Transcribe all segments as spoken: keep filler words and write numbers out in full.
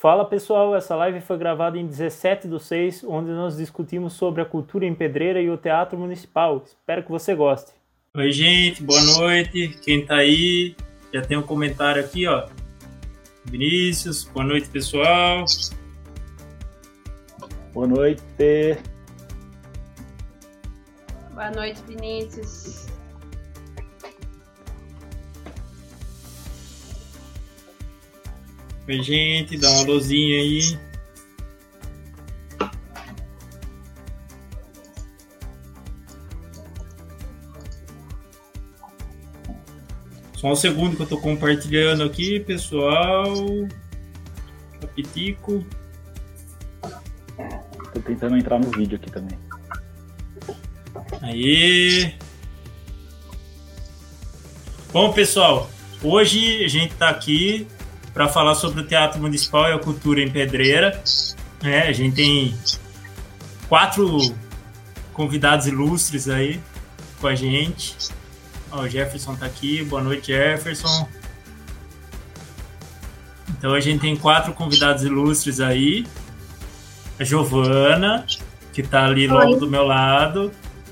Fala pessoal, essa live foi gravada em dezessete do seis, onde nós discutimos sobre a cultura em Pedreira e o Teatro Municipal. Espero que você goste. Oi gente, boa noite, quem tá aí, já tem um comentário aqui, ó. Vinícius, boa noite pessoal. Boa noite. Boa noite, Vinícius. Oi gente, dá uma luzinha aí. Só um segundo que eu tô compartilhando aqui, pessoal. Capitico. Tô tentando entrar no vídeo aqui também. Aí. Bom, pessoal, hoje a gente tá aqui para falar sobre o Teatro Municipal e a cultura em Pedreira. É, a gente tem quatro convidados ilustres aí com a gente. Ó, o Jefferson tá aqui. Boa noite, Jefferson. Então a gente tem quatro convidados ilustres aí. A Giovana, que tá ali logo Oi. do meu lado.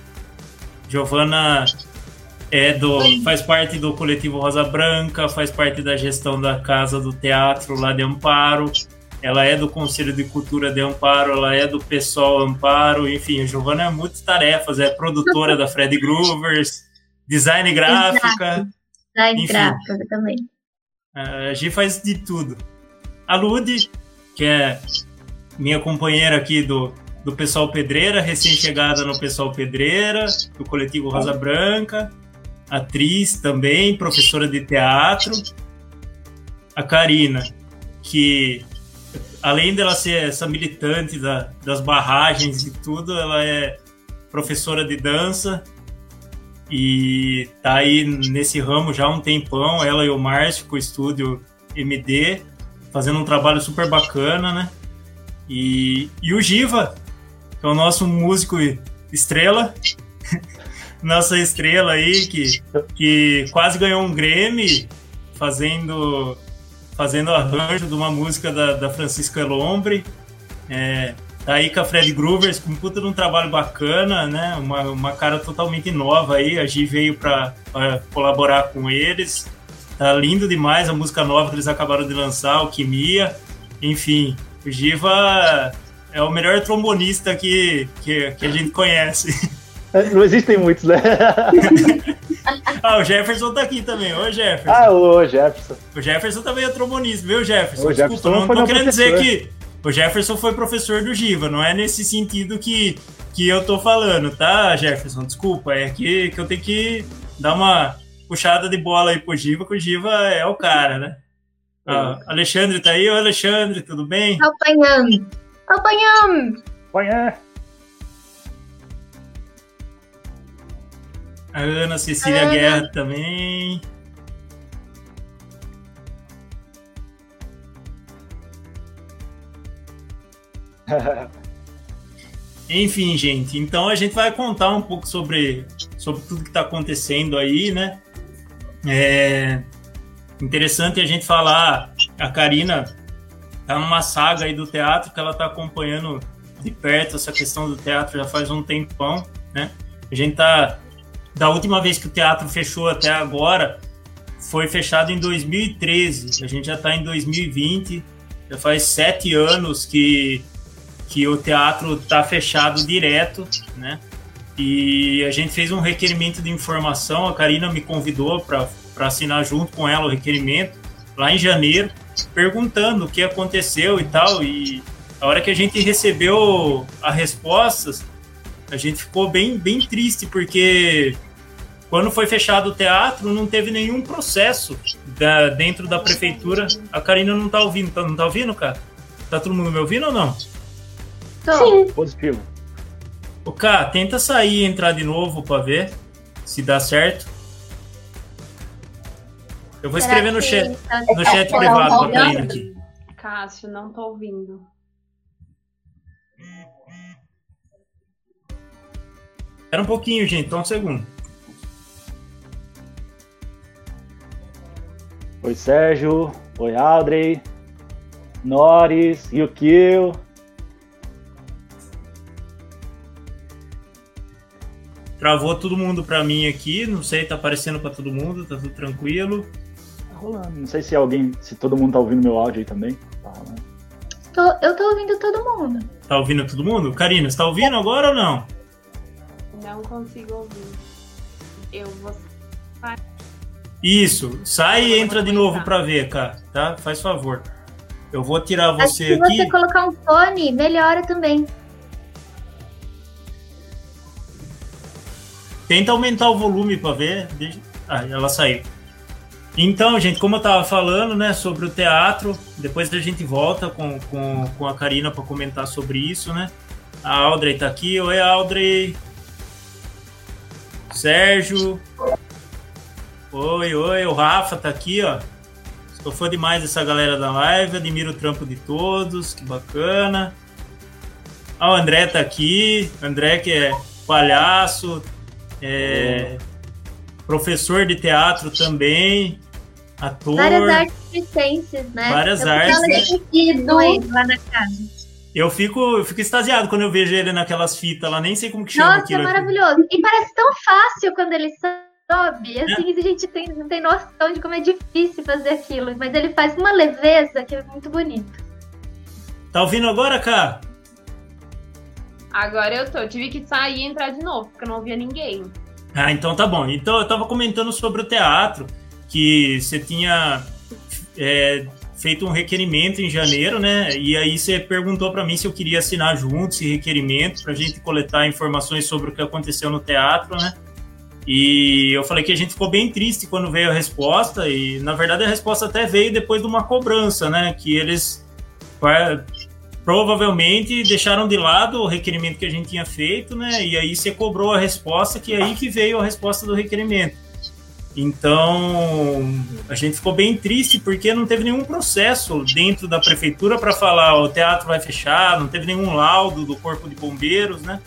Giovana é do, faz parte do coletivo Rosa Branca, faz parte da gestão da Casa do Teatro lá de Amparo. Ela é do Conselho de Cultura de Amparo, ela é do PSOL Amparo. Enfim, a Giovana é muitas tarefas, é produtora da Fred Groovers, design gráfica. Exato. Design enfim, gráfica também. A Gi faz de tudo. A Lude, que é minha companheira aqui do, do Pessoal Pedreira, recém-chegada no Pessoal Pedreira, do coletivo Rosa Branca. Atriz também, professora de teatro. A Karina, que além dela ser essa militante da, das barragens e tudo, ela é professora de dança e tá aí nesse ramo já há um tempão, ela e o Márcio com o estúdio M D, fazendo um trabalho super bacana, né? E, e o Giva, que é o nosso músico estrela, nossa estrela aí, que, que quase ganhou um Grammy fazendo, fazendo arranjo de uma música da, da Francisca Elombre. É, tá aí com a Fred Groovers, com um puta de um trabalho bacana, né? Uma, uma cara totalmente nova aí. A Gi veio para colaborar com eles. Tá lindo demais a música nova que eles acabaram de lançar, Alquimia. Enfim, o Giva é o melhor trombonista que, que, que a gente conhece. Não existem muitos, né? Ah, o Jefferson tá aqui também. Ô, Jefferson. Ah, o Jefferson. O Jefferson também é trombonista, viu, Jefferson? O Desculpa, Jefferson não tô querendo professor. dizer que o Jefferson foi professor do Giva, não é nesse sentido que, que eu tô falando, tá, Jefferson? Desculpa, é que, que eu tenho que dar uma puxada de bola aí pro Giva, que o Giva é o cara, né? Ah, Alexandre tá aí? Ô, Alexandre, tudo bem? Apanhando. Apanhando. Apanhando. A Ana Cecília Ana. Guerra também. Enfim, gente, então a gente vai contar um pouco sobre, sobre tudo que está acontecendo aí, né? É interessante a gente falar, a Karina tá numa saga aí do teatro que ela tá acompanhando de perto essa questão do teatro já faz um tempão, né? A gente tá Da última vez que o teatro fechou até agora, foi fechado em dois mil e treze. A gente já está em dois mil e vinte. Já faz sete anos que, que o teatro está fechado direto, né? E a gente fez um requerimento de informação. A Karina me convidou para assinar junto com ela o requerimento, lá em janeiro, perguntando o que aconteceu e tal. E a hora que a gente recebeu as respostas, a gente ficou bem, bem triste, porque quando foi fechado o teatro, não teve nenhum processo da, dentro da prefeitura. A Karina não tá ouvindo, tá, não tá ouvindo, cara? Tá todo mundo me ouvindo ou não? Sim. Positivo. Ô, Cá, tenta sair e entrar de novo pra ver se dá certo. Eu vou Será escrever no que chat, tá- no chat tá privado pra ouvindo? Karina aqui. Cássio, não tô ouvindo. Espera um pouquinho, gente, só um segundo. Oi, Sérgio. Oi, Audrey. Norris, Yukio. Travou todo mundo pra mim aqui, não sei, tá aparecendo pra todo mundo, tá tudo tranquilo. Tá rolando. Não sei se alguém, se todo mundo tá ouvindo meu áudio aí também. Tá rolando. Tô- eu tô ouvindo todo mundo. Tá ouvindo todo mundo? Karina, você tá ouvindo agora ou não? Não consigo ouvir. Eu vou. Isso, sai e entra de novo pra ver, cara, tá? Faz favor. Eu vou tirar Acho você que se aqui. você colocar um fone, melhora também. Tenta aumentar o volume pra ver. Deixa- Ah, ela saiu. Então, gente, como eu tava falando, né, sobre o teatro, depois a gente volta com, com, com a Karina para comentar sobre isso, né? A Audrey tá aqui. Oi, Audrey. Sérgio. Oi, oi. O Rafa tá aqui, ó. Estou fã demais dessa galera da live. Admiro o trampo de todos. Que bacana. Ah, o André tá aqui. André que é palhaço. É... professor de teatro também, ator. Várias artes circenses, né? Várias eu artes, falo né? esquecido com ele lá na casa. Eu fico, eu fico extasiado quando eu vejo ele naquelas fitas lá, nem sei como que chama Nossa, é aquilo aqui. maravilhoso. E parece tão fácil quando ele sobe. Assim, a gente tem, não tem noção de como é difícil fazer aquilo. Mas ele faz com uma leveza que é muito bonito. Tá ouvindo agora, Cá? Agora eu tô. Eu tive que sair e entrar de novo, porque eu não ouvia ninguém. Ah, então tá bom. Então eu tava comentando sobre o teatro, que você tinha é, feito um requerimento em janeiro, né? E aí você perguntou pra mim se eu queria assinar junto esse requerimento pra gente coletar informações sobre o que aconteceu no teatro, né? E eu falei que a gente ficou bem triste quando veio a resposta, e na verdade a resposta até veio depois de uma cobrança, né? Que eles pa- provavelmente deixaram de lado o requerimento que a gente tinha feito, né? E aí você cobrou a resposta, que é aí que veio a resposta do requerimento. Então, a gente ficou bem triste porque não teve nenhum processo dentro da prefeitura para falar ó, o teatro vai fechar, não teve nenhum laudo do Corpo de Bombeiros, né?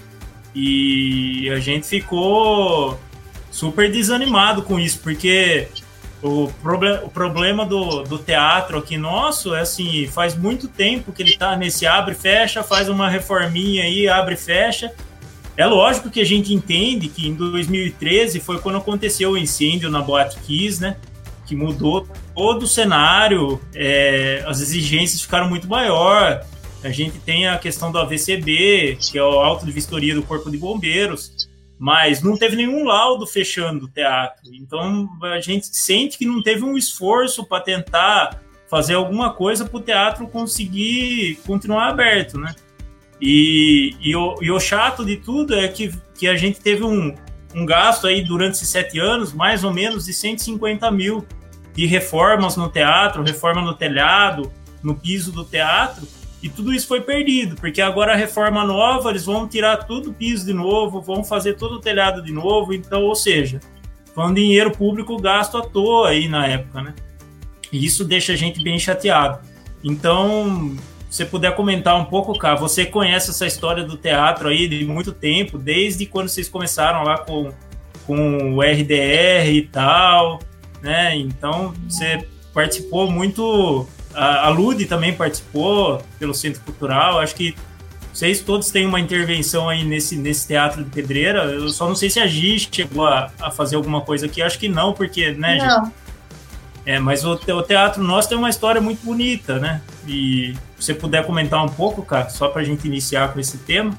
E a gente ficou super desanimado com isso, porque o, proble- o problema do, do teatro aqui nosso é assim, faz muito tempo que ele tá nesse abre e fecha, faz uma reforminha aí, abre e fecha. É lógico que a gente entende que em dois mil e treze foi quando aconteceu o incêndio na Boate Kiss, né? Que mudou todo o cenário, é, as exigências ficaram muito maior. A gente tem a questão do A V C B, que é o auto de vistoria do Corpo de Bombeiros, mas não teve nenhum laudo fechando o teatro. Então a gente sente que não teve um esforço para tentar fazer alguma coisa para o teatro conseguir continuar aberto, né? E, e, o, e o chato de tudo é que, que a gente teve um, um gasto aí durante esses sete anos, mais ou menos de cento e cinquenta mil de reformas no teatro, reforma no telhado, no piso do teatro, e tudo isso foi perdido, porque agora a reforma nova, eles vão tirar tudo o piso de novo, vão fazer todo o telhado de novo, então, ou seja, foi um dinheiro público gasto à toa aí na época, né? E isso deixa a gente bem chateado. Então, se você puder comentar um pouco, cara, você conhece essa história do teatro aí de muito tempo, desde quando vocês começaram lá com, com o R D R e tal, né? Então, você participou muito, a, a Ludi também participou pelo Centro Cultural, acho que vocês todos têm uma intervenção aí nesse, nesse teatro de Pedreira, eu só não sei se a Gi chegou a, a fazer alguma coisa aqui, acho que não, porque, né, Gi? Não. É, mas o, o teatro nosso tem uma história muito bonita, né? E se você puder comentar um pouco, cara, só pra gente iniciar com esse tema.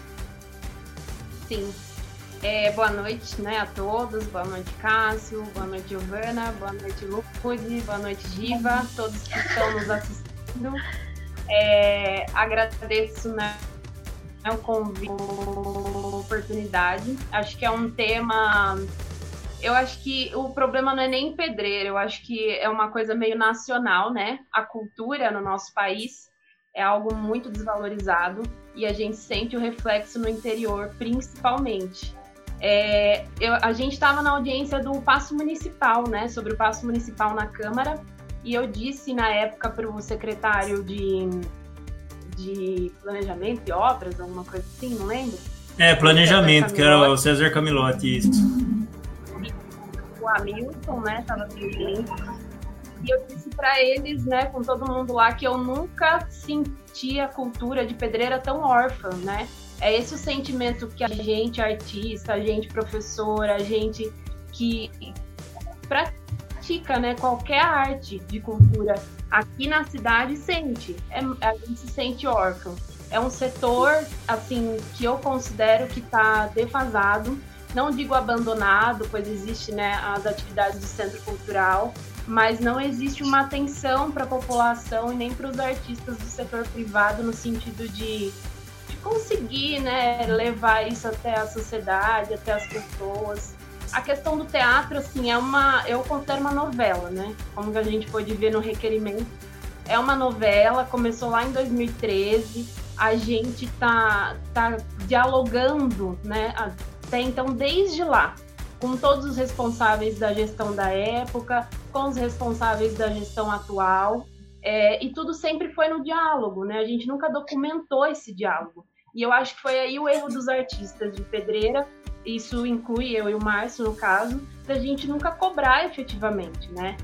Sim. É, boa noite, né, a todos. Boa noite, Cássio. Boa noite, Giovana. Boa noite, Lude. Boa noite, Giva. Todos que estão nos assistindo. É, agradeço, né, o convite, a oportunidade. Acho que é um tema... Eu acho que o problema não é nem Pedreira, eu acho que é uma coisa meio nacional, né? A cultura no nosso país é algo muito desvalorizado e a gente sente o reflexo no interior, principalmente. É, eu, a gente estava na audiência do Paço Municipal, né? Sobre o Paço Municipal na Câmara, e eu disse na época para o secretário de, de Planejamento e Obras, alguma coisa assim, não lembro? É, Planejamento, que era o César Camilotti, isso. O Hamilton, né, estava presente, E eu disse para eles, né, com todo mundo lá, que eu nunca senti a cultura de Pedreira tão órfã, né? É esse o sentimento que a gente artista, a gente professora, a gente que pratica, né, qualquer arte de cultura aqui na cidade sente. É, a gente se sente órfão. É um setor, assim, que eu considero que está defasado. Não digo abandonado, pois existe, né, as atividades do centro cultural, mas não existe uma atenção para a população e nem para os artistas do setor privado no sentido de, de conseguir, né, levar isso até a sociedade, até as pessoas. A questão do teatro, assim, é uma, eu considero uma novela, né? Como a gente pôde ver no requerimento. É uma novela, começou lá em dois mil e treze, a gente tá, tá dialogando, né, até então, desde lá, com todos os responsáveis da gestão da época, com os responsáveis da gestão atual, é, e tudo sempre foi no diálogo, né? A gente nunca documentou esse diálogo. E eu acho que foi aí o erro dos artistas de Pedreira, isso inclui eu e o Márcio, no caso, da gente nunca cobrar efetivamente, né?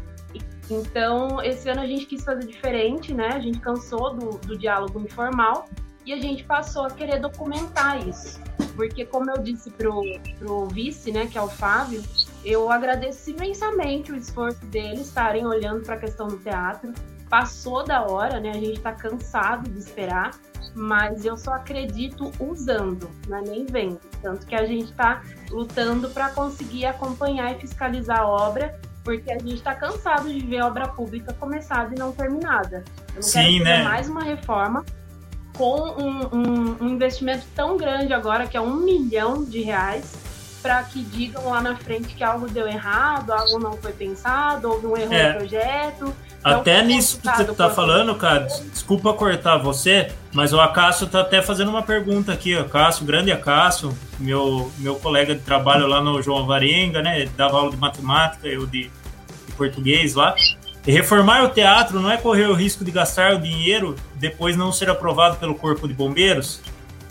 Então, esse ano a gente quis fazer diferente, né? A gente cansou do, do diálogo informal e a gente passou a querer documentar isso. Porque, como eu disse pro, pro vice, né, que é o Fábio, eu agradeço imensamente o esforço deles estarem olhando para a questão do teatro. Passou da hora, né? A gente está cansado de esperar, mas eu só acredito usando, né, nem vendo. Tanto que a gente está lutando para conseguir acompanhar e fiscalizar a obra, porque a gente está cansado de ver a obra pública começada e não terminada. Eu não Sim, quero fazer né? mais uma reforma com um, um, um investimento tão grande agora, que é um milhão de reais, para que digam lá na frente que algo deu errado, algo não foi pensado, houve um erro É. no projeto. Até nisso que você tá falando, cara, desculpa cortar você, mas o Acácio tá até fazendo uma pergunta aqui, o Acácio, grande Acácio, meu, meu colega de trabalho lá no João Varenga, né, ele dava aula de matemática, eu de, de português lá, e reformar o teatro não é correr o risco de gastar o dinheiro depois não ser aprovado pelo Corpo de Bombeiros?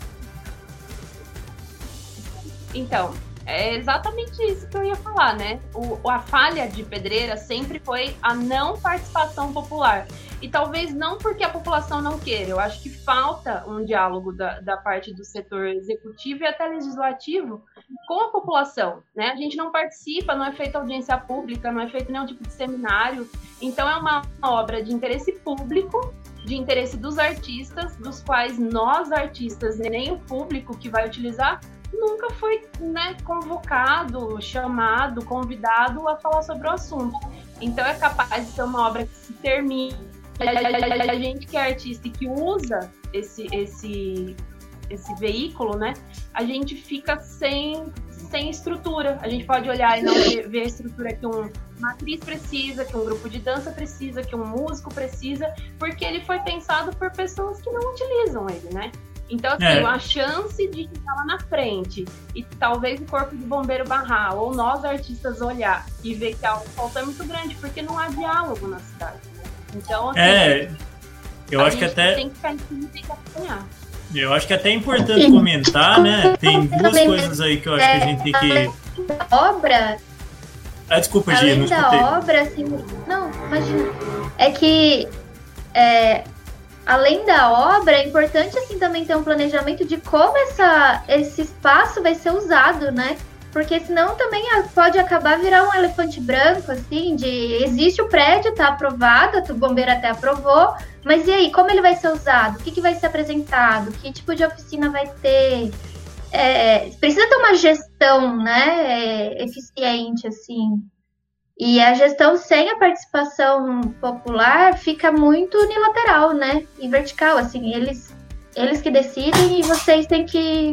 Então, é exatamente isso que eu ia falar, né? O, a falha de Pedreira sempre foi a não participação popular. E talvez não porque a população não queira. Eu acho que falta um diálogo da, da parte do setor executivo e até legislativo com a população, né? A gente não participa, não é feita audiência pública, não é feito nenhum tipo de seminário. Então é uma obra de interesse público, de interesse dos artistas, dos quais nós artistas, nem o público que vai utilizar, nunca foi, né, convocado, chamado, convidado a falar sobre o assunto. Então é capaz de ser uma obra que se termine. A gente que é artista e que usa esse, esse, esse veículo, né, a gente fica sem, sem estrutura. A gente pode olhar e não ver, ver a estrutura que um, uma atriz precisa, que um grupo de dança precisa, que um músico precisa, porque ele foi pensado por pessoas que não utilizam ele, né? Então, assim, é. a chance de estar lá na frente e talvez o Corpo de Bombeiro barrar, ou nós artistas olhar e ver que algo falta é muito grande, porque não há diálogo na cidade. Né? Então, assim, é, eu acho que até tem que ficar em cima e tem que acompanhar. Eu acho que até é importante Sim. comentar, né? Tem duas coisas aí que eu acho que a gente tem que... Obra... Ah, desculpa, Gia, não escutei. Além da obra, assim... Não, imagina. É que... É... Além da obra, é importante assim também ter um planejamento de como essa, esse espaço vai ser usado, né? Porque senão também pode acabar virar um elefante branco, assim, de existe o prédio, tá aprovado, o bombeiro até aprovou, mas e aí, como ele vai ser usado? O que, que vai ser apresentado? Que tipo de oficina vai ter? É, precisa ter uma gestão, né, é, eficiente, assim. E a gestão sem a participação popular fica muito unilateral, né? E vertical, assim, eles, eles que decidem e vocês têm que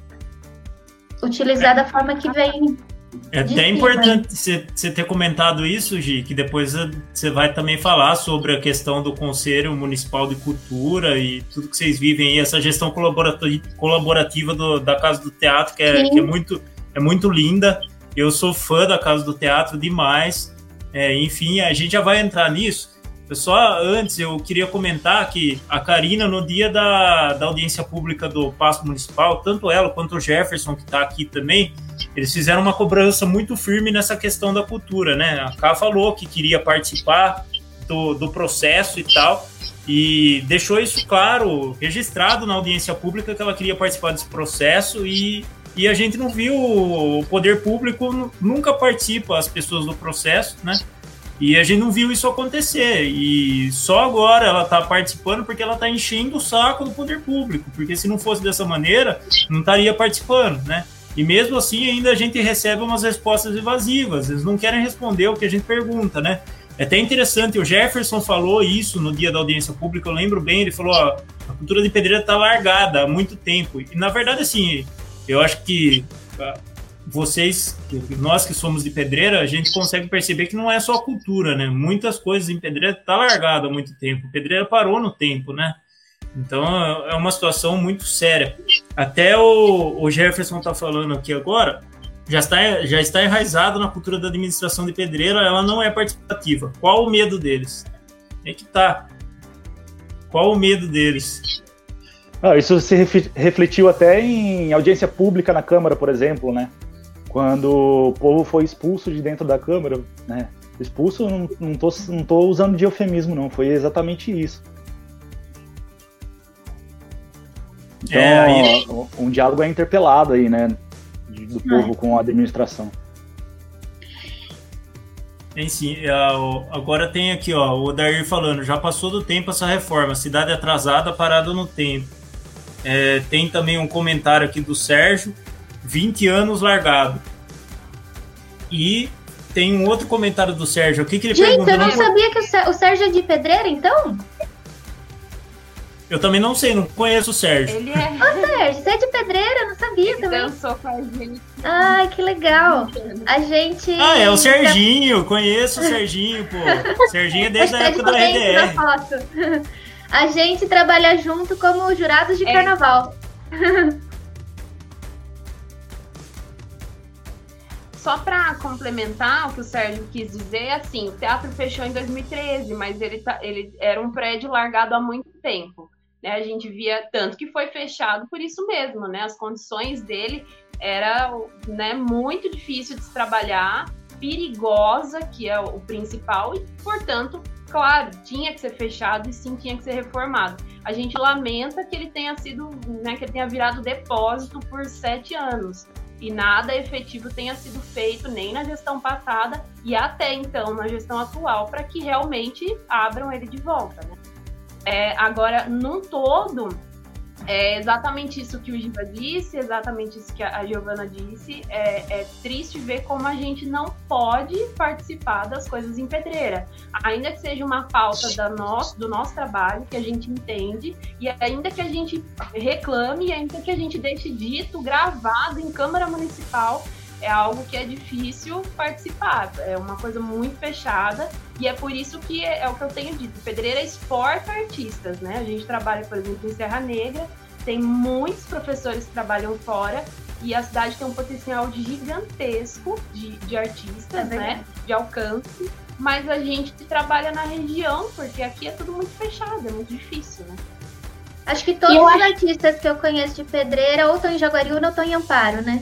utilizar da forma que vem. É até importante você ter comentado isso, Gi, que depois você vai também falar sobre a questão do Conselho Municipal de Cultura e tudo que vocês vivem aí, essa gestão colaborativa do, da Casa do Teatro, que é, que é, muito, é muito linda. Eu sou fã da Casa do Teatro demais. É, enfim, a gente já vai entrar nisso. Só antes, eu queria comentar que a Karina, no dia da, da audiência pública do Paço Municipal, tanto ela quanto o Jefferson, que está aqui também, eles fizeram uma cobrança muito firme nessa questão da cultura, né? A Ká falou que queria participar, do, do processo e tal, e deixou isso claro, registrado na audiência pública que ela queria participar desse processo, e, e a gente não viu, o poder público nunca participa, as pessoas do processo, né? E a gente não viu isso acontecer, e só agora ela está participando porque ela está enchendo o saco do poder público, porque se não fosse dessa maneira, não estaria participando, né? E mesmo assim ainda a gente recebe umas respostas evasivas, eles não querem responder o que a gente pergunta, né? É até interessante, o Jefferson falou isso no dia da audiência pública, eu lembro bem, ele falou, ó, a cultura de pedreira está largada há muito tempo, e na verdade assim, eu acho que vocês, nós que somos de pedreira, a gente consegue perceber que não é só a cultura, né? Muitas coisas em pedreira tá largada há muito tempo. Pedreira parou no tempo, né? Então é uma situação muito séria. Até o, o Jefferson tá falando aqui agora, já está, já está enraizado na cultura da administração de pedreira, ela não é participativa. Qual o medo deles? É que tá. Qual o medo deles? Ah, isso se refletiu até em audiência pública na Câmara, por exemplo, né? Quando o povo foi expulso de dentro da Câmara, né? Expulso, não, não, tô, não tô usando de eufemismo, não. Foi exatamente isso. Então, é, aí... um, um diálogo é interpelado aí, né? Do povo com a administração. Tem sim. Agora tem aqui, ó, o Odair falando, já passou do tempo essa reforma, cidade atrasada, parada no tempo. É, tem também um comentário aqui do Sérgio, vinte anos largado. E tem um outro comentário do Sérgio. O que, que ele Gente, pergunta? eu não por... sabia que o Sérgio é de pedreira, então? Eu também não sei, não conheço o Sérgio. Ele é... Ô, Sérgio, você é de pedreira? Eu não sabia Ele também. dançou com a gente. Ai, que legal. A gente... Ah, é o Serginho. Conheço o Serginho, pô. Serginho é desde a época do R D R. Foto. A gente trabalha junto como jurados de É. carnaval. Só para complementar o que o Sérgio quis dizer, assim, o teatro fechou em dois mil e treze, mas ele, tá, ele era um prédio largado há muito tempo. Né? A gente via tanto que foi fechado por isso mesmo, né? As condições dele era, né, muito difícil de se trabalhar, perigosa, que é o principal, e, portanto, claro, tinha que ser fechado e sim tinha que ser reformado. A gente lamenta que ele tenha sido, né, que ele tenha virado depósito por sete anos. E nada efetivo tenha sido feito nem na gestão passada e até então na gestão atual para que realmente abram ele de volta, né? É, agora, num todo, é exatamente isso que o Giva disse, exatamente isso que a Giovana disse. É, é triste ver como a gente não pode participar das coisas em pedreira. Ainda que seja uma pauta da nosso, do nosso trabalho, que a gente entende, e ainda que a gente reclame, e ainda que a gente deixe dito, gravado em Câmara Municipal, é algo que é difícil participar. É uma coisa muito fechada, e é por isso que é, é o que eu tenho dito. Pedreira exporta artistas, né? A gente trabalha, por exemplo, em Serra Negra, tem muitos professores que trabalham fora, e a cidade tem um potencial gigantesco de, de artistas, é né? De alcance, mas a gente trabalha na região, porque aqui é tudo muito fechado, é muito difícil, né? Acho que todos eu os acho... artistas que eu conheço de pedreira ou estão em Jaguariúna ou estão em Amparo, né?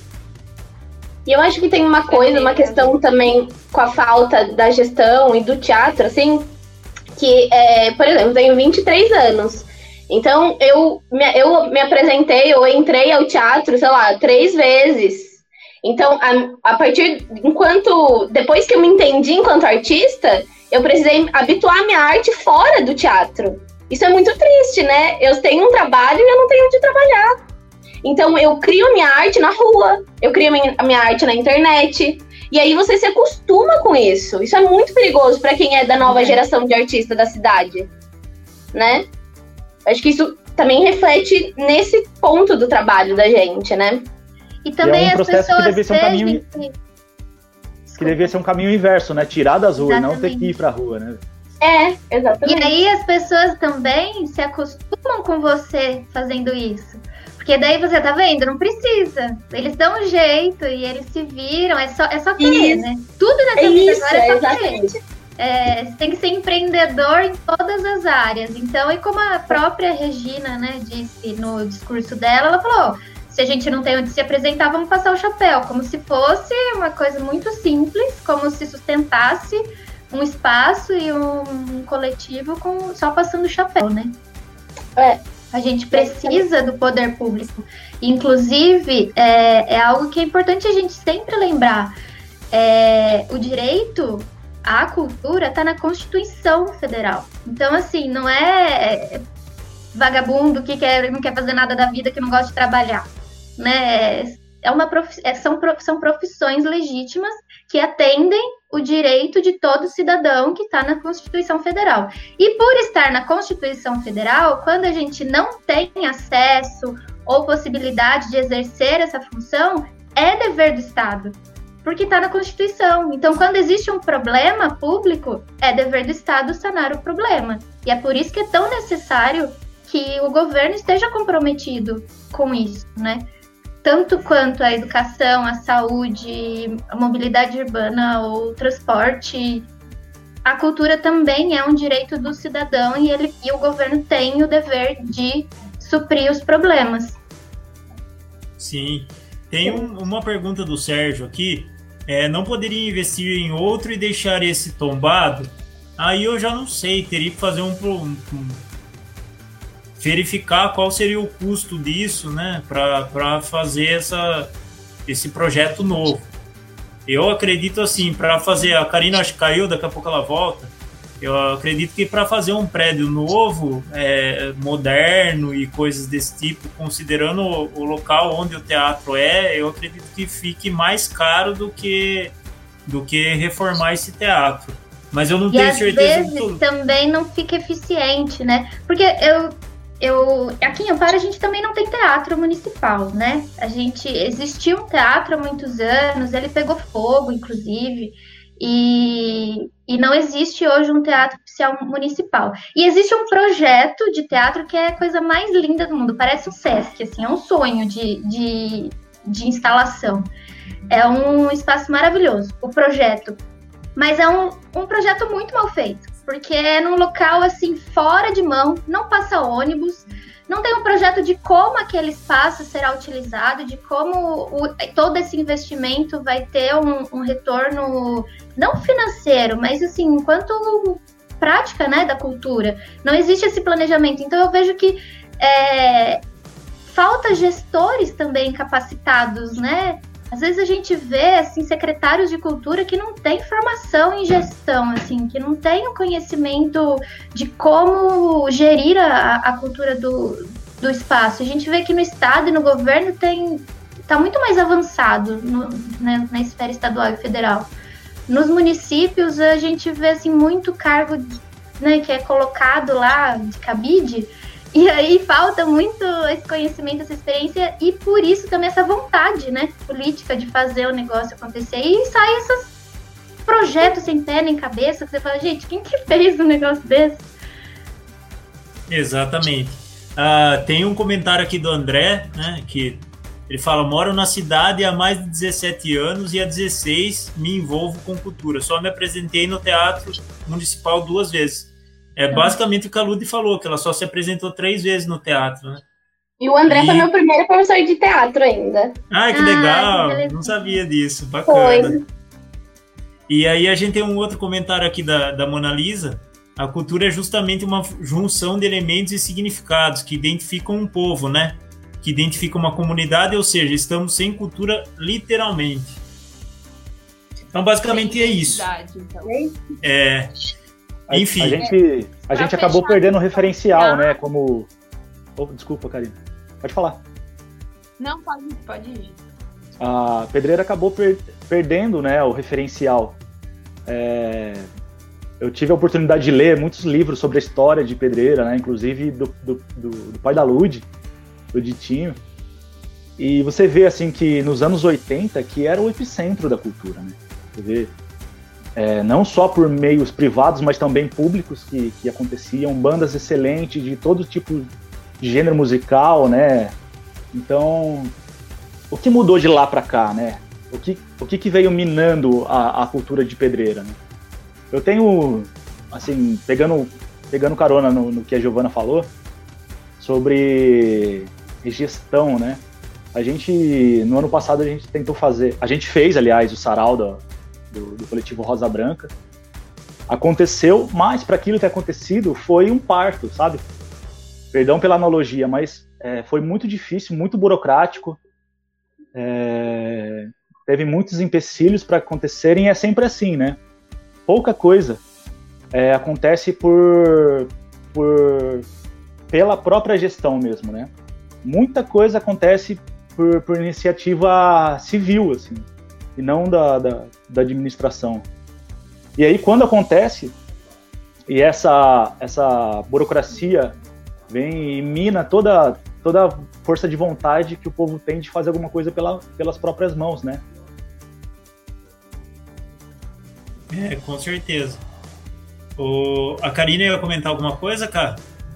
E eu acho que tem uma coisa, uma questão também com a falta da gestão e do teatro, assim, que, é, por exemplo, eu tenho vinte e três anos. Então, eu me, eu me apresentei, eu entrei ao teatro, sei lá, três vezes. Então, a, a partir, enquanto, depois que eu me entendi enquanto artista, eu precisei habituar a minha arte fora do teatro. Isso é muito triste, né? Eu tenho um trabalho e eu não tenho onde trabalhar. Então, eu crio minha arte na rua, eu crio a minha arte na internet. E aí você se acostuma com isso. Isso é muito perigoso para quem é da nova geração de artista da cidade, né? Acho que isso também reflete nesse ponto do trabalho da gente, né? E também e é um as processo pessoas que devia ser um caminho, que... que devia ser um caminho inverso, né? Tirar das ruas, Exatamente. não ter que ir pra rua, né? É, exatamente. E aí as pessoas também se acostumam com você fazendo isso. Porque daí você tá vendo, não precisa. Eles dão um jeito e eles se viram, é só, é só querer, Isso. né? Tudo nessa É vida isso, agora é só exatamente. querer. É, você tem que ser empreendedor em todas as áreas. Então, e como a própria Regina, né, disse no discurso dela, ela falou, se a gente não tem onde se apresentar, vamos passar o chapéu. Como se fosse uma coisa muito simples, como se sustentasse um espaço e um coletivo com, só passando o chapéu, né? É. A gente precisa do poder público. Inclusive, é, é algo que é importante a gente sempre lembrar. É, o direito à cultura está na Constituição Federal. Então, assim, não é vagabundo que quer, não quer fazer nada da vida, que não gosta de trabalhar, né? É uma prof... são, são profissões legítimas que atendem o direito de todo cidadão que está na Constituição Federal. E por estar na Constituição Federal, quando a gente não tem acesso ou possibilidade de exercer essa função, é dever do Estado, porque está na Constituição. Então, quando existe um problema público, é dever do Estado sanar o problema. E é por isso que é tão necessário que o governo esteja comprometido com isso, né? Tanto quanto a educação, a saúde, a mobilidade urbana ou o transporte, a cultura também é um direito do cidadão e, ele, e o governo tem o dever de suprir os problemas. Sim. Tem um, uma pergunta do Sérgio aqui. É, não poderia investir em outro e deixar esse tombado? Aí eu já não sei, teria que fazer um... um, um verificar qual seria o custo disso, né, para fazer essa, esse projeto novo. Eu acredito assim, para fazer, a Karina acho que caiu, daqui a pouco ela volta, eu acredito que para fazer um prédio novo, é, moderno e coisas desse tipo, considerando o, o local onde o teatro é, eu acredito que fique mais caro do que, do que reformar esse teatro. Mas eu não e tenho às certeza vezes de também não fica eficiente, né? Porque eu Eu, aqui em Amparo a gente também não tem teatro municipal, né? A gente existiu um teatro há muitos anos, ele pegou fogo, inclusive, e, e não existe hoje um teatro oficial municipal. E existe um projeto de teatro que é a coisa mais linda do mundo, parece um Sesc, assim, é um sonho de, de, de instalação. É um espaço maravilhoso, o projeto. Mas é um, um projeto muito mal feito, porque é num local, assim, fora de mão, não passa ônibus, não tem um projeto de como aquele espaço será utilizado, de como o, todo esse investimento vai ter um, um retorno, não financeiro, mas, assim, enquanto prática, né, da cultura. Não existe esse planejamento. Então, eu vejo que é, falta gestores também capacitados, né? Às vezes a gente vê, assim, secretários de cultura que não têm formação em gestão, assim, que não têm o conhecimento de como gerir a, a cultura do, do espaço. A gente vê que no Estado e no governo tem, tá muito mais avançado no, né, na esfera estadual e federal. Nos municípios a gente vê, assim, muito cargo, né, que é colocado lá de cabide. E aí falta muito esse conhecimento, essa experiência e por isso também essa vontade, né, política de fazer o negócio acontecer. E sai esses projetos sem pé nem cabeça que você fala, gente, quem que fez um negócio desse? Exatamente. Uh, tem um comentário aqui do André, né, que ele fala, moro na cidade há mais de dezessete anos e há dezesseis me envolvo com cultura. Só me apresentei no Teatro Municipal duas vezes. É basicamente o que a Ludy falou, que ela só se apresentou três vezes no teatro, né? E o André e... foi meu primeiro professor de teatro ainda. Ai, que legal! Ah, que não sabia disso, bacana. Foi. E aí a gente tem um outro comentário aqui da, da Mona Lisa. A cultura é justamente uma junção de elementos e significados que identificam um povo, né? Que identificam uma comunidade, ou seja, estamos sem cultura literalmente. Então, basicamente é isso. Então. É... Enfim. A gente, a gente acabou perdendo o referencial, né? Como. Oh, desculpa, Karina. Pode falar. Não, pode, pode ir. A Pedreira acabou per- perdendo, né, o referencial. É... Eu tive a oportunidade de ler muitos livros sobre a história de Pedreira, né? Inclusive do, do, do, do pai da Ludy, do Ditinho. E você vê, assim, que nos anos oitenta, que era o epicentro da cultura, né? Você vê. É, não só por meios privados, mas também públicos que, que aconteciam, bandas excelentes de todo tipo de gênero musical, né? Então, o que mudou de lá para cá, né? O que, o que, que veio minando a, a cultura de Pedreira, né? Eu tenho, assim, pegando, pegando carona no, no que a Giovana falou, sobre gestão, né? A gente, no ano passado, a gente tentou fazer, a gente fez, aliás, o sarau da Do, do coletivo Rosa Branca, Aconteceu, mas para aquilo ter acontecido foi um parto, sabe? Perdão pela analogia, mas é, foi muito difícil, muito burocrático. É, teve muitos empecilhos para acontecerem, e é sempre assim, né? Pouca coisa é, acontece por, por pela própria gestão mesmo, né? Muita coisa acontece por, por iniciativa civil, assim, e não da, da, da administração. E aí, quando acontece, e essa, essa burocracia vem e mina toda, toda a força de vontade que o povo tem de fazer alguma coisa pela, pelas próprias mãos, né? É, com certeza. O, a Karina ia comentar alguma coisa, cara?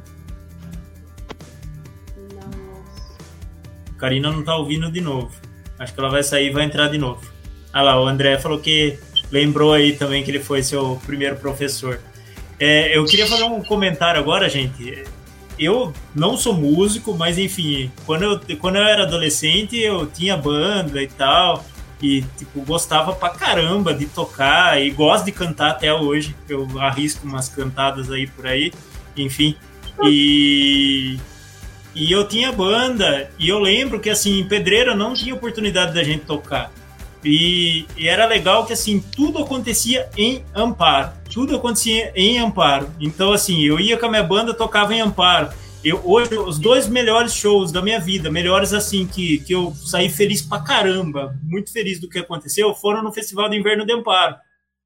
A Karina não tá ouvindo de novo. Acho que ela vai sair e vai entrar de novo. Ah lá, o André falou que lembrou aí também que ele foi seu primeiro professor. É, eu queria fazer um comentário agora, gente. Eu não sou músico, mas enfim, quando eu, quando eu era adolescente, eu tinha banda e tal, e tipo, gostava pra caramba de tocar, e gosto de cantar até hoje. Eu arrisco umas cantadas aí por aí, enfim. E, e eu tinha banda, e eu lembro que assim, em Pedreira não tinha oportunidade da gente tocar. E, e era legal que, assim, tudo acontecia em Amparo. Tudo acontecia em Amparo. Então, assim, eu ia com a minha banda, tocava em Amparo. Eu, hoje, os dois melhores shows da minha vida, melhores, assim, que, que eu saí feliz pra caramba, muito feliz do que aconteceu, foram no Festival de Inverno de Amparo.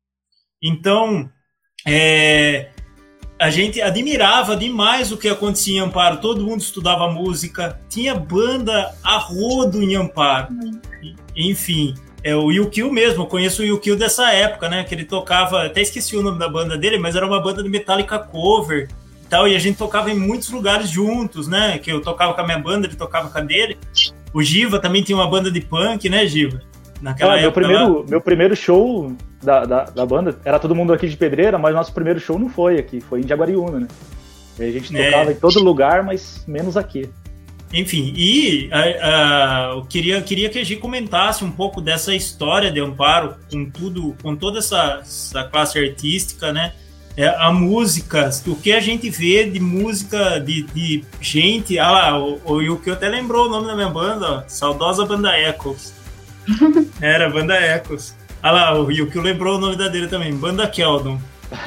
Então, é, a gente admirava demais o que acontecia em Amparo. Todo mundo estudava música, tinha banda a rodo em Amparo. Enfim... É o Yukio mesmo, eu conheço o Yukio dessa época, né? Que ele tocava, até esqueci o nome da banda dele, mas era uma banda de Metallica cover e tal, e a gente tocava em muitos lugares juntos, né? Que eu tocava com a minha banda, ele tocava com a dele. O Giva também tinha uma banda de punk, né, Giva? Naquela ah, época. Meu primeiro, lá... meu primeiro show da, da, da banda era todo mundo aqui de Pedreira, mas nosso primeiro show não foi aqui, foi em Jaguariúna, né? E a gente tocava é. em todo lugar, mas menos aqui. Enfim, e uh, uh, eu queria, queria que a gente comentasse um pouco dessa história de Amparo, com tudo, com toda essa, essa classe artística, né? É, a música, o que a gente vê de música de, de gente. Ah lá, o, o Yukio até lembrou o nome da minha banda, ó, saudosa Banda Echoes. Era Banda Echoes. Ah lá, o Yukio lembrou o nome da dele também, Banda Keldon.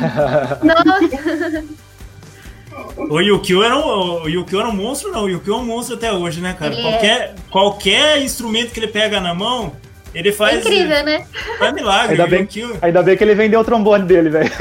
Nossa! O Yukio era um, o Yukio era um monstro, não. O Yukio é um monstro até hoje, né, cara? Ele qualquer, é. qualquer instrumento que ele pega na mão, ele faz... É incrível, né? Faz milagre. Ainda bem, Yukio... ainda bem que ele vendeu o trombone dele, velho.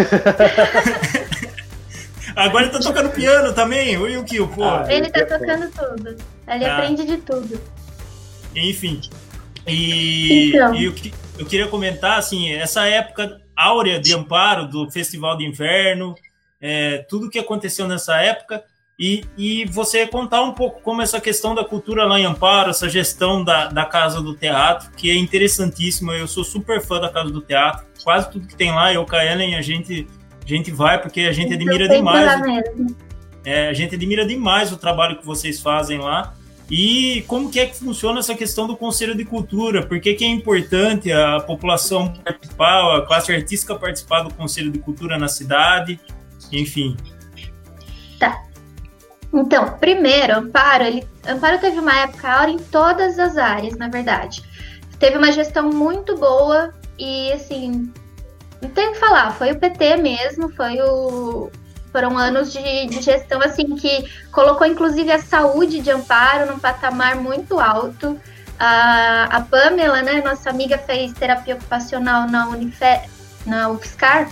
Agora ele tá tocando piano também, o Yukio, pô. Ah, ele tá tocando tudo. Ele ah. aprende de tudo. Enfim. E, então. e eu, eu queria comentar, assim, essa época áurea de Amparo, do Festival de Inverno... É, tudo que aconteceu nessa época e, e você contar um pouco como essa questão da cultura lá em Amparo, essa gestão da, da Casa do Teatro, que é interessantíssima. Eu sou super fã da Casa do Teatro, quase tudo que tem lá, eu com a Ellen, a gente, a gente vai porque a gente admira demais o, é, a gente admira demais o trabalho que vocês fazem lá. E como que é que funciona essa questão do Conselho de Cultura? Por que que é importante a população participar, a classe artística participar do Conselho de Cultura na cidade? Enfim. Tá. Então, primeiro, Amparo, ele, Amparo teve uma época áurea em todas as áreas, na verdade. Teve uma gestão muito boa e, assim, não tem o que falar, foi o P T mesmo, foi o... Foram anos de, de gestão, assim, que colocou, inclusive, a saúde de Amparo num patamar muito alto. A, a Pamela, né, nossa amiga, fez terapia ocupacional na, Unife, na U F S C A R,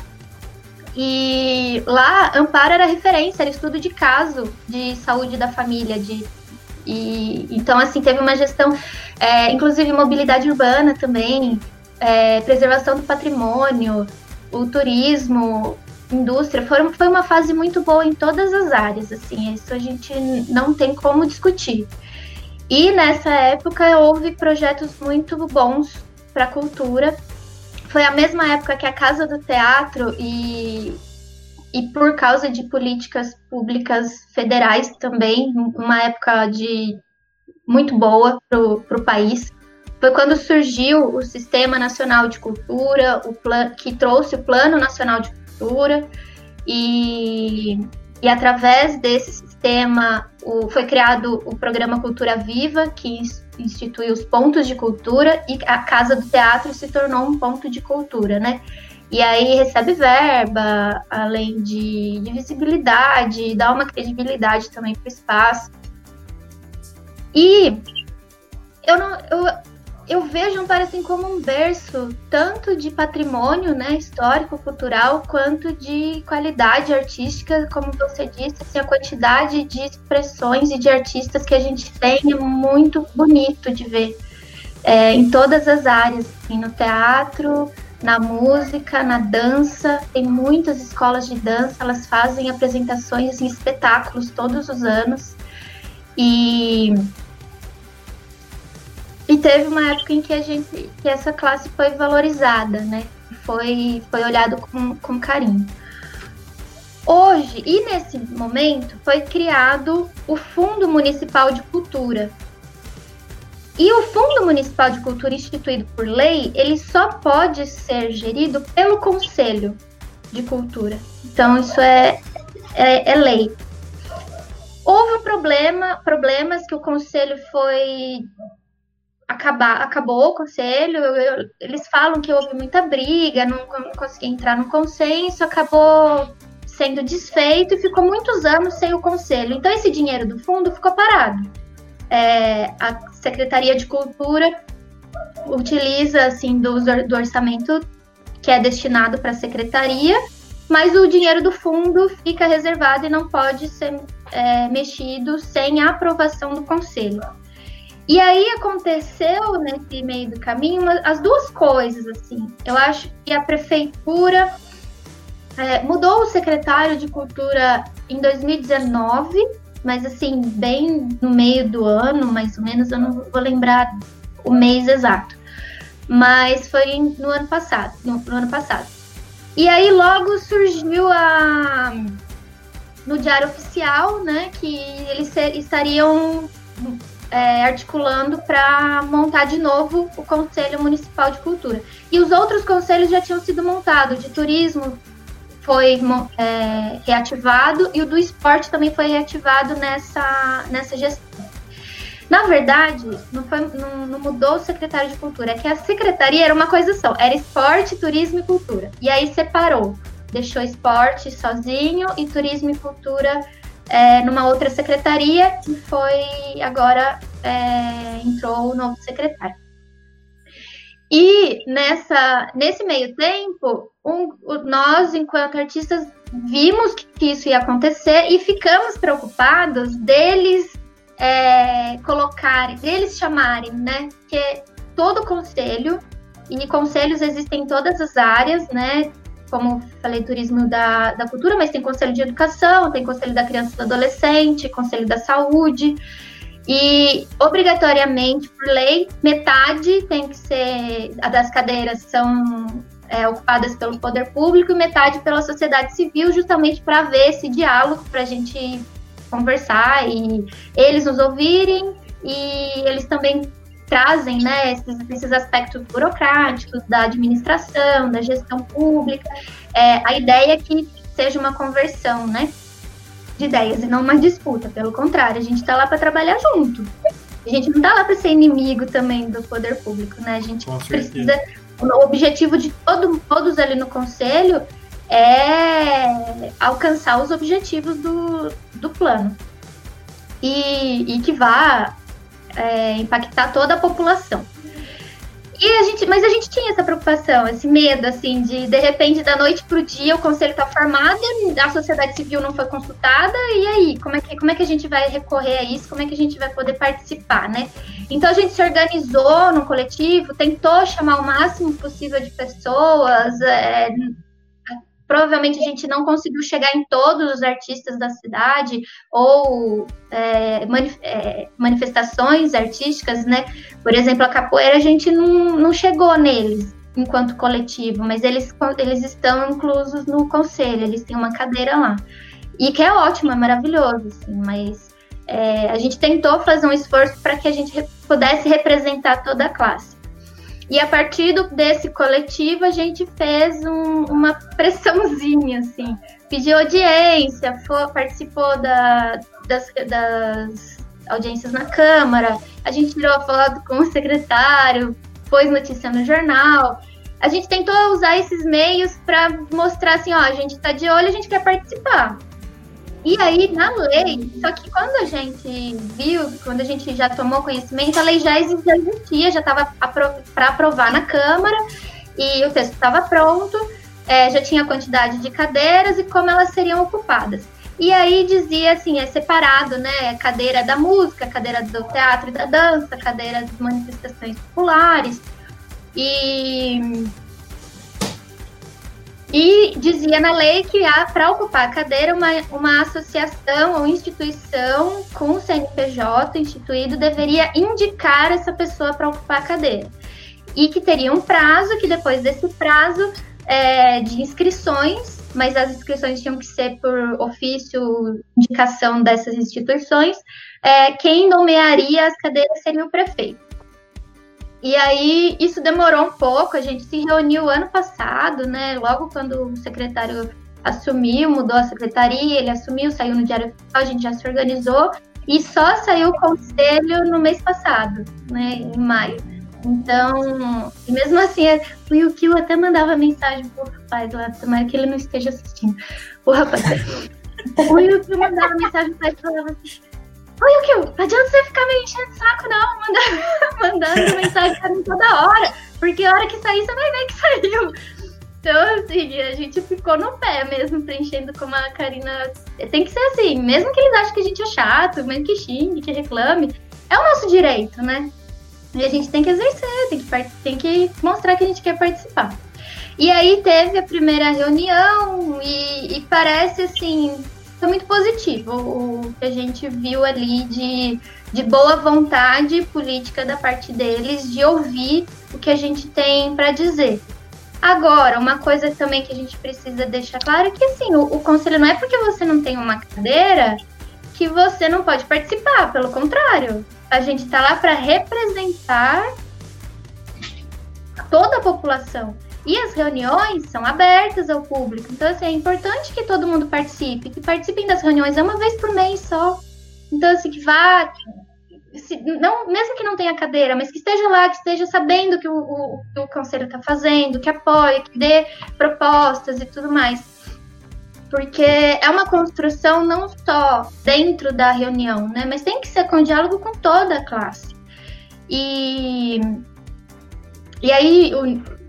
e lá, Amparo era referência, era estudo de caso de saúde da família. De, e, então, assim, teve uma gestão, é, inclusive mobilidade urbana também, é, preservação do patrimônio, o turismo, indústria. Foram, foi uma fase muito boa em todas as áreas, assim, isso a gente não tem como discutir. E nessa época houve projetos muito bons para a cultura. Foi a mesma época que a Casa do Teatro e, e por causa de políticas públicas federais também, uma época de muito boa para o país. Foi quando surgiu o Sistema Nacional de Cultura, o plan, que trouxe o Plano Nacional de, cultura, e, e através desse sistema o, foi criado o programa Cultura Viva, que instituiu os pontos de cultura, e a Casa do Teatro se tornou um ponto de cultura, né? E aí recebe verba, além de, de visibilidade, dá uma credibilidade também para o espaço. E eu, não, eu, eu vejo Amparo assim como um berço tanto de patrimônio, né, histórico, cultural, quanto de qualidade artística, como você disse, assim, a quantidade de expressões e de artistas que a gente tem é muito bonito de ver, é, em todas as áreas, assim, no teatro, na música, na dança. Tem muitas escolas de dança, elas fazem apresentações em espetáculos todos os anos. E, e teve uma época em que, a gente, que essa classe foi valorizada, né? Foi, foi olhado com, com carinho. Hoje, e nesse momento, foi criado o Fundo Municipal de Cultura. E o Fundo Municipal de Cultura, instituído por lei, ele só pode ser gerido pelo Conselho de Cultura. Então, isso é, é, é lei. Houve um problema, problemas que o Conselho foi... Acabar, acabou o Conselho, eu, eu, eles falam que houve muita briga, não, não consegui entrar no consenso, acabou sendo desfeito e ficou muitos anos sem o Conselho. Então, esse dinheiro do fundo ficou parado. É, a Secretaria de Cultura utiliza assim, do, do orçamento que é destinado para a Secretaria, mas o dinheiro do fundo fica reservado e não pode ser é, mexido sem a aprovação do Conselho. E aí aconteceu nesse meio do caminho uma, as duas coisas. Assim. Eu acho que a Prefeitura é, mudou o secretário de Cultura em dois mil e dezenove, mas assim, bem no meio do ano, mais ou menos, eu não vou lembrar o mês exato. Mas foi no ano passado, no, no ano passado. E aí logo surgiu a, no Diário Oficial, né, que eles ser, estariam é, articulando para montar de novo o Conselho Municipal de Cultura. E os outros conselhos já tinham sido montados, de turismo foi é, reativado, e o do esporte também foi reativado nessa, nessa gestão. Na verdade, não, foi, não, não mudou o secretário de Cultura, é que a secretaria era uma coisa só, era esporte, turismo e cultura. E aí separou, deixou esporte sozinho e turismo e cultura é, numa outra secretaria, e foi agora, é, entrou o novo secretário. E nessa, nesse meio tempo, um, nós, enquanto artistas, vimos que isso ia acontecer e ficamos preocupados deles é, colocarem, deles chamarem, né? Porque todo conselho, e conselhos existem em todas as áreas, né? Como falei, turismo da, da cultura, mas tem conselho de educação, tem conselho da criança e do adolescente, conselho da saúde. E, obrigatoriamente, por lei, metade tem que ser, a das cadeiras são é, ocupadas pelo poder público e metade pela sociedade civil, justamente para haver esse diálogo, para a gente conversar e eles nos ouvirem, e eles também trazem, né, esses, esses aspectos burocráticos da administração, da gestão pública. É, a ideia é que seja uma conversão, né, de ideias e não uma disputa. Pelo contrário, a gente está lá para trabalhar junto. A gente não está lá para ser inimigo também do poder público, né? A gente precisa... O objetivo de todo, todos ali no conselho é alcançar os objetivos do, do plano. E, e que vá é, impactar toda a população. E a gente, mas a gente tinha essa preocupação, esse medo, assim, de, de repente, da noite para o dia, o conselho está formado, a sociedade civil não foi consultada, e aí, como é, que, como é que a gente vai recorrer a isso, como é que a gente vai poder participar, né? Então, a gente se organizou no coletivo, tentou chamar o máximo possível de pessoas, é, provavelmente a gente não conseguiu chegar em todos os artistas da cidade, ou é, manif- é, manifestações artísticas, né? Por exemplo, a capoeira a gente não, não chegou neles enquanto coletivo, mas eles, eles estão inclusos no conselho, eles têm uma cadeira lá. E que é ótimo, é maravilhoso, assim, mas é, a gente tentou fazer um esforço para que a gente re- pudesse representar toda a classe. E a partir do, desse coletivo, a gente fez um, uma pressãozinha, assim. Pediu audiência, foi, participou da, das, das audiências na Câmara, a gente tirou foto com o secretário, pôs notícia no jornal. A gente tentou usar esses meios para mostrar assim, ó, a gente está de olho, a gente quer participar. E aí, na lei, só que quando a gente viu, quando a gente já tomou conhecimento, a lei já existia, já estava para aprovar na Câmara, e o texto estava pronto, é, já tinha a quantidade de cadeiras e como elas seriam ocupadas. E aí dizia assim, é separado, né, cadeira da música, cadeira do teatro e da dança, cadeira das manifestações populares, e... E dizia na lei que para ocupar a cadeira, uma, uma associação ou instituição com C N P J instituído deveria indicar essa pessoa para ocupar a cadeira. E que teria um prazo, que depois desse prazo é, de inscrições, mas as inscrições tinham que ser por ofício, indicação dessas instituições, é, quem nomearia as cadeiras seria o prefeito. E aí, isso demorou um pouco, a gente se reuniu ano passado, né, logo quando o secretário assumiu, mudou a secretaria, ele assumiu, saiu no Diário Oficial, a gente já se organizou, e só saiu o conselho no mês passado, né, em maio. Então, e mesmo assim, o Yukio até mandava mensagem pro rapaz lá, tomara que ele não esteja assistindo. O rapaz, o Yukio mandava mensagem pro pai e falava assim, oi, Yukio, não adianta você ficar me enchendo o saco, não, mandando, mandando mensagem pra mim toda hora, porque a hora que sair, você vai ver que saiu. Então, assim, a gente ficou no pé mesmo, preenchendo como a Karina... Tem que ser assim, mesmo que eles achem que a gente é chato, mesmo que xingue, que reclame, é o nosso direito, né? E a gente tem que exercer, tem que, tem que mostrar que a gente quer participar. E aí teve a primeira reunião e, e parece, assim... Foi muito positivo o que a gente viu ali de, de boa vontade política da parte deles, de ouvir o que a gente tem para dizer. Agora, uma coisa também que a gente precisa deixar claro é que assim, o, o conselho não é porque você não tem uma cadeira que você não pode participar, pelo contrário. A gente está lá para representar toda a população. E as reuniões são abertas ao público. Então, assim, é importante que todo mundo participe. Que participem das reuniões, é uma vez por mês só. Então, assim, que vá... Se, não, mesmo que não tenha cadeira, mas que esteja lá, que esteja sabendo que o, o, que o conselho está fazendo, que apoie, que dê propostas e tudo mais. Porque é uma construção não só dentro da reunião, né? Mas tem que ser com diálogo com toda a classe. E, e aí... O,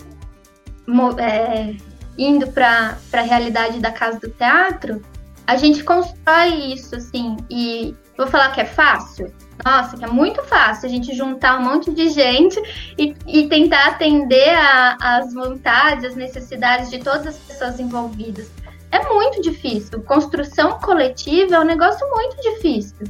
É, indo para a realidade da Casa do Teatro, a gente constrói isso, assim, e vou falar que é fácil? Nossa, que é muito fácil a gente juntar um monte de gente e, e tentar atender às vontades, as necessidades de todas as pessoas envolvidas. É muito difícil. Construção coletiva é um negócio muito difícil.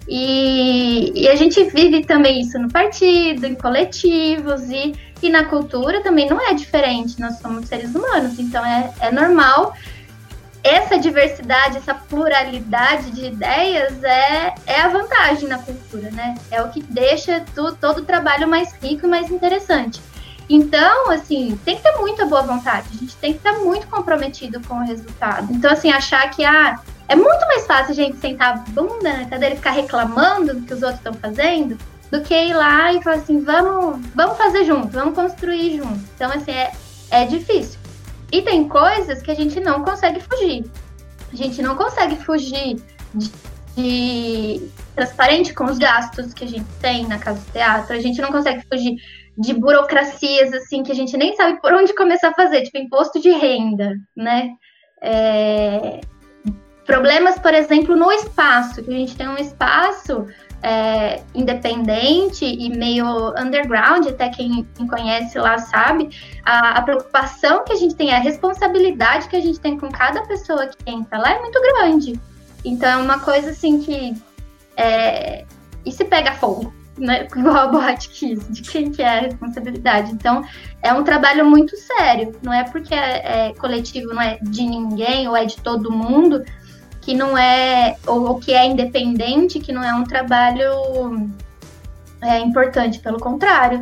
E, e a gente vive também isso no partido, em coletivos, e, e na cultura também não é diferente, nós somos seres humanos, então é, é normal. Essa diversidade, essa pluralidade de ideias é, é a vantagem na cultura, né? É o que deixa tu, todo o trabalho mais rico e mais interessante. Então, assim, tem que ter muita boa vontade, a gente tem que estar muito comprometido com o resultado. Então, assim, achar que, ah, é muito mais fácil a gente sentar a bunda na cadeira e ficar reclamando do que os outros estão fazendo, do que ir lá e falar assim, vamos, vamos fazer junto, vamos construir junto. Então, assim, é, é difícil. E tem coisas que a gente não consegue fugir. A gente não consegue fugir de, de transparente com os gastos que a gente tem na Casa do Teatro, a gente não consegue fugir de burocracias, assim, que a gente nem sabe por onde começar a fazer, tipo imposto de renda, né? É... Problemas, por exemplo, no espaço, que a gente tem um espaço é, independente e meio underground, até quem, quem conhece lá sabe, a, a preocupação que a gente tem, a responsabilidade que a gente tem com cada pessoa que entra lá é muito grande. Então é uma coisa assim que... É, e se pega fogo, né? Igual a Boate Kiss, de quem que é a responsabilidade. Então é um trabalho muito sério, não é porque é, é coletivo, não é de ninguém ou é de todo mundo, que não é, ou, ou que é independente, que não é um trabalho é, importante, pelo contrário.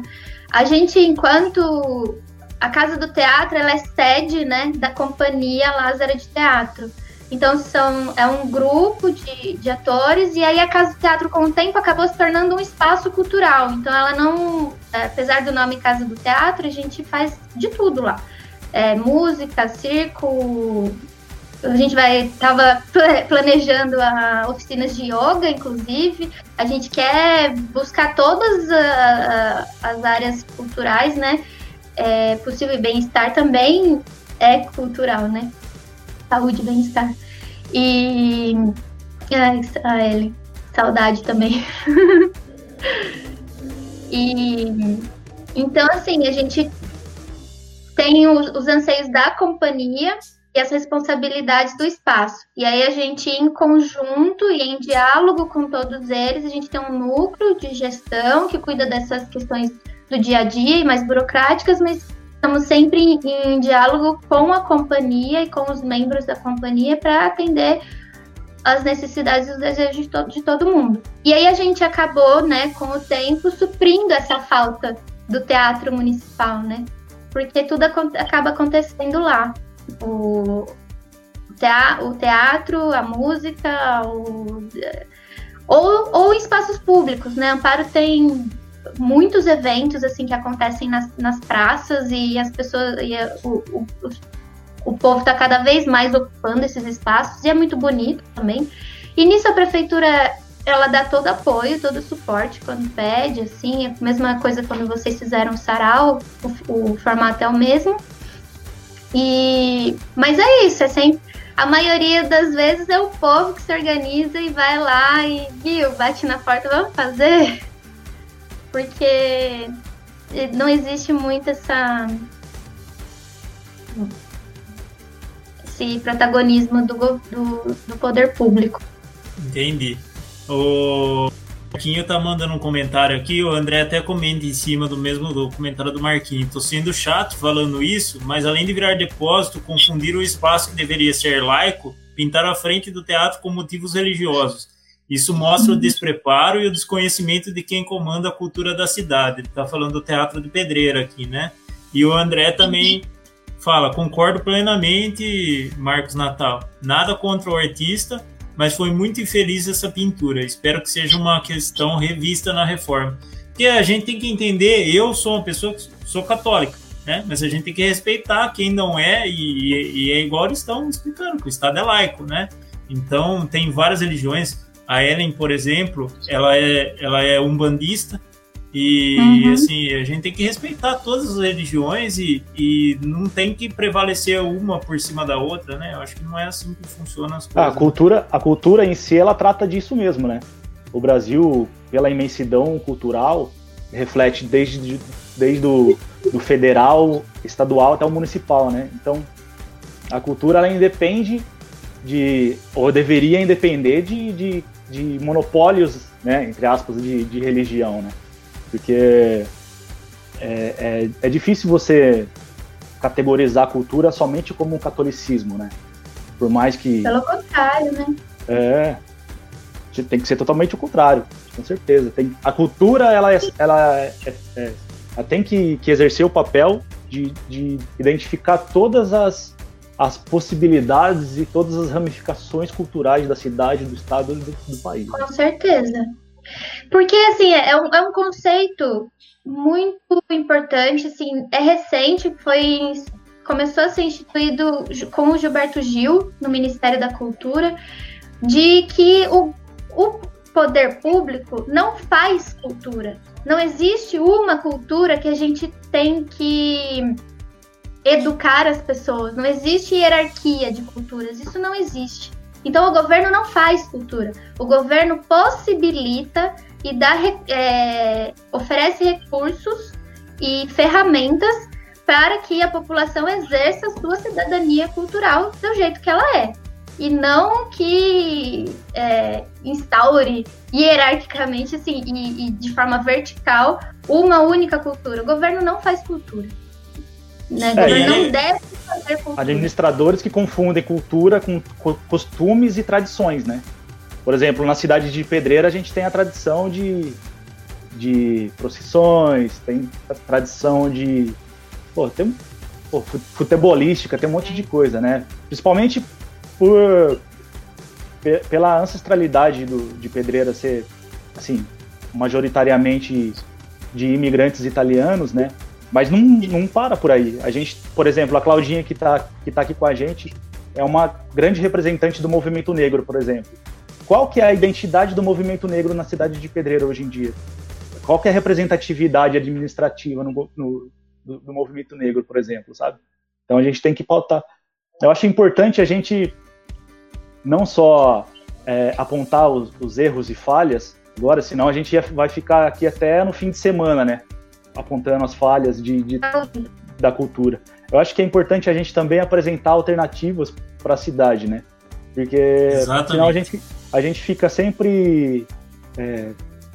A gente, enquanto a Casa do Teatro, ela é sede, né, da Companhia Lázara de Teatro. Então, são, é um grupo de, de atores, e aí a Casa do Teatro, com o tempo, acabou se tornando um espaço cultural. Então, ela não, apesar do nome Casa do Teatro, a gente faz de tudo lá. É, música, circo, a gente vai, tava planejando a, oficinas de yoga, inclusive. A gente quer buscar todas a, a, as áreas culturais, né? É possível, e bem-estar também é cultural, né? Saúde e bem-estar. E... Ai, a Ellen, saudade também. E... Então, assim, a gente tem os, os anseios da companhia e as responsabilidades do espaço. E aí a gente, em conjunto e em diálogo com todos eles, a gente tem um núcleo de gestão que cuida dessas questões do dia a dia e mais burocráticas, mas estamos sempre em, em diálogo com a companhia e com os membros da companhia para atender as necessidades e os desejos de todo, de todo mundo. E aí a gente acabou, né, com o tempo, suprindo essa falta do teatro municipal, né? Porque tudo ac- acaba acontecendo lá. O, tea- o teatro, a música, o, ou, ou espaços públicos, né? Amparo tem muitos eventos assim que acontecem nas, nas praças, e as pessoas, e a, o, o, o povo está cada vez mais ocupando esses espaços, e é muito bonito também. E nisso a prefeitura, ela dá todo apoio, todo suporte quando pede, assim, é a mesma coisa quando vocês fizeram o sarau, o, o formato é o mesmo. E, mas é isso, é sempre, a maioria das vezes é o povo que se organiza e vai lá e, viu, bate na porta, vamos fazer? Porque não existe muito essa, esse protagonismo do, do, do poder público. Entendi. O Marquinho tá mandando um comentário aqui, o André até comenta em cima do mesmo do comentário do Marquinho. Tô sendo chato falando isso, mas além de virar depósito, confundir o espaço que deveria ser laico, pintaram a frente do teatro com motivos religiosos. Isso mostra o despreparo e o desconhecimento de quem comanda a cultura da cidade. Ele está falando do Teatro de Pedreira aqui, né? E o André também fala, concordo plenamente, Marcos Natal. Nada contra o artista, mas foi muito infeliz essa pintura. Espero que seja uma questão revista na reforma. Porque a gente tem que entender, eu sou uma pessoa que sou católica, né? Mas a gente tem que respeitar quem não é, e, e é igual eles estão explicando, que o Estado é laico, né? Então, tem várias religiões. A Ellen, por exemplo, ela é, ela é umbandista e, uhum. assim, a gente tem que respeitar todas as religiões e, e não tem que prevalecer uma por cima da outra, né? Eu acho que não é assim que funciona as coisas. A cultura, a cultura em si, ela trata disso mesmo, né? O Brasil, pela imensidão cultural, reflete desde, desde do, do federal, estadual até o municipal, né? Então, a cultura, ela independe de, ou deveria independer de, de de monopólios, né, entre aspas, de, de religião, né, porque é, é, é difícil você categorizar a cultura somente como um catolicismo, né, por mais que... Pelo contrário, né. É, tem que ser totalmente o contrário, com certeza. Tem, a cultura, ela, é, ela, é, é, ela tem que, que exercer o papel de, de identificar todas as as possibilidades e todas as ramificações culturais da cidade, do estado e do, do país. Com certeza. Porque, assim, é um, é um conceito muito importante, assim, é recente, foi, começou a ser instituído com o Gilberto Gil, no Ministério da Cultura, de que o, o poder público não faz cultura. Não existe uma cultura que a gente tem que educar as pessoas, não existe hierarquia de culturas, isso não existe. Então o governo não faz cultura, o governo possibilita e dá, é, oferece recursos e ferramentas para que a população exerça a sua cidadania cultural do jeito que ela é, e não que é, instaure hierarquicamente assim, e, e de forma vertical uma única cultura. O governo não faz cultura. Né? É, não é, deve fazer cultura. Administradores que confundem cultura com costumes e tradições, né? Por exemplo, na cidade de Pedreira a gente tem a tradição de, de procissões, tem a tradição de... Pô, tem pô, futebolística, tem um monte de coisa, né? Principalmente por, pela ancestralidade do, de Pedreira ser, assim, majoritariamente de imigrantes italianos, né? Mas não, não para por aí. A gente, por exemplo, a Claudinha que está que tá aqui com a gente é uma grande representante do movimento negro, por exemplo. Qual que é a identidade do movimento negro na cidade de Pedreira hoje em dia? Qual que é a representatividade administrativa no, no, do, do movimento negro, por exemplo, sabe? Então a gente tem que pautar. Eu acho importante a gente não só é, apontar os, os erros e falhas, agora, senão a gente vai ficar aqui até no fim de semana, né? Apontando as falhas de, de, da cultura. Eu acho que é importante a gente também apresentar alternativas para a cidade, né? Porque Exatamente. Senão a gente, a gente fica sempre... É,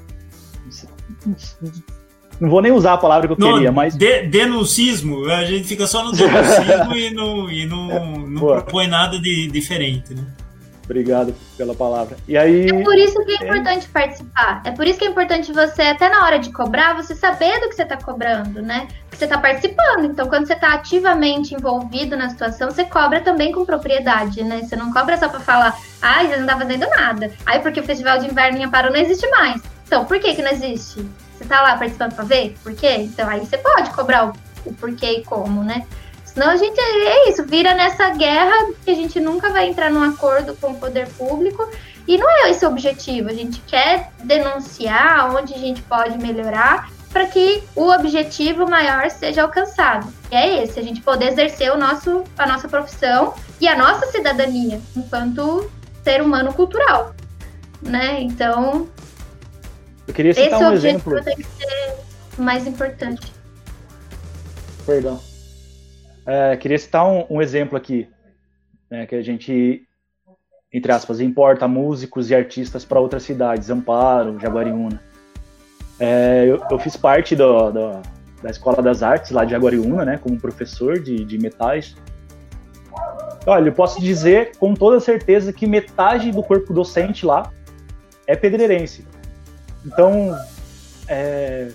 não vou nem usar a palavra que eu no, queria, mas... De, denuncismo, a gente fica só no denuncismo e não, e não, é, não propõe nada de diferente, né? Obrigado pela palavra. E aí... É por isso que é importante é... participar. É por isso que é importante você, até na hora de cobrar, você saber do que você está cobrando, né? Porque você está participando. Então, quando você está ativamente envolvido na situação, você cobra também com propriedade, né? Você não cobra só para falar, ai, você não está fazendo nada. Ai, porque o Festival de Inverno em Amparo não existe mais. Então, por que que não existe? Você está lá participando para ver? Por quê? Então, aí você pode cobrar o, o porquê e como, né? Senão a gente, é isso, vira nessa guerra que a gente nunca vai entrar num acordo com o poder público e não é esse o objetivo. A gente quer denunciar onde a gente pode melhorar para que o objetivo maior seja alcançado. E é esse, a gente poder exercer o nosso, a nossa profissão e a nossa cidadania enquanto ser humano cultural, né? Então, eu queria citar esse um objetivo exemplo. tem que ser o mais importante. Perdão. É, queria citar um, um exemplo aqui, né, que a gente, entre aspas, importa músicos e artistas para outras cidades, Amparo, Jaguariúna. É, eu, eu fiz parte do, do, da Escola das Artes lá de Jaguariúna, né, como professor de, de metais. Olha, eu posso dizer com toda certeza que metade do corpo docente lá é pedreirense. Então, é...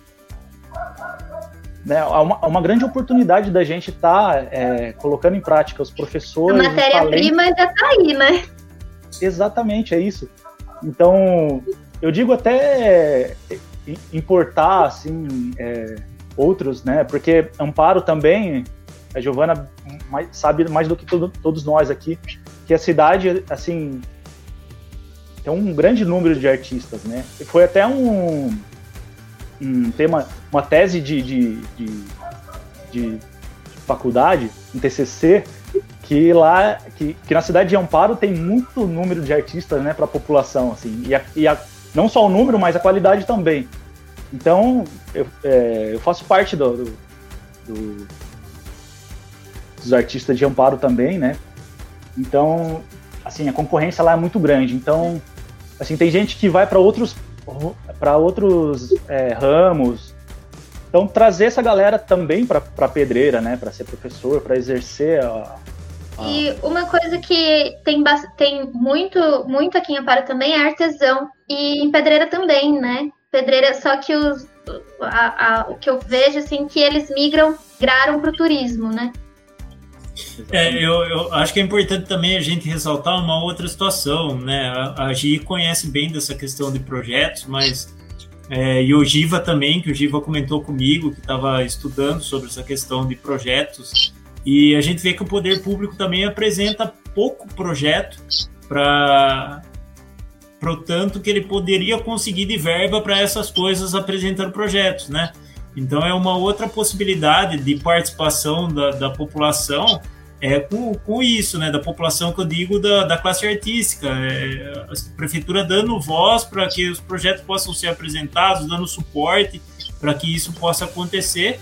Né, uma, uma grande oportunidade da gente estar tá, é, colocando em prática os professores. A matéria-prima já está aí, né? Exatamente, é isso. Então, eu digo até importar assim, é, outros, né? Porque Amparo também, a Giovana mais, sabe mais do que todo, todos nós aqui, que a cidade, assim, tem um grande número de artistas, né? E foi até um... um tema, uma tese de, de, de, de faculdade, um T C C, que lá, que, que na cidade de Amparo tem muito número de artistas, né, para a população, assim, e, a, e a, não só o número, mas a qualidade também. Então, eu, é, eu faço parte do, do, do, dos artistas de Amparo também, né, então, assim, a concorrência lá é muito grande, então, assim, tem gente que vai para outros para outros é, ramos. Então, trazer essa galera também para Pedreira, né? Para ser professor, para exercer a, a... E uma coisa que tem, tem muito, muito aqui em Amparo também é artesão. E em Pedreira também, né? Pedreira, só que os, a, a, o que eu vejo, assim, que eles migram, migraram para o turismo, né? É, eu, eu acho que é importante também a gente ressaltar uma outra situação, né? A, a Gi conhece bem dessa questão de projetos, mas é, e o Giva também, que o Giva comentou comigo, que estava estudando sobre essa questão de projetos, e a gente vê que o poder público também apresenta pouco projeto para o tanto que ele poderia conseguir de verba para essas coisas apresentando projetos, né? Então, é uma outra possibilidade de participação da, da população é, com, com isso, né? Da população que eu digo da, da classe artística. É, a prefeitura dando voz para que os projetos possam ser apresentados, dando suporte para que isso possa acontecer,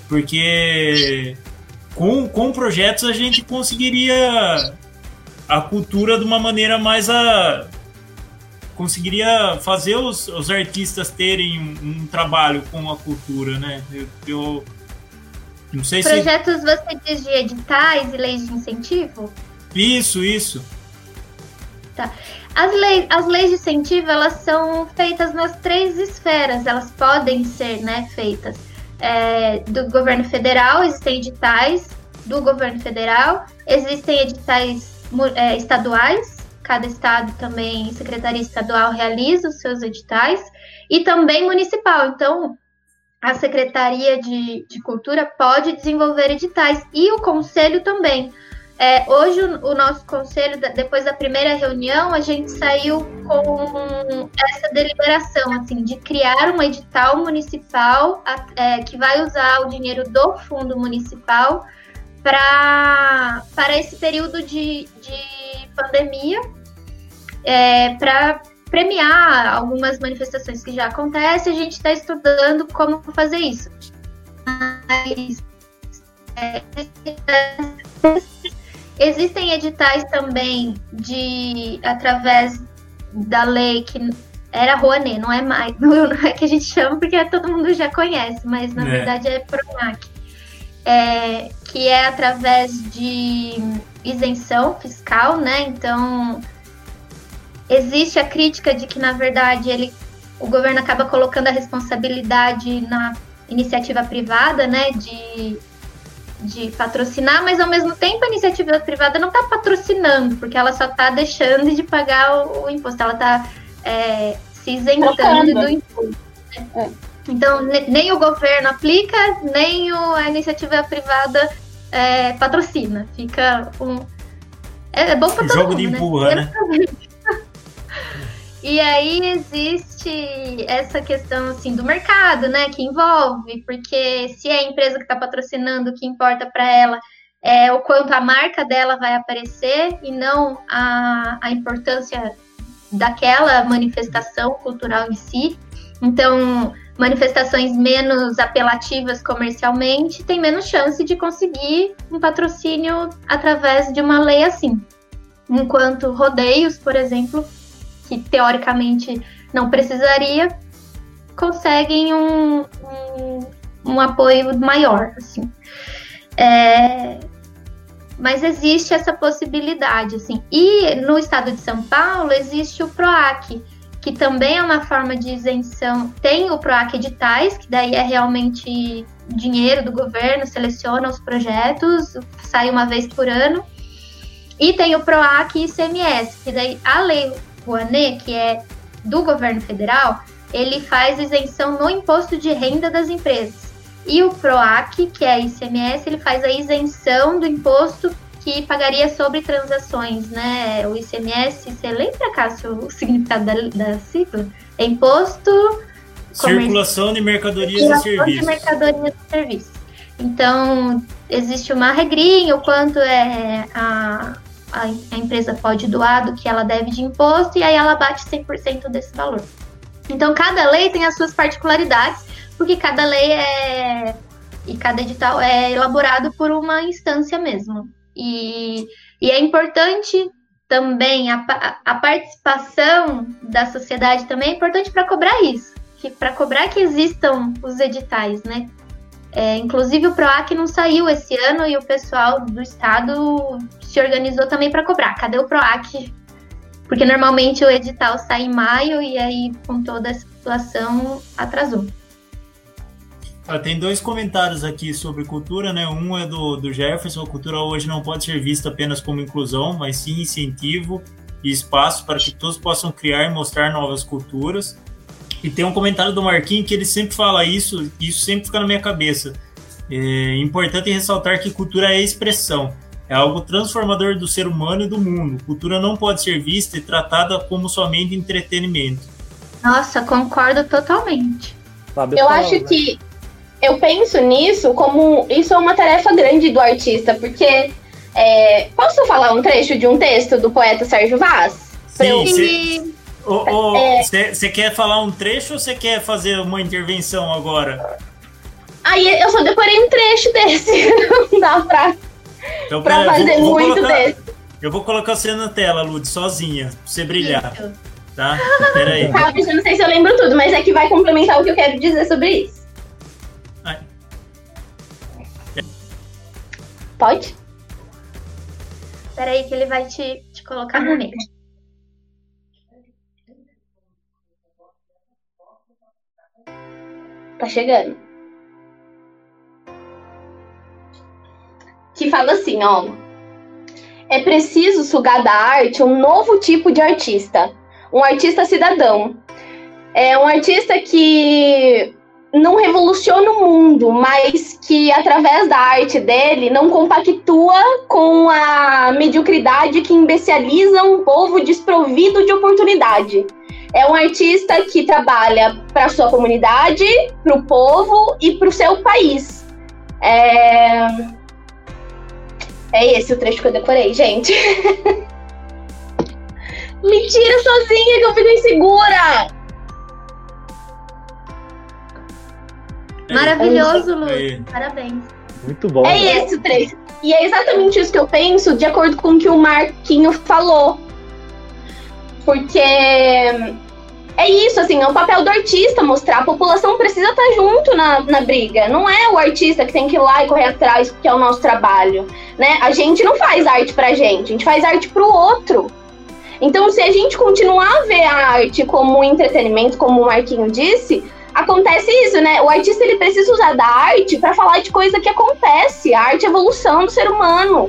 porque com, com projetos a gente conseguiria a cultura de uma maneira mais... a conseguiria fazer os, os artistas terem um, um trabalho com a cultura, né? Eu, eu não sei Projetos, se... você diz de editais e leis de incentivo? Isso, isso. Tá. As leis, as leis de incentivo, elas são feitas nas três esferas, elas podem ser, né, feitas é, do governo federal, existem editais do governo federal, existem editais é, estaduais, cada estado também, secretaria estadual realiza os seus editais, e também municipal, então a Secretaria de, de Cultura pode desenvolver editais, e o Conselho também. É, hoje o, o nosso conselho, depois da primeira reunião, a gente saiu com essa deliberação, assim, de criar um edital municipal é, que vai usar o dinheiro do fundo municipal pra, para esse período de, de pandemia, é, para premiar algumas manifestações que já acontecem. A gente está estudando como fazer isso. Mas, é, existem editais também de através da lei que era Rouanet, não é mais, não é que a gente chama porque todo mundo já conhece, mas na é. verdade é Pronac, é, que é através de isenção fiscal, né? Então existe a crítica de que na verdade ele, o governo acaba colocando a responsabilidade na iniciativa privada, né? De de patrocinar, mas ao mesmo tempo a iniciativa privada não está patrocinando, porque ela só está deixando de pagar o, o imposto, ela está é, se isentando Trocando. do imposto. Né? É. Então, ne, nem o governo aplica, nem o, a iniciativa privada é, patrocina. Fica um... É, é bom para todo Jogo mundo, de empurra, né? né? E aí existe essa questão assim, do mercado, né, que envolve, porque se é a empresa que está patrocinando, o que importa para ela é o quanto a marca dela vai aparecer e não a, a importância daquela manifestação cultural em si. Então, manifestações menos apelativas comercialmente têm menos chance de conseguir um patrocínio através de uma lei assim. Enquanto rodeios, por exemplo, que teoricamente não precisaria, conseguem um, um, um apoio maior, assim. É, mas existe essa possibilidade, assim. E no estado de São Paulo existe o PROAC, que também é uma forma de isenção. Tem o PROAC Editais, que daí é realmente dinheiro do governo, seleciona os projetos, sai uma vez por ano. E tem o PROAC I C M S, que daí a lei Rouanet, que é do governo federal, ele faz isenção no imposto de renda das empresas. E o PROAC, que é I C M S, ele faz a isenção do imposto que pagaria sobre transações, né? O I C M S, você lembra, Cássio, o significado da, da sigla? É imposto... Circulação de mercadorias e serviços. de mercadorias e serviços. Então, existe uma regrinha, o quanto é a... a empresa pode doar do que ela deve de imposto, e aí ela bate cem por cento desse valor. Então, cada lei tem as suas particularidades, porque cada lei é... e cada edital é elaborado por uma instância mesmo. E, e é importante também, a, a participação da sociedade também é importante para cobrar isso, para cobrar que existam os editais, né? É, inclusive o PROAC não saiu esse ano e o pessoal do estado se organizou também para cobrar. Cadê o PROAC? Porque normalmente o edital sai em maio e aí com toda a situação atrasou. Ah, tem dois comentários aqui sobre cultura, né? Um é do, do Jefferson: a cultura hoje não pode ser vista apenas como inclusão, mas sim incentivo e espaço para que todos possam criar e mostrar novas culturas. E tem um comentário do Marquinhos que ele sempre fala isso, e isso sempre fica na minha cabeça. É importante ressaltar que cultura é expressão, é algo transformador do ser humano e do mundo. Cultura não pode ser vista e tratada como somente entretenimento. Nossa, concordo totalmente. Eu fala, acho né? que eu penso nisso como isso é uma tarefa grande do artista, porque é, posso falar um trecho de um texto do poeta Sérgio Vaz? Sim, sim. Você é... quer falar um trecho ou você quer fazer uma intervenção agora? Aí eu só decorei um trecho desse, não dá pra, então, pra pera, fazer vou, vou muito colocar, desse. Eu vou colocar você na tela, Lud, sozinha, pra você brilhar. Isso. Tá? Pera aí. Tá, eu não sei se eu lembro tudo, mas é que vai complementar o que eu quero dizer sobre isso. Ai. Pode? Peraí que ele vai te, te colocar no meio. Tá chegando. Que fala assim, ó. É preciso sugar da arte um novo tipo de artista. Um artista cidadão. É um artista que não revoluciona o mundo, mas que, através da arte dele, não compactua com a mediocridade que imbeciliza um povo desprovido de oportunidade. É um artista que trabalha para a sua comunidade, para o povo e para o seu país. É... é esse o trecho que eu decorei, gente. Me tira sozinha que eu fico insegura! Maravilhoso, Lu. Parabéns. Muito bom. É né? esse o trecho. E é exatamente isso que eu penso, de acordo com o que o Marquinho falou. Porque é isso, assim, é o papel do artista mostrar. A população precisa estar junto na, na briga. Não é o artista que tem que ir lá e correr atrás, porque é o nosso trabalho. Né? A gente não faz arte pra gente, a gente faz arte pro outro. Então, se a gente continuar a ver a arte como um entretenimento, como o Marquinho disse, acontece isso, né? O artista ele precisa usar da arte para falar de coisa que acontece. A arte é a evolução do ser humano.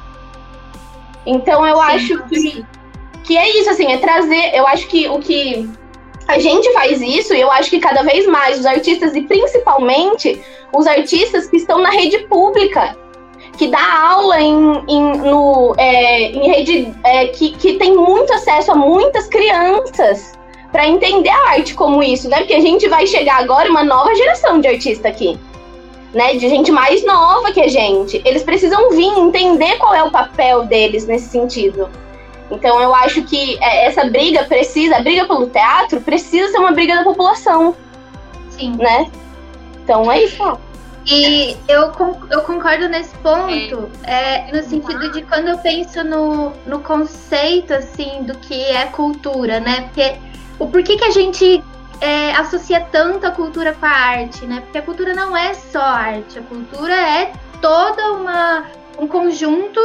Então, eu Sim, acho que, que é isso, assim, é trazer... Eu acho que o que a gente faz isso, e eu acho que cada vez mais os artistas, e principalmente os artistas que estão na rede pública, que dá aula em, em, no, é, em rede é, que, que tem muito acesso a muitas crianças, para entender a arte como isso, né? Porque a gente vai chegar agora uma nova geração de artista aqui, né? De gente mais nova que a gente. Eles precisam vir entender qual é o papel deles nesse sentido. Então eu acho que essa briga precisa, a briga pelo teatro precisa ser uma briga da população. Sim. Né? Então é isso, ó. E eu, eu concordo nesse ponto, é, no sentido de quando eu penso no, no conceito, assim, do que é cultura, né? Porque o porquê que a gente é, associa tanto a cultura com a arte, né? Porque a cultura não é só arte, a cultura é toda uma, um conjunto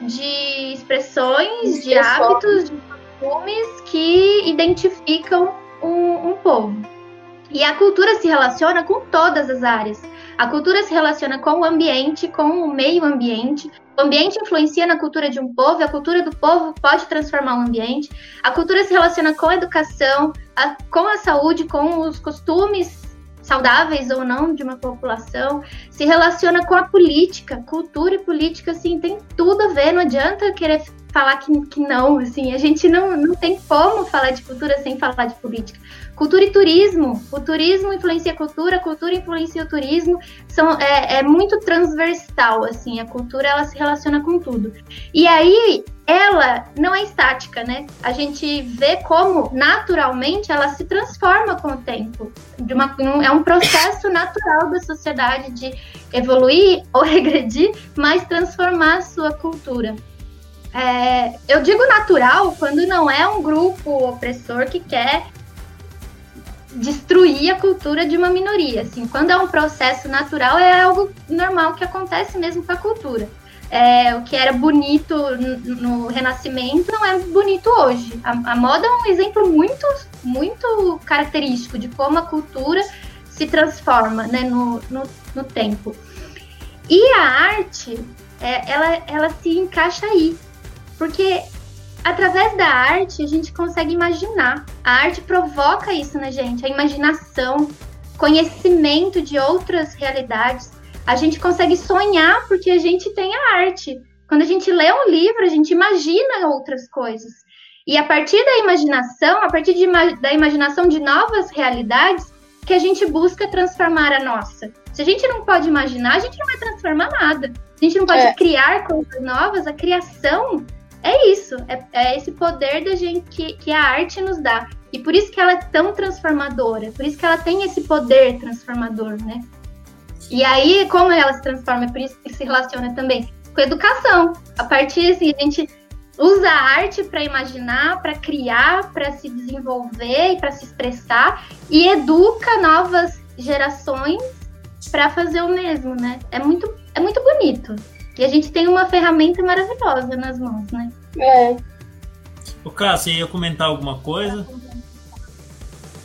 de expressões, de hábitos, de costumes que identificam um, um povo. E a cultura se relaciona com todas as áreas. A cultura se relaciona com o ambiente, com o meio ambiente. O ambiente influencia na cultura de um povo, e a cultura do povo pode transformar o ambiente. A cultura se relaciona com a educação, a, com a saúde, com os costumes saudáveis ou não de uma população. Se relaciona com a política. Cultura e política, assim, tem tudo a ver. Não adianta querer falar que, que não, assim. A gente não, não tem como falar de cultura sem falar de política. Cultura e turismo. O turismo influencia a cultura, a cultura influencia o turismo. São, é, é muito transversal, assim. A cultura, ela se relaciona com tudo. E aí, ela não é estática, né? A gente vê como, naturalmente, ela se transforma com o tempo. De uma, é um processo natural da sociedade de evoluir ou regredir, mas transformar a sua cultura. É, eu digo natural quando não é um grupo opressor que quer destruir a cultura de uma minoria. Assim, quando é um processo natural, é algo normal que acontece mesmo com a cultura. É, o que era bonito no, no Renascimento não é bonito hoje. A, a moda é um exemplo muito, muito característico de como a cultura se transforma, né, no, no, no tempo. E a arte, é, ela, ela se encaixa aí. Porque através da arte a gente consegue imaginar. A arte provoca isso na gente, a imaginação, conhecimento de outras realidades. A gente consegue sonhar porque a gente tem a arte. Quando a gente lê um livro, a gente imagina outras coisas. E a partir da imaginação, a partir de, da imaginação de novas realidades, que a gente busca transformar a nossa. Se a gente não pode imaginar, a gente não vai transformar nada. Se a gente não pode é. criar coisas novas, a criação... É isso, é, é esse poder da gente que, que a arte nos dá. E por isso que ela é tão transformadora, por isso que ela tem esse poder transformador, né? E aí, como ela se transforma, é por isso que se relaciona também com a educação. A partir, assim, a gente usa a arte para imaginar, para criar, para se desenvolver e para se expressar, e educa novas gerações para fazer o mesmo, né? É muito, é muito bonito. E a gente tem uma ferramenta maravilhosa nas mãos, né? É. O Cássio, ia comentar alguma coisa?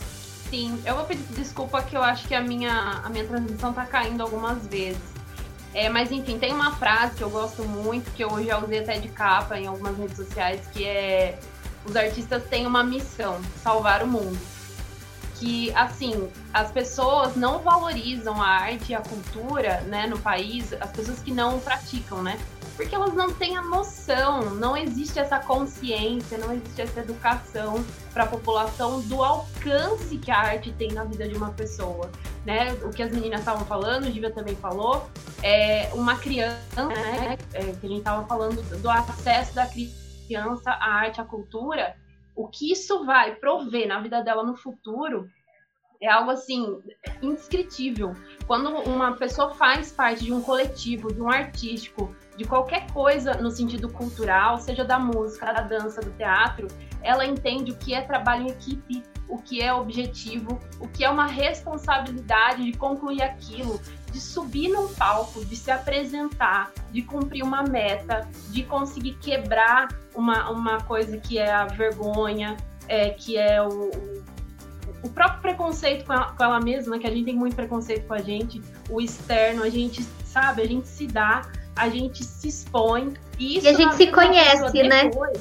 Sim, eu vou pedir desculpa que eu acho que a minha, a minha transmissão tá caindo algumas vezes. É, mas enfim, tem uma frase que eu gosto muito, que eu já usei até de capa em algumas redes sociais, que é: os artistas têm uma missão, salvar o mundo. Que, assim, as pessoas não valorizam a arte e a cultura, né, no país, as pessoas que não praticam, né? Porque elas não têm a noção, não existe essa consciência, não existe essa educação para a população do alcance que a arte tem na vida de uma pessoa, né? O que as meninas estavam falando, o Gívia também falou, é uma criança, né, é, que a gente estava falando do acesso da criança à arte, à cultura. O que isso vai prover na vida dela no futuro é algo, assim, indescritível. Quando uma pessoa faz parte de um coletivo, de um artístico, de qualquer coisa no sentido cultural, seja da música, da dança, do teatro, ela entende o que é trabalho em equipe, o que é objetivo, o que é uma responsabilidade de concluir aquilo, de subir num palco, de se apresentar, de cumprir uma meta, de conseguir quebrar uma, uma coisa que é a vergonha, é, que é o, o próprio preconceito com ela, com ela mesma, que a gente tem muito preconceito com a gente, o externo, a gente sabe, a gente se dá, a gente se expõe. E, isso e a gente se conhece, né? Depois,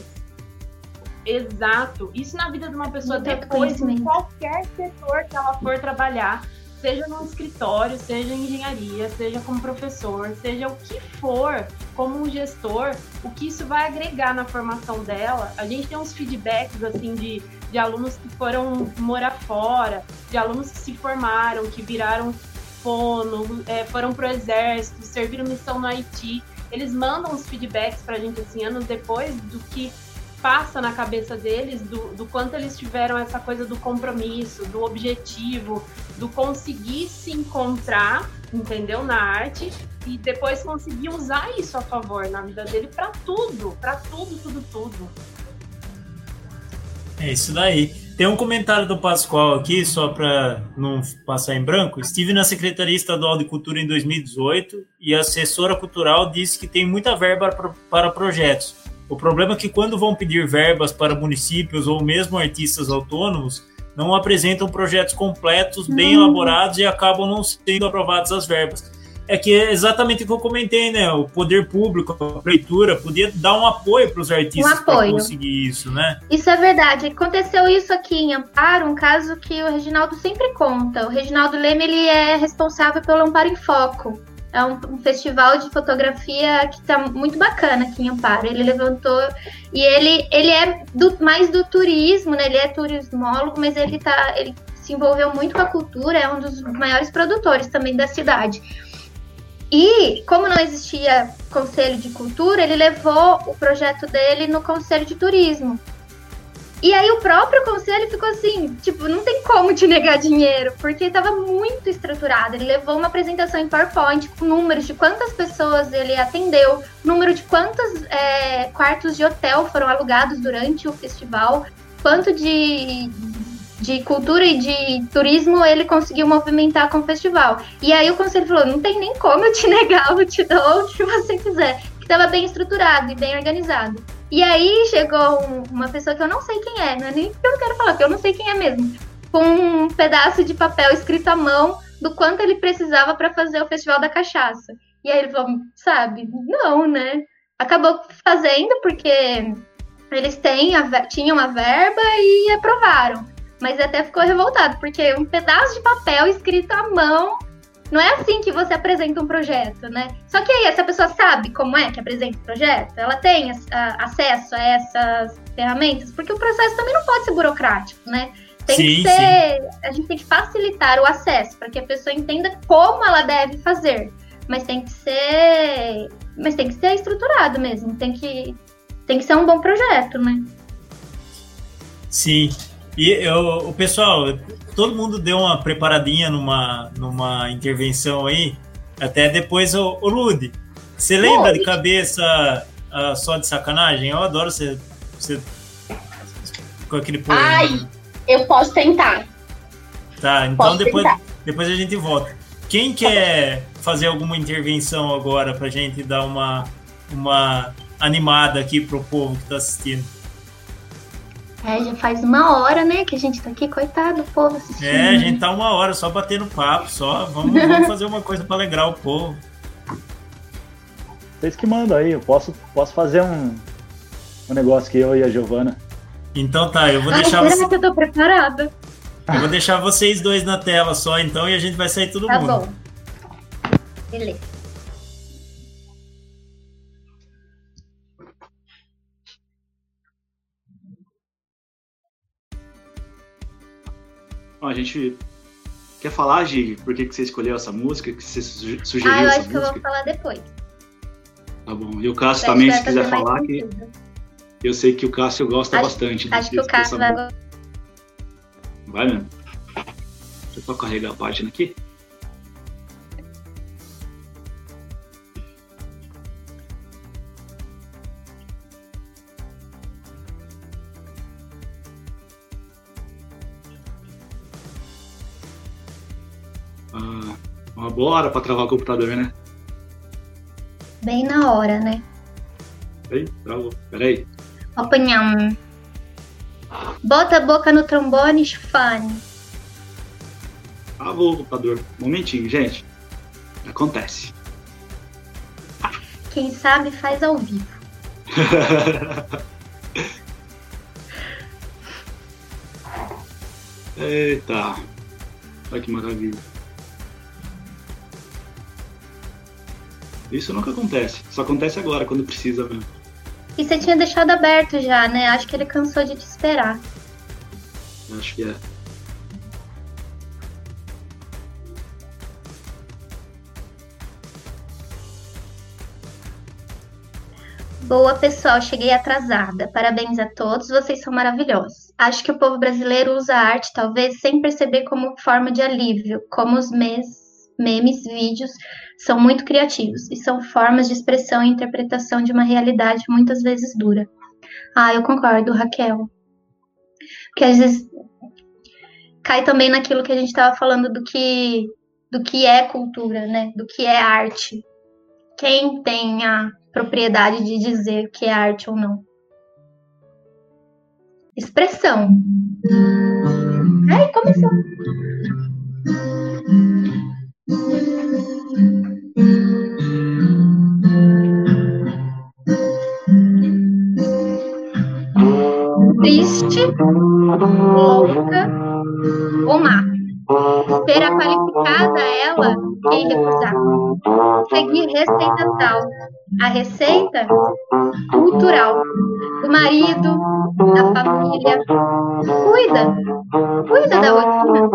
exato. Isso na vida de uma pessoa Muito depois, em qualquer setor que ela for trabalhar, seja no escritório, seja em engenharia, seja como professor, seja o que for, como um gestor, o que isso vai agregar na formação dela. A gente tem uns feedbacks, assim, de, de alunos que foram morar fora, de alunos que se formaram, que viraram fono, é, foram pro exército, serviram missão no Haiti. Eles mandam uns feedbacks pra gente, assim, anos depois, do que passa na cabeça deles, do, do quanto eles tiveram essa coisa do compromisso, do objetivo, do conseguir se encontrar, entendeu, na arte, e depois conseguir usar isso a favor na vida dele para tudo, para tudo, tudo, tudo. É isso daí. Tem um comentário do Pascoal aqui, só para não passar em branco. Estive na Secretaria Estadual de Cultura em dois mil e dezoito e a assessora cultural disse que tem muita verba para projetos. O problema é que quando vão pedir verbas para municípios ou mesmo artistas autônomos, não apresentam projetos completos, bem hum. elaborados e acabam não sendo aprovadas as verbas. É que é exatamente o que eu comentei, né? O poder público, a prefeitura, podia dar um apoio para os artistas um para conseguir isso, né? Isso é verdade. Aconteceu isso aqui em Amparo, um caso que o Reginaldo sempre conta. O Reginaldo Leme, ele é responsável pelo Amparo em Foco. É um, um festival de fotografia que tá muito bacana aqui em Amparo. Ele levantou... E ele, ele é do, mais do turismo, né? Ele é turismólogo, mas ele, tá, ele se envolveu muito com a cultura. É um dos maiores produtores também da cidade. E, como não existia Conselho de Cultura, ele levou o projeto dele no Conselho de Turismo. E aí o próprio conselho ficou assim, tipo, não tem como te negar dinheiro, porque estava muito estruturado. Ele levou uma apresentação em PowerPoint com números de quantas pessoas ele atendeu, número de quantos é, quartos de hotel foram alugados durante o festival, quanto de, de cultura e de turismo ele conseguiu movimentar com o festival. E aí o conselho falou, não tem nem como eu te negar, eu te dou o que você quiser. Que estava bem estruturado e bem organizado. E aí chegou um, uma pessoa que eu não sei quem é, não é nem que eu não quero falar, porque eu não sei quem é mesmo, com um pedaço de papel escrito à mão do quanto ele precisava para fazer o Festival da Cachaça. E aí ele falou, sabe, não, né? Acabou fazendo porque eles têm a, tinham a verba e aprovaram. Mas até ficou revoltado, porque um pedaço de papel escrito à mão... Não é assim que você apresenta um projeto, né? Só que aí, essa pessoa sabe como é que apresenta o projeto? Ela tem a, acesso a essas ferramentas? Porque o processo também não pode ser burocrático, né? Tem sim, que ser... Sim. A gente tem que facilitar o acesso para que a pessoa entenda como ela deve fazer. Mas tem que ser... Mas tem que ser estruturado mesmo. Tem que, tem que ser um bom projeto, né? Sim. E eu, o pessoal... Todo mundo deu uma preparadinha numa, numa intervenção aí. Até depois, o, o Ludi, você lembra Oi. de cabeça uh, só de sacanagem? Eu adoro você, você com aquele poema. Ai, eu posso tentar. Tá, então posso depois, depois a gente volta. Quem quer fazer alguma intervenção agora pra gente dar uma, uma animada aqui pro povo que tá assistindo? É, já faz uma hora, né, que a gente tá aqui, coitado do povo assistindo. É, a gente tá uma hora só batendo papo, só. Vamos, vamos fazer uma coisa pra alegrar o povo. Vocês que mandam aí, eu posso, posso fazer um, um negócio que eu e a Giovana. Então tá, eu vou Ai, deixar será você, que eu tô preparada? eu vou deixar vocês dois na tela só, então, e a gente vai sair todo Tá mundo. bom. Beleza. Ó, a gente quer falar, Gi, por que, que você escolheu essa música, que você suge- sugeriu Ah, eu essa acho que eu música? vou falar depois. Tá bom. E o Cássio Pra também, gente se vai quiser fazer mais falar, que sentido. eu sei que o Cássio gosta Acho- bastante. Acho que o desse- Cássio vai dessa gostar. música. Vai mesmo. Deixa eu só carregar a página aqui. Ah, uma boa hora pra travar o computador, né? Bem na hora, né? Aí, travou. Peraí. Opinião. Bota a boca no trombone, fane. Travou o computador. Momentinho, gente. Acontece. Quem sabe faz ao vivo. Eita. Olha que maravilha. Isso nunca acontece. Só acontece agora, quando precisa mesmo. E você tinha deixado aberto já, né? Acho que ele cansou de te esperar. Eu acho que é. Boa, pessoal, cheguei atrasada. Parabéns a todos, vocês são maravilhosos. Acho que o povo brasileiro usa a arte, talvez, sem perceber como forma de alívio, como os mes, memes, vídeos, são muito criativos e são formas de expressão e interpretação de uma realidade muitas vezes dura. Ah, eu concordo, Raquel. Porque às vezes cai também naquilo que a gente estava falando do que, do que é cultura, né? Do que é arte. Quem tem a propriedade de dizer que é arte ou não? Expressão. Ai, começou. Triste, louca ou má. Ser a qualificada ela e recusar. Seguir receita tal. A receita cultural do marido, da família. Cuida, cuida da rotina.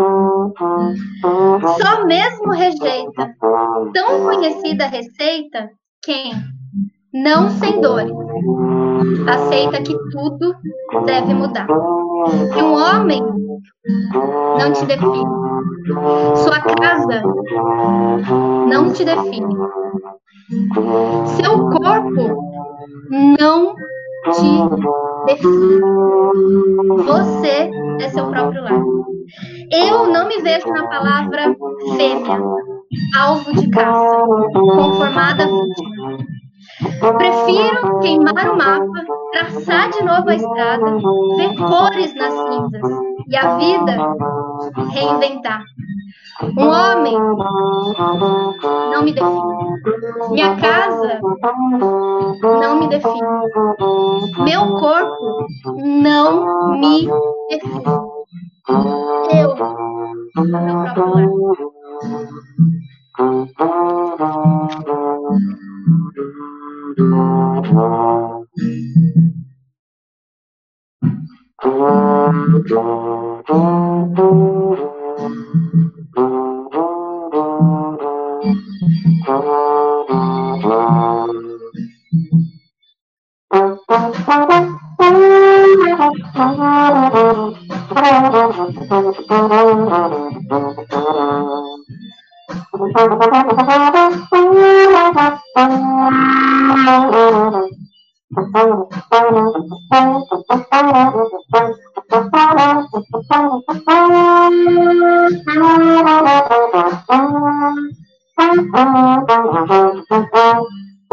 Só mesmo rejeita tão conhecida receita quem, não sem dores, aceita que tudo deve mudar. Que um homem não te define. Sua casa não te define. Seu corpo não te define. Você é seu próprio lar. Eu não me vejo na palavra fêmea, alvo de caça, conformada vítima. Prefiro queimar o mapa, traçar de novo a estrada, ver cores nas cinzas e a vida reinventar. Um homem não me define. Minha casa não me define. Meu corpo não me define. Eu sou meu próprio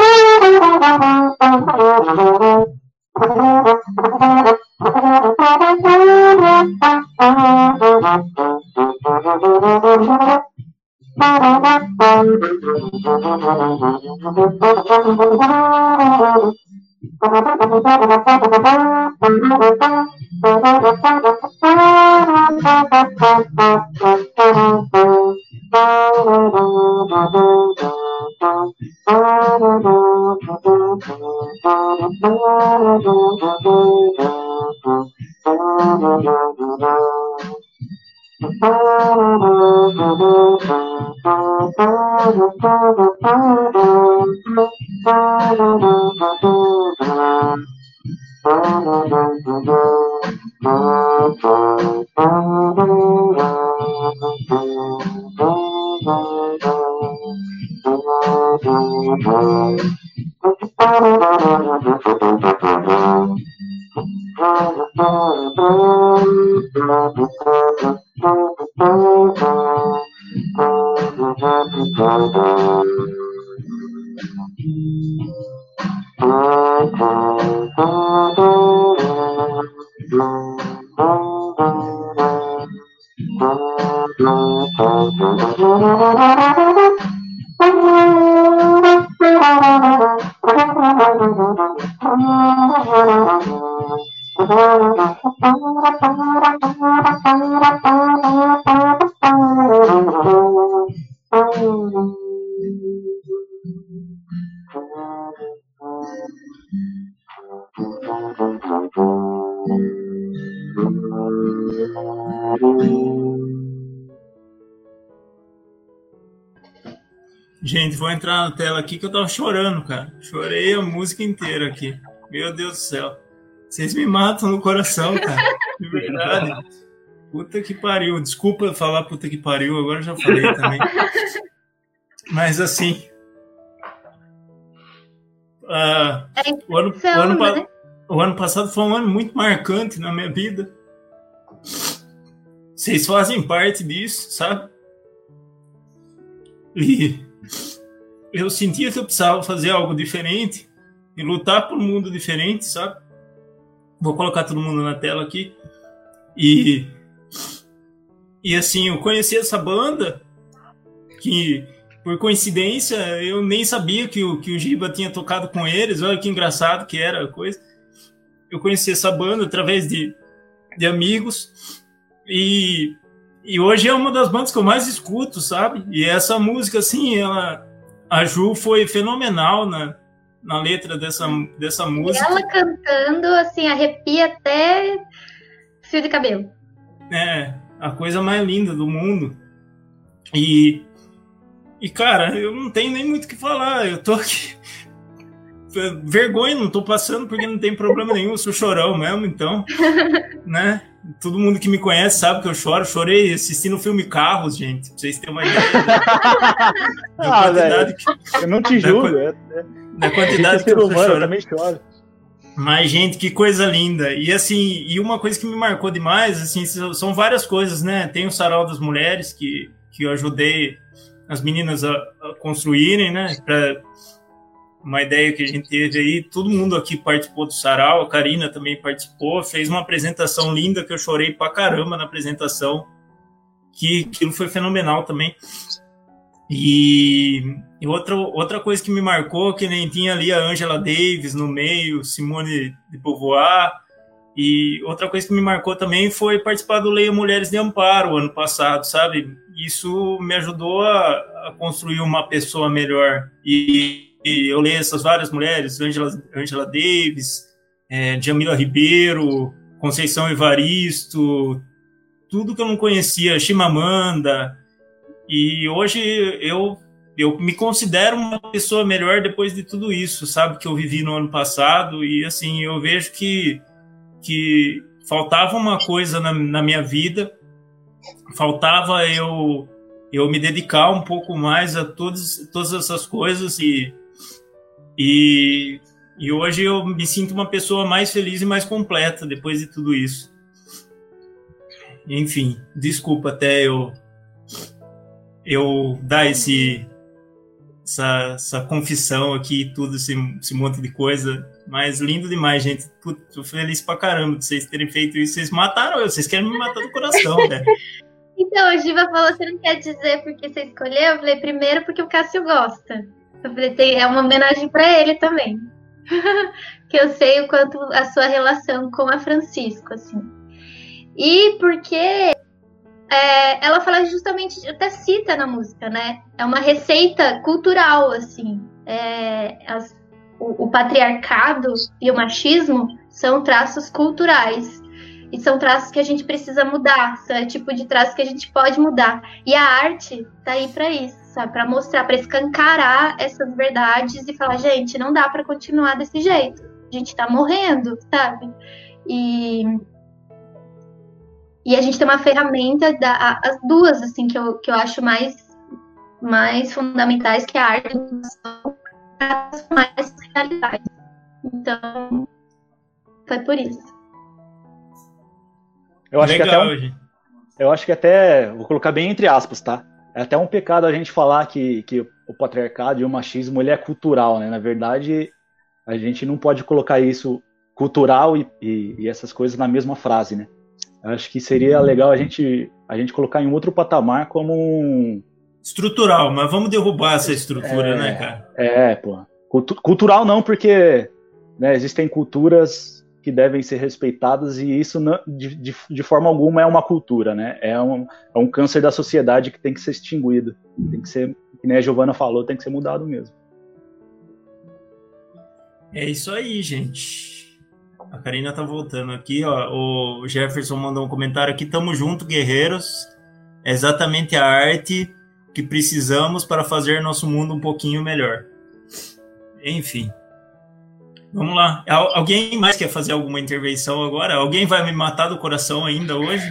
lar. Gente, vou entrar na tela aqui que eu tava chorando, cara. Chorei a música inteira aqui. Meu Deus do céu. Vocês me matam no coração, cara. De verdade. Puta que pariu. Desculpa falar puta que pariu, agora eu já falei também. Mas assim... Uh, o, ano, o, ano, né? o ano passado foi um ano muito marcante na minha vida. Vocês fazem parte disso, sabe? E eu sentia que eu precisava fazer algo diferente e lutar por um mundo diferente, sabe? Vou colocar todo mundo na tela aqui. E, e assim, eu conheci essa banda que, por coincidência, eu nem sabia que o, que o Giba tinha tocado com eles. Olha que engraçado que era a coisa. Eu conheci essa banda através de, de amigos e, e hoje é uma das bandas que eu mais escuto, sabe? E essa música, assim, ela, a Ju foi fenomenal na, na letra dessa, dessa música. E ela cantando, assim, arrepia até fio de cabelo. É, a coisa mais linda do mundo. E, e cara, eu não tenho nem muito o que falar. Eu tô aqui... Vergonha, não tô passando porque não tem problema nenhum, eu sou chorão mesmo, então, né? Todo mundo que me conhece sabe que eu choro. Chorei assistindo o filme Carros, gente, pra vocês terem uma ideia. Da, ah, velho, que, eu não te julgo. Da, é, da quantidade que eu, humano, choro. eu também choro. Mas, gente, que coisa linda. E, assim, e uma coisa que me marcou demais, assim, são várias coisas, né? Tem o Sarau das Mulheres, que, que eu ajudei as meninas a, a construírem, né? Pra... uma ideia que a gente teve aí, todo mundo aqui participou do Sarau, a Karina também participou, fez uma apresentação linda que eu chorei pra caramba na apresentação, que aquilo foi fenomenal também. E, e outra, outra coisa que me marcou, que nem tinha ali a Angela Davis no meio, Simone de Beauvoir, e outra coisa que me marcou também foi participar do Leia Mulheres de Amparo ano passado, sabe? Isso me ajudou a, a construir uma pessoa melhor. E E eu leio essas várias mulheres, Angela, Angela Davis, é, Jamila Ribeiro, Conceição Evaristo, tudo que eu não conhecia, Chimamanda, e hoje eu, eu me considero uma pessoa melhor depois de tudo isso, sabe, que eu vivi no ano passado, e assim, eu vejo que, que faltava uma coisa na, na minha vida, faltava eu, eu me dedicar um pouco mais a todas, todas essas coisas, e E, e hoje eu me sinto uma pessoa mais feliz e mais completa depois de tudo isso. Enfim, desculpa até eu, eu dar esse, essa, essa confissão aqui, tudo esse, esse monte de coisa. Mas lindo demais, gente. Tô feliz pra caramba de vocês terem feito isso. Vocês mataram eu, vocês querem me matar do coração, velho. Então, a Giva falou, você não quer dizer porque você escolheu? Eu falei, primeiro porque o Cássio gosta. Eu falei, tem, é uma homenagem para ele também. Que eu sei o quanto a sua relação com a Francisco, assim. E porque é, ela fala justamente, até cita na música, né? É uma receita cultural, assim. É, as, o, o patriarcado e o machismo são traços culturais. E são traços que a gente precisa mudar. São o tipo de traços que a gente pode mudar. E a arte tá aí para isso, sabe? Para mostrar, para escancarar essas verdades e falar, gente, não dá para continuar desse jeito. A gente tá morrendo, sabe? E, e a gente tem uma ferramenta, da, as duas, assim, que eu, que eu acho mais, mais fundamentais, que é a arte e a educação, para transformar essas realidades. Então, foi por isso. Eu acho, Legal, que até um, eu acho que até, vou colocar bem entre aspas, tá? É até um pecado a gente falar que, que o patriarcado e o machismo ele é cultural, né? Na verdade, a gente não pode colocar isso cultural e, e, e essas coisas na mesma frase, né? Eu acho que seria legal a gente, a gente colocar em outro patamar como um... Estrutural, mas vamos derrubar essa estrutura, é, né, cara? É, pô. Cultu- cultural não, porque né, existem culturas que devem ser respeitadas e isso não, de, de, de forma alguma é uma cultura, né? É um, é um câncer da sociedade que tem que ser extinguido. Tem que ser, que nem a Giovana falou, tem que ser mudado mesmo. É isso aí, gente. A Karina tá voltando aqui, ó. O Jefferson mandou um comentário aqui. Tamo junto, guerreiros. É exatamente a arte que precisamos para fazer nosso mundo um pouquinho melhor. Enfim. Vamos lá. Alguém mais quer fazer alguma intervenção agora? Alguém vai me matar do coração ainda hoje?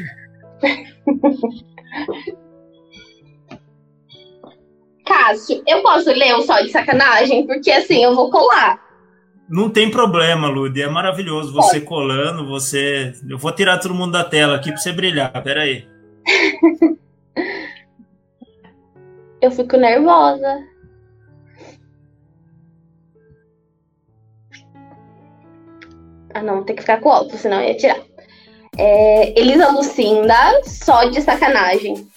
Cássio, eu posso ler o Só de Sacanagem? Porque assim, eu vou colar. Não tem problema, Ludi. É maravilhoso você Pode. colando, você... Eu vou tirar todo mundo da tela aqui pra você brilhar. Pera aí. Eu fico nervosa. Ah, não, tem que ficar com o alto, senão eu ia tirar. É, Elisa Lucinda, Só de Sacanagem.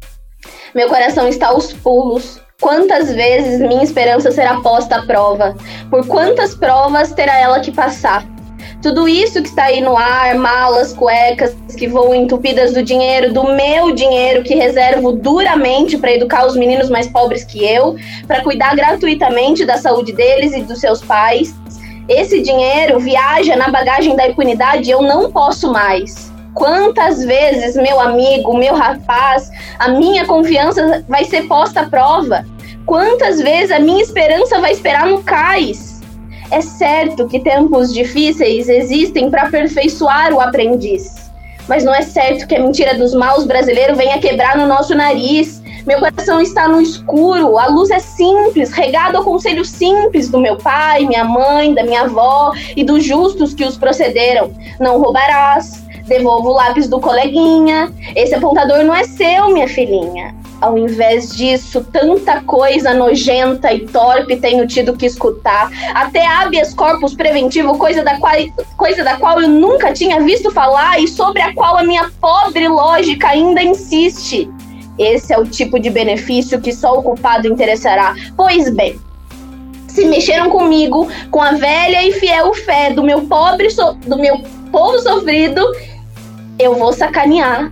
Meu coração está aos pulos. Quantas vezes minha esperança será posta à prova? Por quantas provas terá ela que passar? Tudo isso que está aí no ar, malas, cuecas que voam entupidas do dinheiro, do meu dinheiro que reservo duramente para educar os meninos mais pobres que eu, para cuidar gratuitamente da saúde deles e dos seus pais. Esse dinheiro viaja na bagagem da impunidade e eu não posso mais. Quantas vezes, meu amigo, meu rapaz, a minha confiança vai ser posta à prova? Quantas vezes a minha esperança vai esperar no cais? É certo que tempos difíceis existem para aperfeiçoar o aprendiz. Mas não é certo que a mentira dos maus brasileiros venha quebrar no nosso nariz. Meu coração está no escuro, a luz é simples, regado ao conselho simples do meu pai, minha mãe, da minha avó e dos justos que os procederam. Não roubarás, devolva o lápis do coleguinha, esse apontador não é seu, minha filhinha. Ao invés disso, tanta coisa nojenta e torpe tenho tido que escutar. Até habeas corpus preventivo, coisa da, qual, coisa da qual eu nunca tinha visto falar e sobre a qual a minha pobre lógica ainda insiste. Esse é o tipo de benefício que só o culpado interessará. Pois bem, se mexeram comigo, com a velha e fiel fé do meu pobre, so, do meu povo sofrido, eu vou sacanear.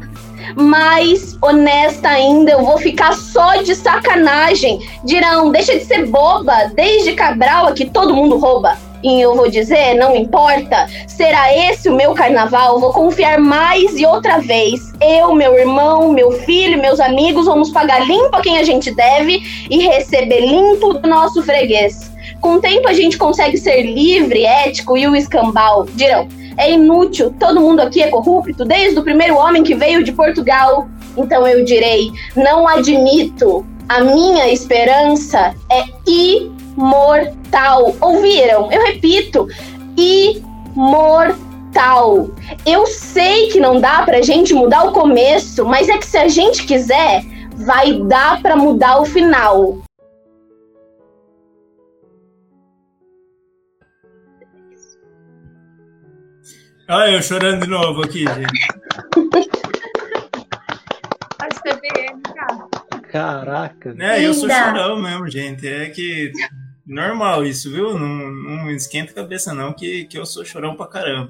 Mais honesta ainda, eu vou ficar só de sacanagem. Dirão, deixa de ser boba, desde Cabral aqui todo mundo rouba. E eu vou dizer, não importa, será esse o meu carnaval, vou confiar mais e outra vez. Eu, meu irmão, meu filho, meus amigos, vamos pagar limpo a quem a gente deve e receber limpo do nosso freguês. Com o tempo a gente consegue ser livre, ético e o escambau. Dirão, é inútil, todo mundo aqui é corrupto, desde o primeiro homem que veio de Portugal. Então eu direi, não admito, a minha esperança é imortal. Ouviram? Eu repito, imortal. Eu sei que não dá pra gente mudar o começo, mas é que se a gente quiser, vai dar pra mudar o final. Olha eu chorando de novo aqui, gente. Faz C P M, cara. Caraca. É, eu sou Linda. chorão mesmo, gente. É que normal isso, viu? Não, não esquenta a cabeça não, que, que eu sou chorão pra caramba.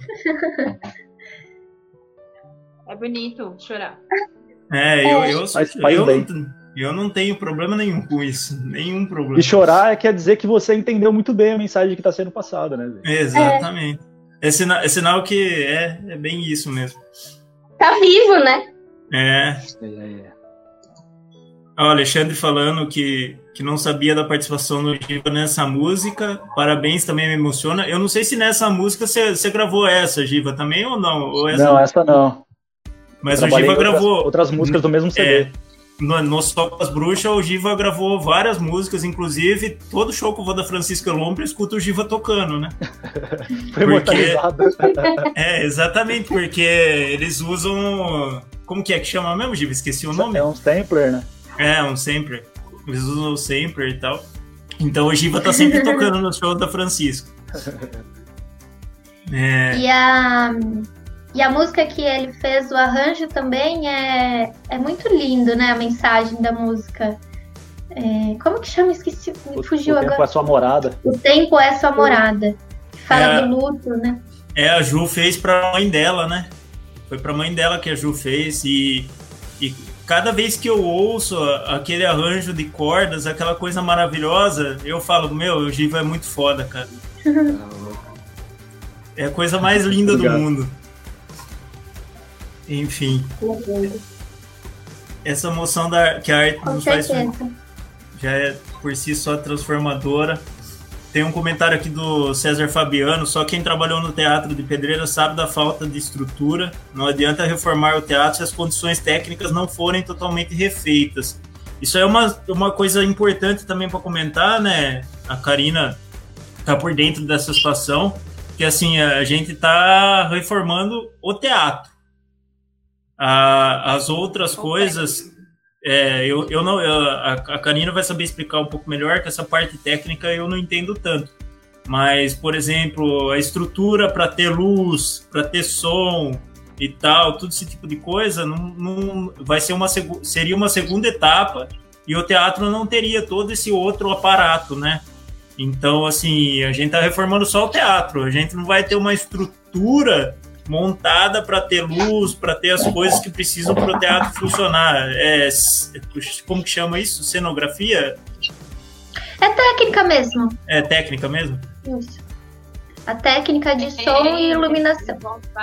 É bonito chorar. É, eu, eu, sou, Faz- faz eu, bem. não, eu não tenho problema nenhum com isso. Nenhum problema. E chorar quer dizer que você entendeu muito bem a mensagem que está sendo passada, né, velho? Exatamente. É, sinal, é sinal que é, é bem isso mesmo. Tá vivo, né? É. É, é. Ó, o Alexandre falando que, que não sabia da participação do Giva nessa música. Parabéns, também me emociona. Eu não sei se nessa música você, você gravou essa, Giva, também ou não? Ou essa... Não, essa não. Mas o Trabalhei Giva em outras- gravou. outras músicas do mesmo C D. É, no, no Só com as Bruxas, o Giva gravou várias músicas, inclusive todo show que eu vou da Francisca Lombra, eu escuto o Giva tocando, né? Foi imortalizado. É, exatamente, porque eles usam. Como que é que chama mesmo, Giva? Esqueci o nome. É um sampler, né? É, um sampler. Eles usam o sampler e tal. Então o Giva tá sempre tocando no show da Francisco. É, E a, e a música que ele fez, o arranjo também é, é muito lindo, né? A mensagem da música. É, como que chama? Esqueci, O, fugiu o tempo agora. é sua morada. O tempo é sua morada. Que fala É. do luto, né? é, a Ju fez pra mãe dela, né? Foi pra mãe dela que a Ju fez. E, e cada vez que eu ouço aquele arranjo de cordas, aquela coisa maravilhosa, eu falo, meu, o Giva é muito foda, cara. É a coisa mais linda do Obrigado. mundo. Enfim. Essa emoção da, que a arte Com nos faz certeza. já é por si só transformadora. Tem um comentário aqui do César Fabiano: só quem trabalhou no teatro de Pedreira sabe da falta de estrutura. Não adianta reformar o teatro se as condições técnicas não forem totalmente refeitas. Isso é uma, uma coisa importante também para comentar, né? A Karina tá por dentro dessa situação, que assim, a gente tá reformando o teatro. A, as outras coisas, é, eu, eu não, eu, a, a Karina vai saber explicar um pouco melhor, que essa parte técnica eu não entendo tanto. Mas, por exemplo, a estrutura para ter luz, para ter som e tal, todo esse tipo de coisa, não, não vai ser uma, seria uma segunda etapa, e o teatro não teria todo esse outro aparato, né? Então, assim, a gente tá reformando só o teatro, a gente não vai ter uma estrutura montada para ter luz, para ter as coisas que precisam para o teatro funcionar. É, como que chama isso? Cenografia? É técnica mesmo. É técnica mesmo? Isso. A técnica de som e iluminação.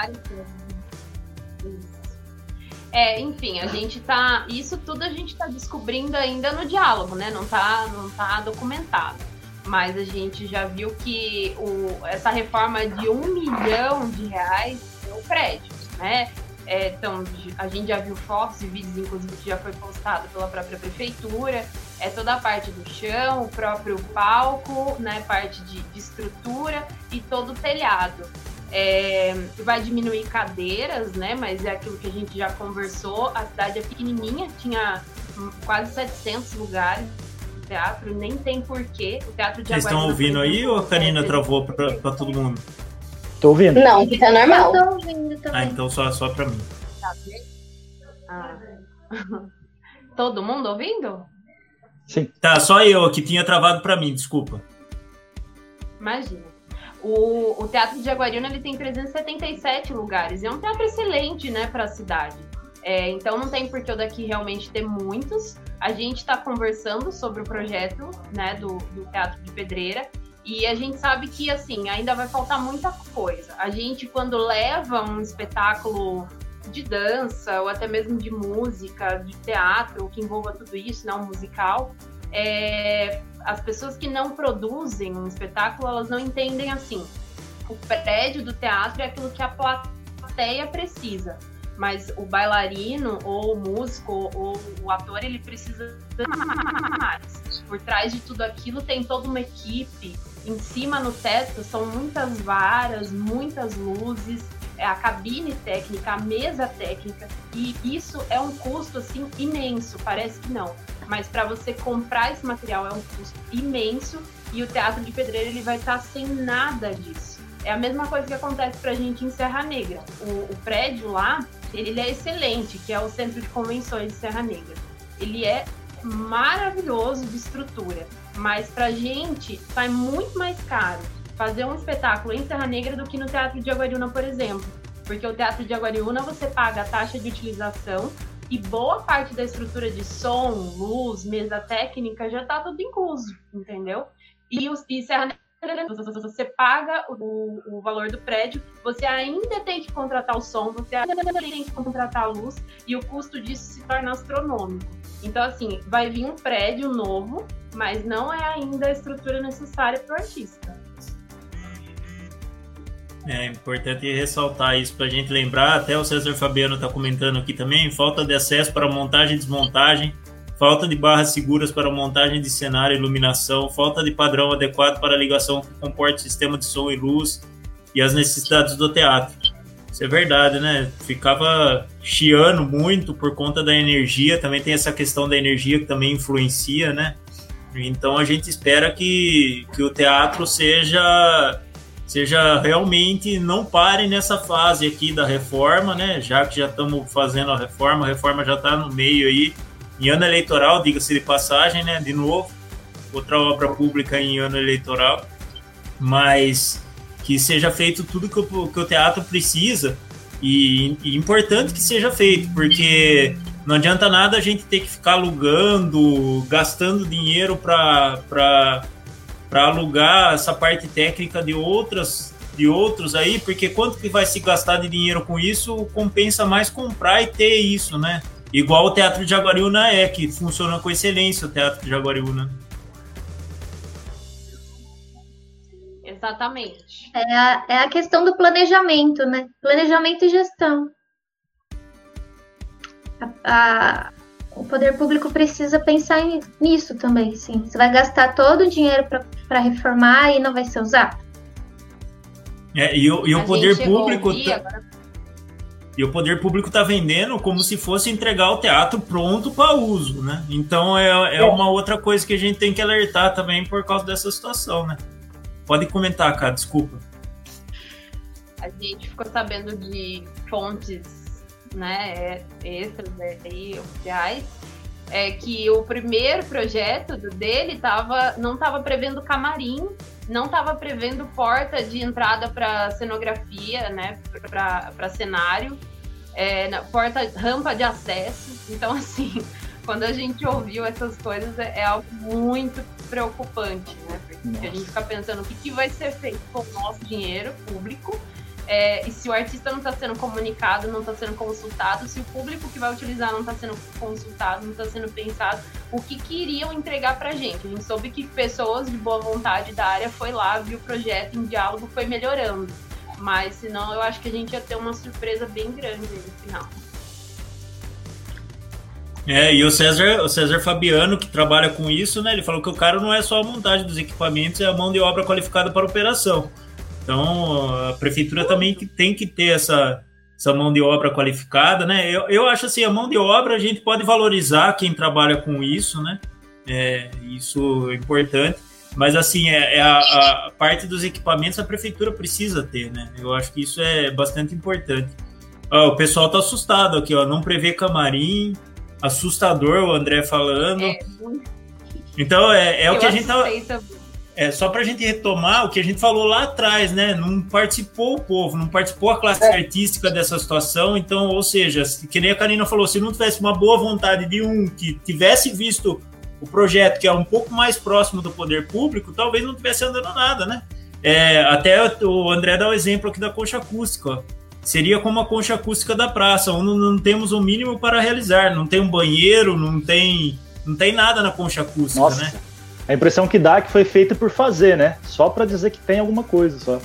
É, enfim, a gente tá. Isso tudo a gente tá descobrindo ainda no diálogo, né? Não tá, não tá documentado. Mas a gente já viu que o, essa reforma de um milhão de reais é o prédio, né? É, então, a gente já viu fotos e vídeos, inclusive, que já foi postado pela própria prefeitura. É toda a parte do chão, o próprio palco, né? Parte de, de estrutura e todo o telhado. É, vai diminuir cadeiras, né? Mas é aquilo que a gente já conversou. A cidade é pequenininha, tinha quase setecentos lugares no teatro, nem tem porquê. O teatro de Vocês estão ouvindo aí ou a Karina travou pra, pra todo mundo? Tô ouvindo. Não, tá normal. Eu tô ouvindo também. Ah, então só, só pra mim. Ah. Todo mundo ouvindo? Sim. Tá, só eu que tinha travado pra mim, desculpa. Imagina. O, o Teatro de Jaguariúna ele tem trezentos e setenta e sete lugares. É um teatro excelente, né, para a cidade. É, então não tem por que eu daqui realmente ter muitos. A gente está conversando sobre o projeto, né, do, do Teatro de Pedreira. E a gente sabe que, assim, ainda vai faltar muita coisa. A gente, quando leva um espetáculo de dança, ou até mesmo de música, de teatro, que envolva tudo isso, né, um musical, é, as pessoas que não produzem um espetáculo, elas não entendem assim. O prédio do teatro é aquilo que a plateia precisa, mas o bailarino, ou o músico, ou o ator, ele precisa mais. Por trás de tudo aquilo tem toda uma equipe. Em cima, no teto, são muitas varas, muitas luzes, é a cabine técnica, a mesa técnica, e isso é um custo, assim, imenso, parece que não. Mas para você comprar esse material é um custo imenso, e o Teatro de Pedreira ele vai estar sem nada disso. É a mesma coisa que acontece pra gente em Serra Negra. O, o prédio lá, ele é excelente, que é o Centro de Convenções de Serra Negra. Ele é maravilhoso de estrutura, mas pra gente sai muito mais caro fazer um espetáculo em Serra Negra do que no Teatro de Jaguariúna, por exemplo. Porque o Teatro de Jaguariúna você paga a taxa de utilização e boa parte da estrutura de som, luz, mesa técnica já tá tudo incluso, entendeu? E, o, e Serra Negra, você paga o, o valor do prédio, você ainda tem que contratar o som, você ainda tem que contratar a luz e o custo disso se torna astronômico. Então, assim, vai vir um prédio novo, mas não é ainda a estrutura necessária para o artista. É importante ressaltar isso para a gente lembrar, até o César Fabiano está comentando aqui também, falta de acesso para montagem e desmontagem, falta de barras seguras para montagem de cenário e iluminação, falta de padrão adequado para ligação que comporte sistema de som e luz e as necessidades do teatro. Isso é verdade, né? Ficava chiando muito por conta da energia, também tem essa questão da energia que também influencia, né? Então a gente espera que, que o teatro seja... seja realmente, não pare nessa fase aqui da reforma, né? Já que já estamos fazendo a reforma, a reforma já está no meio aí, em ano eleitoral, diga-se de passagem, né? De novo, outra obra pública em ano eleitoral, mas que seja feito tudo que o, que o teatro precisa e, e importante que seja feito, porque não adianta nada a gente ter que ficar alugando, gastando dinheiro para... para alugar essa parte técnica de outras de outros aí, porque quanto que vai se gastar de dinheiro com isso, compensa mais comprar e ter isso, né? Igual o Teatro de Jaguariúna é, que funciona com excelência o Teatro de Jaguariúna. Exatamente. É a, é a questão do planejamento, né? Planejamento e gestão. A, a, o poder público precisa pensar nisso também, sim. Você vai gastar todo o dinheiro para reformar e não vai ser usado? É, e o, e o poder público... Dia, tá, agora... E o poder público está vendendo como se fosse entregar o teatro pronto para uso, né? Então é, é uma outra coisa que a gente tem que alertar também por causa dessa situação, né? Pode comentar, cara, desculpa. A gente ficou sabendo de fontes, né, extras aí, oficiais, é que o primeiro projeto dele tava, não estava prevendo camarim, não estava prevendo porta de entrada para cenografia, né, para cenário, é, porta, rampa de acesso. Então, assim, quando a gente ouviu essas coisas, é, é algo muito preocupante, né, porque Nossa. A gente fica pensando o que, que vai ser feito com o nosso dinheiro público. É, e se o artista não está sendo comunicado, não está sendo consultado, se o público que vai utilizar não está sendo consultado, não está sendo pensado, o que, que iriam entregar para a gente? A gente soube que pessoas de boa vontade da área foi lá, viu o projeto, em diálogo, foi melhorando. Mas senão eu acho que a gente ia ter uma surpresa bem grande no final. É, e o César, o César Fabiano, que trabalha com isso, né? Ele falou que o cara não é só a montagem dos equipamentos, é a mão de obra qualificada para operação. Então, a prefeitura também tem que ter essa, essa mão de obra qualificada, né? Eu, eu acho assim, a mão de obra a gente pode valorizar quem trabalha com isso, né? É, isso é importante. Mas, assim, é, é a, a parte dos equipamentos a prefeitura precisa ter, né? Eu acho que isso é bastante importante. Ó, o pessoal tá assustado aqui, ó. Não prevê camarim, assustador o André falando. É. Então, é, é o que a gente tava... É, só para a gente retomar o que a gente falou lá atrás, né? Não participou o povo, não participou a classe é. artística dessa situação. Então, ou seja, que nem a Karina falou, se não tivesse uma boa vontade de um que tivesse visto o projeto, que é um pouco mais próximo do poder público, talvez não tivesse andando nada, né? É, até o André dá o exemplo aqui da concha acústica, ó. Seria como a concha acústica da praça, onde não temos o mínimo para realizar. Não tem um banheiro, não tem, não tem nada na concha acústica, Nossa. né? A impressão que dá é que foi feita por fazer, né? Só para dizer que tem alguma coisa, só.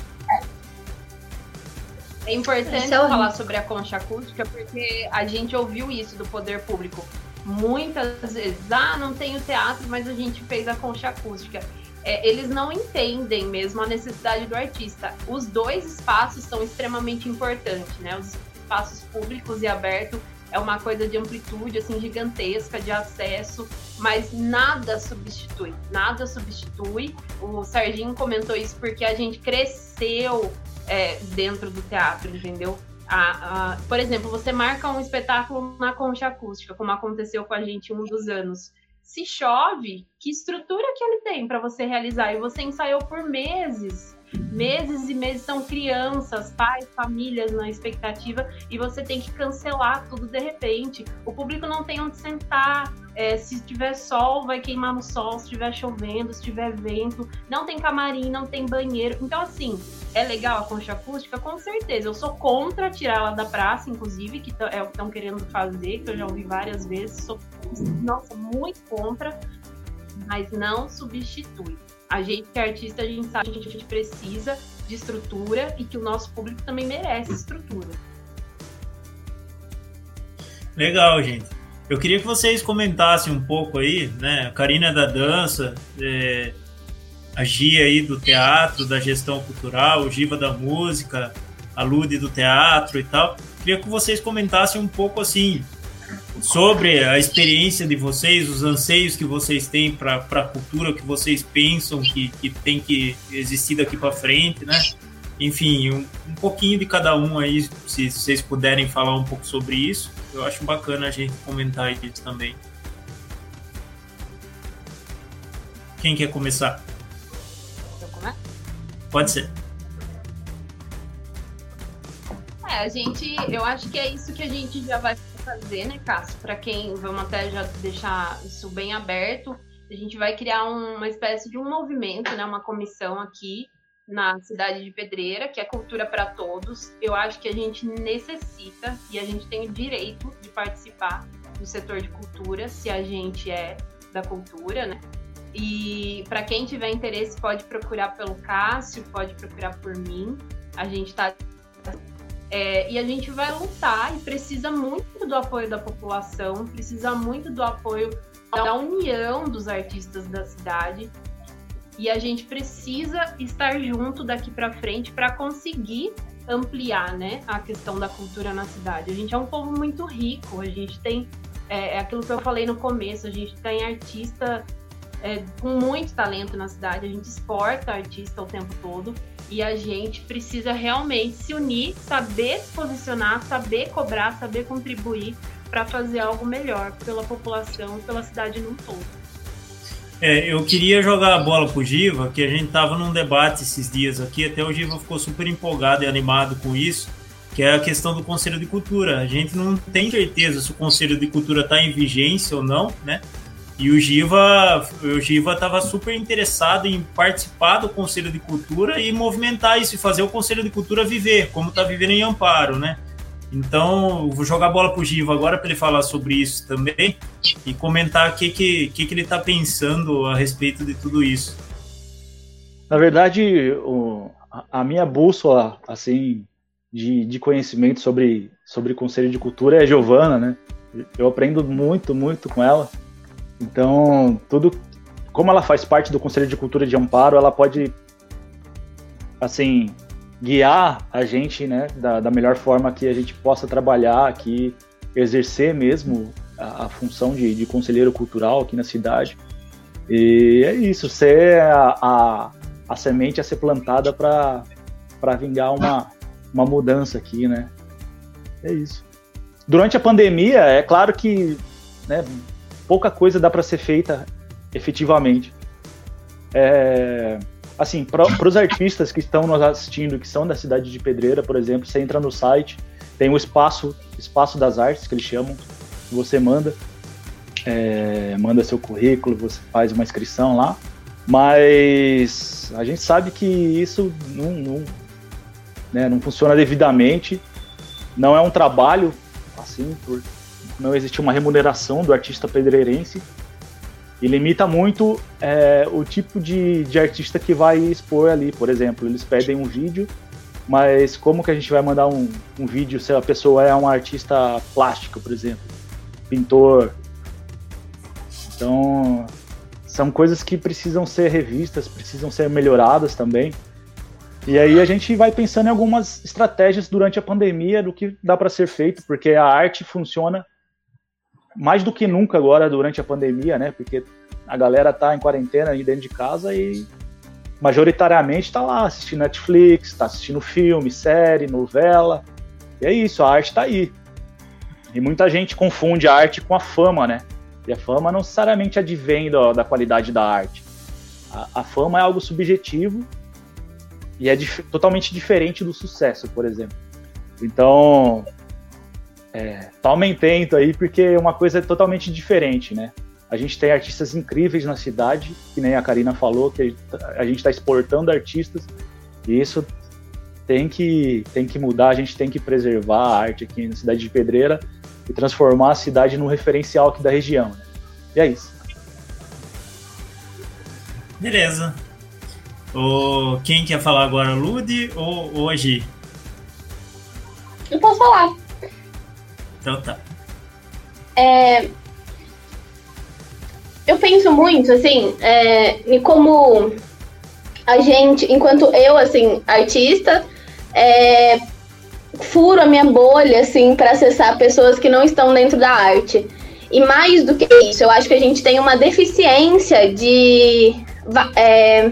É importante falar sobre a concha acústica, porque a gente ouviu isso do poder público muitas vezes. Ah, não tem o teatro, mas a gente fez a concha acústica. É, eles não entendem mesmo a necessidade do artista. Os dois espaços são extremamente importantes, né? Os espaços públicos e abertos é uma coisa de amplitude, assim, gigantesca, de acesso, mas nada substitui, nada substitui. O Serginho comentou isso porque a gente cresceu é, dentro do teatro, entendeu? A, a, por exemplo, você marca um espetáculo na concha acústica, como aconteceu com a gente um dos anos. Se chove, que estrutura que ele tem para você realizar? E você ensaiou por meses. Meses e meses, são crianças, pais, famílias na expectativa, e você tem que cancelar tudo de repente. O público não tem onde sentar, é, se tiver sol vai queimar no sol, se estiver chovendo, se tiver vento, não tem camarim, não tem banheiro. Então assim, é legal a concha acústica? Com certeza, eu sou contra tirar ela da praça, inclusive, que é o que estão querendo fazer, que eu já ouvi várias vezes, sou, nossa, muito contra, mas não substitui. A gente que é artista, a gente sabe que a gente precisa de estrutura e que o nosso público também merece estrutura. Legal, gente. Eu queria que vocês comentassem um pouco aí, né? A Karina é da dança, é, a Gia aí do teatro, da gestão cultural, o Giva da música, a Lude do teatro e tal. Queria que vocês comentassem um pouco assim sobre a experiência de vocês, os anseios que vocês têm para a cultura, que vocês pensam que, que tem que existir daqui para frente, né? Enfim, um, um pouquinho de cada um aí, se, se vocês puderem falar um pouco sobre isso, eu acho bacana a gente comentar isso também. Quem quer começar? Eu começo? Pode ser. É, a gente, eu acho que é isso que a gente já vai fazer, né, Cássio? Para quem, vamos até já deixar isso bem aberto, a gente vai criar um, uma espécie de um movimento, né, uma comissão aqui na cidade de Pedreira, que é Cultura para Todos. Eu acho que a gente necessita e a gente tem o direito de participar do setor de cultura, se a gente é da cultura, né? E para quem tiver interesse, pode procurar pelo Cássio, pode procurar por mim. A gente tá É, e a gente vai lutar e precisa muito do apoio da população, precisa muito do apoio da união dos artistas da cidade, e a gente precisa estar junto daqui para frente para conseguir ampliar, né, a questão da cultura na cidade. A gente é um povo muito rico, a gente tem, é, é aquilo que eu falei no começo, a gente tem artista é, com muito talento na cidade, a gente exporta artista o tempo todo, e a gente precisa realmente se unir, saber se posicionar, saber cobrar, saber contribuir para fazer algo melhor pela população e pela cidade num todo. É, eu queria jogar a bola pro Giva, que a gente tava num debate esses dias aqui, até o Giva ficou super empolgado e animado com isso, que é a questão do Conselho de Cultura. A gente não tem certeza se o Conselho de Cultura está em vigência ou não, né? E o Giva o Giva estava super interessado em participar do Conselho de Cultura e movimentar isso, e fazer o Conselho de Cultura viver, como está vivendo em Amparo, né? Então, vou jogar a bola para o Giva agora para ele falar sobre isso também e comentar o que, que, que, que ele está pensando a respeito de tudo isso. Na verdade, o, a minha bússola assim, de, de conhecimento sobre, sobre Conselho de Cultura é a Giovana, né? Eu aprendo muito, muito com ela. Então, tudo, como ela faz parte do Conselho de Cultura de Amparo, ela pode, assim, guiar a gente, né, da, da melhor forma que a gente possa trabalhar aqui, exercer mesmo a, a função de, de conselheiro cultural aqui na cidade. E é isso, ser a, a, a semente a ser plantada para para vingar uma, uma mudança aqui, né? É isso. Durante a pandemia, é claro que, né, pouca coisa dá para ser feita efetivamente. É, assim, para os artistas que estão nos assistindo, que são da cidade de Pedreira, por exemplo, você entra no site, tem o espaço, espaço das artes, que eles chamam, você manda, é, manda seu currículo, você faz uma inscrição lá, mas a gente sabe que isso não, não, né, não funciona devidamente, não é um trabalho, assim, por não existe uma remuneração do artista pedreirense e limita muito é, o tipo de, de artista que vai expor ali. Por exemplo, eles pedem um vídeo, mas como que a gente vai mandar um, um vídeo se a pessoa é um artista plástico, por exemplo, pintor? Então, são coisas que precisam ser revistas, precisam ser melhoradas também. E aí a gente vai pensando em algumas estratégias durante a pandemia do que dá para ser feito, porque a arte funciona mais do que nunca agora durante a pandemia, né? Porque a galera tá em quarentena aí dentro de casa e majoritariamente tá lá assistindo Netflix, tá assistindo filme, série, novela. E é isso, a arte tá aí. E muita gente confunde a arte com a fama, né? E a fama não necessariamente advém da, da qualidade da arte. A, a fama é algo subjetivo e é dif- totalmente diferente do sucesso, por exemplo. Então, é, tomem tento aí, porque uma coisa é totalmente diferente, né? A gente tem artistas incríveis na cidade, que nem a Karina falou, que a gente está exportando artistas, e isso tem que, tem que mudar, a gente tem que preservar a arte aqui na cidade de Pedreira e transformar a cidade num referencial aqui da região, né? E é isso. Beleza. O, quem quer falar agora, Ludi ou, ou a Gi? Eu posso falar. Então tá. É, eu penso muito, assim, é, em como a gente, enquanto eu, assim, artista, é, furo a minha bolha, assim, para acessar pessoas que não estão dentro da arte. E mais do que isso, eu acho que a gente tem uma deficiência de... É,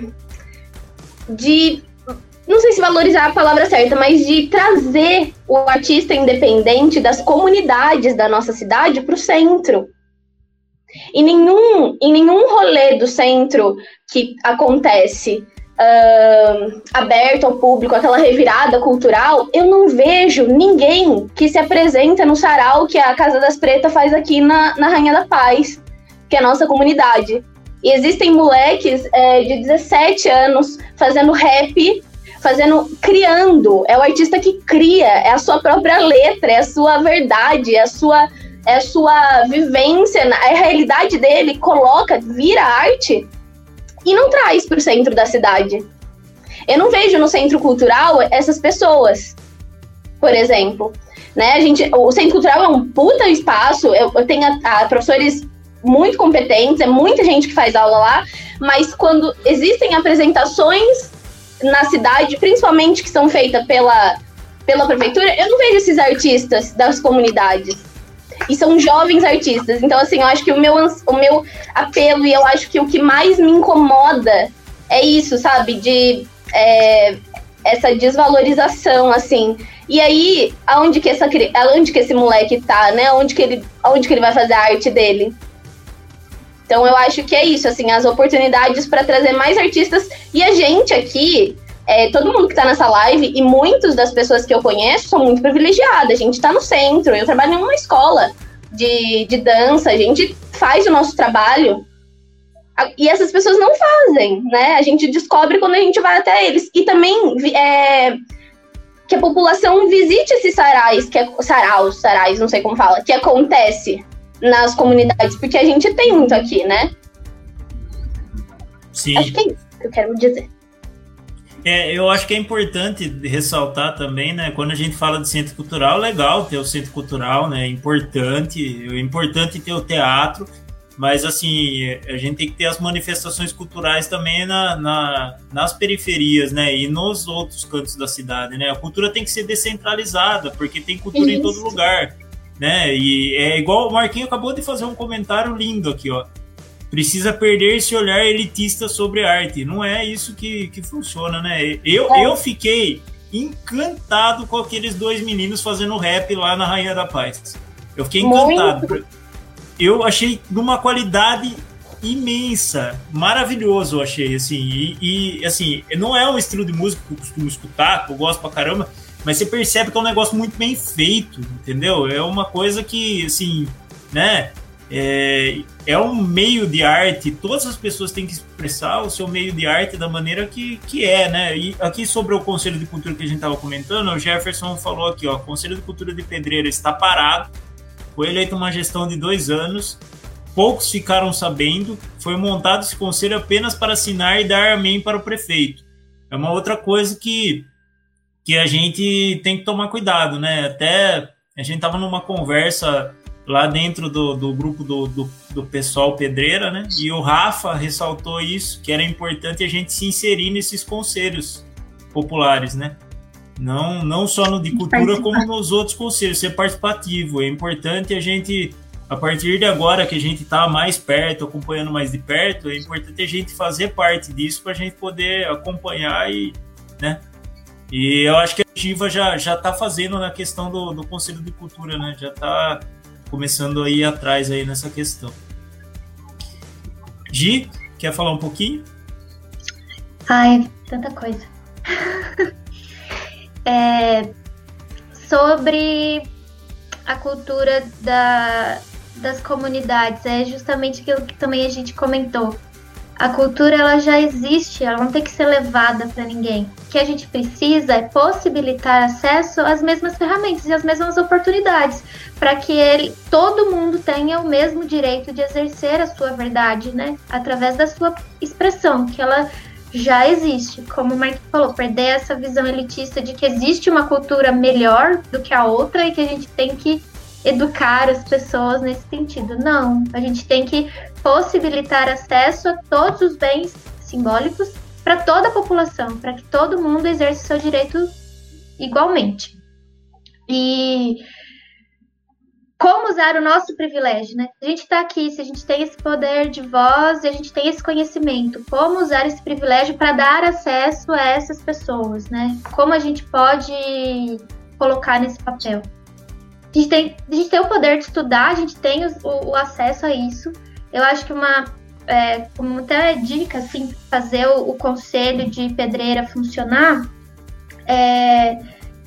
de... não sei se valorizar a palavra certa, mas de trazer o artista independente das comunidades da nossa cidade para o centro. Em nenhum, em nenhum rolê do centro que acontece uh, aberto ao público, aquela revirada cultural, eu não vejo ninguém que se apresenta no sarau que a Casa das Pretas faz aqui na, na Rainha da Paz, que é a nossa comunidade. E existem moleques é, de dezessete anos fazendo rap, fazendo, criando. É o artista que cria, é a sua própria letra, é a sua verdade, é a sua, é a sua vivência, a realidade dele, coloca, vira arte e não traz para o centro da cidade. Eu não vejo no centro cultural essas pessoas, por exemplo. Né? A gente, o centro cultural é um puta espaço, eu, eu tenho a, a professores muito competentes, é muita gente que faz aula lá, mas quando existem apresentações na cidade, principalmente que são feitas pela, pela prefeitura, eu não vejo esses artistas das comunidades. E são jovens artistas. Então, assim, eu acho que o meu, o meu apelo, e eu acho que o que mais me incomoda é isso, sabe? De é, essa desvalorização, assim. E aí, aonde que, essa, aonde que esse moleque tá, né? Aonde que ele, aonde que ele vai fazer a arte dele? Então, eu acho que é isso, assim, as oportunidades para trazer mais artistas. E a gente aqui, é, todo mundo que está nessa live, e muitas das pessoas que eu conheço são muito privilegiadas. A gente está no centro, eu trabalho em uma escola de, de dança, a gente faz o nosso trabalho. E essas pessoas não fazem, né? A gente descobre quando a gente vai até eles. E também é, que a população visite esses sarais, que é, saraus, sarais, não sei como fala, que acontece nas comunidades, porque a gente tem muito aqui, né? Sim. Acho que é isso que eu quero dizer. É, eu acho que é importante ressaltar também, né? Quando a gente fala de centro cultural, legal ter o centro cultural, né? É importante, é importante ter o teatro, mas assim, a gente tem que ter as manifestações culturais também na, na, nas periferias, né? E nos outros cantos da cidade, né? A cultura tem que ser descentralizada, porque tem cultura isso em todo lugar. Né? E é igual o Marquinho acabou de fazer um comentário lindo aqui, ó. Precisa perder esse olhar elitista sobre arte. Não é isso que, que funciona, né? Eu, é. eu fiquei encantado com aqueles dois meninos fazendo rap lá na Rainha da Paz. Eu fiquei encantado. Muito. Eu achei de uma qualidade imensa, maravilhoso, eu achei, assim. E, e, assim, não é um estilo de música que eu costumo escutar, que eu gosto pra caramba, mas você percebe que é um negócio muito bem feito, entendeu? É uma coisa que, assim, né? É, é um meio de arte, todas as pessoas têm que expressar o seu meio de arte da maneira que, que é, né? E aqui sobre o Conselho de Cultura que a gente estava comentando, o Jefferson falou aqui, ó, o Conselho de Cultura de Pedreira está parado, foi eleito uma gestão de dois anos, poucos ficaram sabendo, foi montado esse conselho apenas para assinar e dar amém para o prefeito. É uma outra coisa que que a gente tem que tomar cuidado, né? Até a gente tava numa conversa lá dentro do, do grupo do, do, do pessoal Pedreira, né? E o Rafa ressaltou isso, que era importante a gente se inserir nesses conselhos populares, né? Não, não só no de cultura, como nos outros conselhos, ser participativo. É importante a gente, a partir de agora que a gente tá mais perto, acompanhando mais de perto, é importante a gente fazer parte disso para a gente poder acompanhar e, né? E eu acho que a Giva já já está fazendo na questão do, do Conselho de Cultura, né? Já está começando a ir atrás aí nessa questão. Gi, quer falar um pouquinho? Ai, tanta coisa. é, sobre a cultura da, das comunidades, é justamente aquilo que também a gente comentou. A cultura, ela já existe, ela não tem que ser levada para ninguém. O que a gente precisa é possibilitar acesso às mesmas ferramentas e às mesmas oportunidades, para que ele, todo mundo tenha o mesmo direito de exercer a sua verdade, né? Através da sua expressão, que ela já existe. Como o Mark falou, perder essa visão elitista de que existe uma cultura melhor do que a outra e que a gente tem que educar as pessoas nesse sentido. Não, a gente tem que possibilitar acesso a todos os bens simbólicos para toda a população, para que todo mundo exerça o seu direito igualmente. E como usar o nosso privilégio, né? A gente está aqui, se a gente tem esse poder de voz, a gente tem esse conhecimento, como usar esse privilégio para dar acesso a essas pessoas, né? Como a gente pode colocar nesse papel? A gente tem, a gente tem o poder de estudar, a gente tem o, o acesso a isso. Eu acho que uma, é, como até dica, assim, fazer o, o Conselho de Pedreira funcionar, é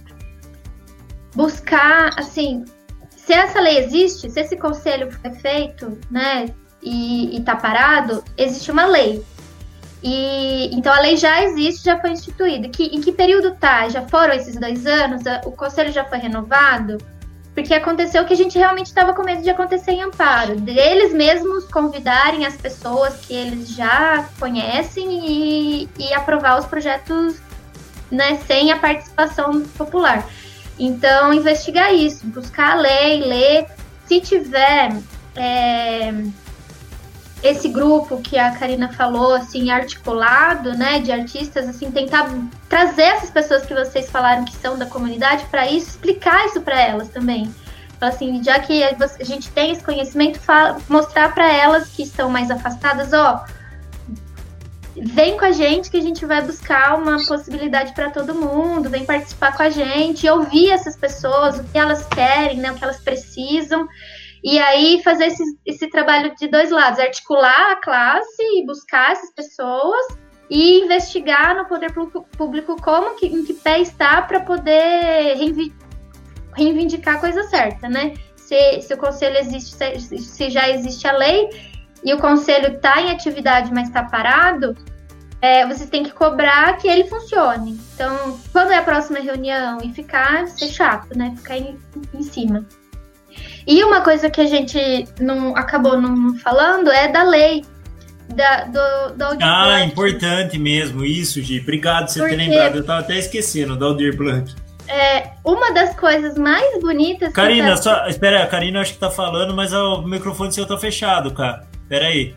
buscar, assim, se essa lei existe, se esse conselho foi feito, né, e, e tá parado, existe uma lei. E, então a lei já existe, já foi instituída. Que, em que período tá? Já foram esses dois anos? O conselho já foi renovado? Porque aconteceu que a gente realmente estava com medo de acontecer em Amparo. Deles mesmos convidarem as pessoas que eles já conhecem e, e aprovar os projetos, né, sem a participação popular. Então, investigar isso, buscar a lei, ler. Se tiver é, esse grupo que a Karina falou, assim, articulado, né, de artistas, assim, tentar trazer essas pessoas que vocês falaram que são da comunidade para isso, explicar isso para elas também. Assim, já que a gente tem esse conhecimento, fala, mostrar para elas que estão mais afastadas, ó, vem com a gente que a gente vai buscar uma possibilidade para todo mundo, vem participar com a gente, ouvir essas pessoas, o que elas querem, né, o que elas precisam. E aí fazer esse, esse trabalho de dois lados, articular a classe e buscar essas pessoas e investigar no poder público como que, em que pé está para poder reivindicar a coisa certa, né? Se, se o conselho existe, se, se já existe a lei e o conselho está em atividade, mas está parado, é, vocês têm que cobrar que ele funcione. Então, quando é a próxima reunião e ficar, ser chato, né? Ficar em, em cima. E uma coisa que a gente não acabou não falando é da lei da, do, do Aldir Ah, Blanc. Importante mesmo, isso, Gi. Obrigado por você Porque, ter lembrado. Eu tava até esquecendo do Aldir Blanc. É, uma das coisas mais bonitas... Karina, que só, espera aí, a Karina acho que tá falando, mas o microfone seu tá fechado, cara. Espera aí.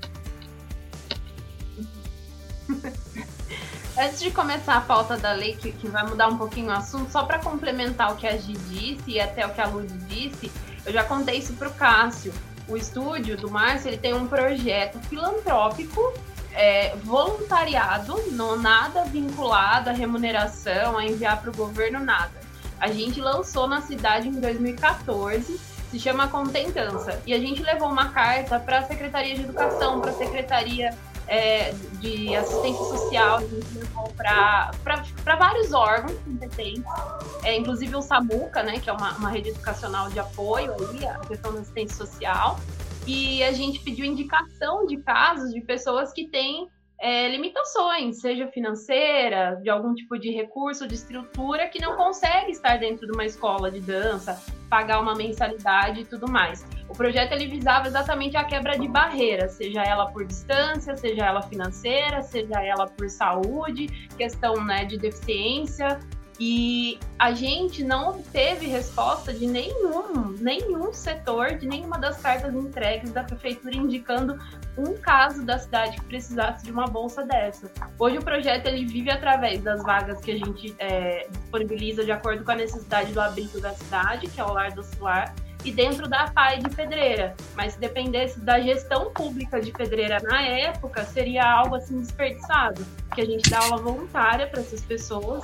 Antes de começar a pauta da lei, que, que vai mudar um pouquinho o assunto, só para complementar o que a Gi disse e até o que a Lud disse, eu já contei isso para o Cássio. O estúdio do Márcio, ele tem um projeto filantrópico, é, voluntariado, não nada vinculado à remuneração, a enviar para o governo, nada. A gente lançou na cidade em dois mil e quatorze, se chama Contentança, e a gente levou uma carta para a Secretaria de Educação, para a Secretaria é, de Assistência Social, a gente levou para vários órgãos competentes, é, inclusive o SAMUCA, né, que é uma, uma rede educacional de apoio aí, a questão da assistência social, e a gente pediu indicação de casos de pessoas que têm é, limitações, seja financeira, de algum tipo de recurso, de estrutura, que não consegue estar dentro de uma escola de dança, pagar uma mensalidade e tudo mais. O projeto ele visava exatamente a quebra de barreiras, seja ela por distância, seja ela financeira, seja ela por saúde, questão, né, de deficiência. E a gente não obteve resposta de nenhum, nenhum setor, de nenhuma das cartas entregues da prefeitura indicando um caso da cidade que precisasse de uma bolsa dessa. Hoje o projeto ele vive através das vagas que a gente é, disponibiliza de acordo com a necessidade do abrigo da cidade, que é o Lar do Cilar, e dentro da A P A E de Pedreira. Mas se dependesse da gestão pública de Pedreira na época, seria algo assim desperdiçado, porque a gente dá aula voluntária para essas pessoas.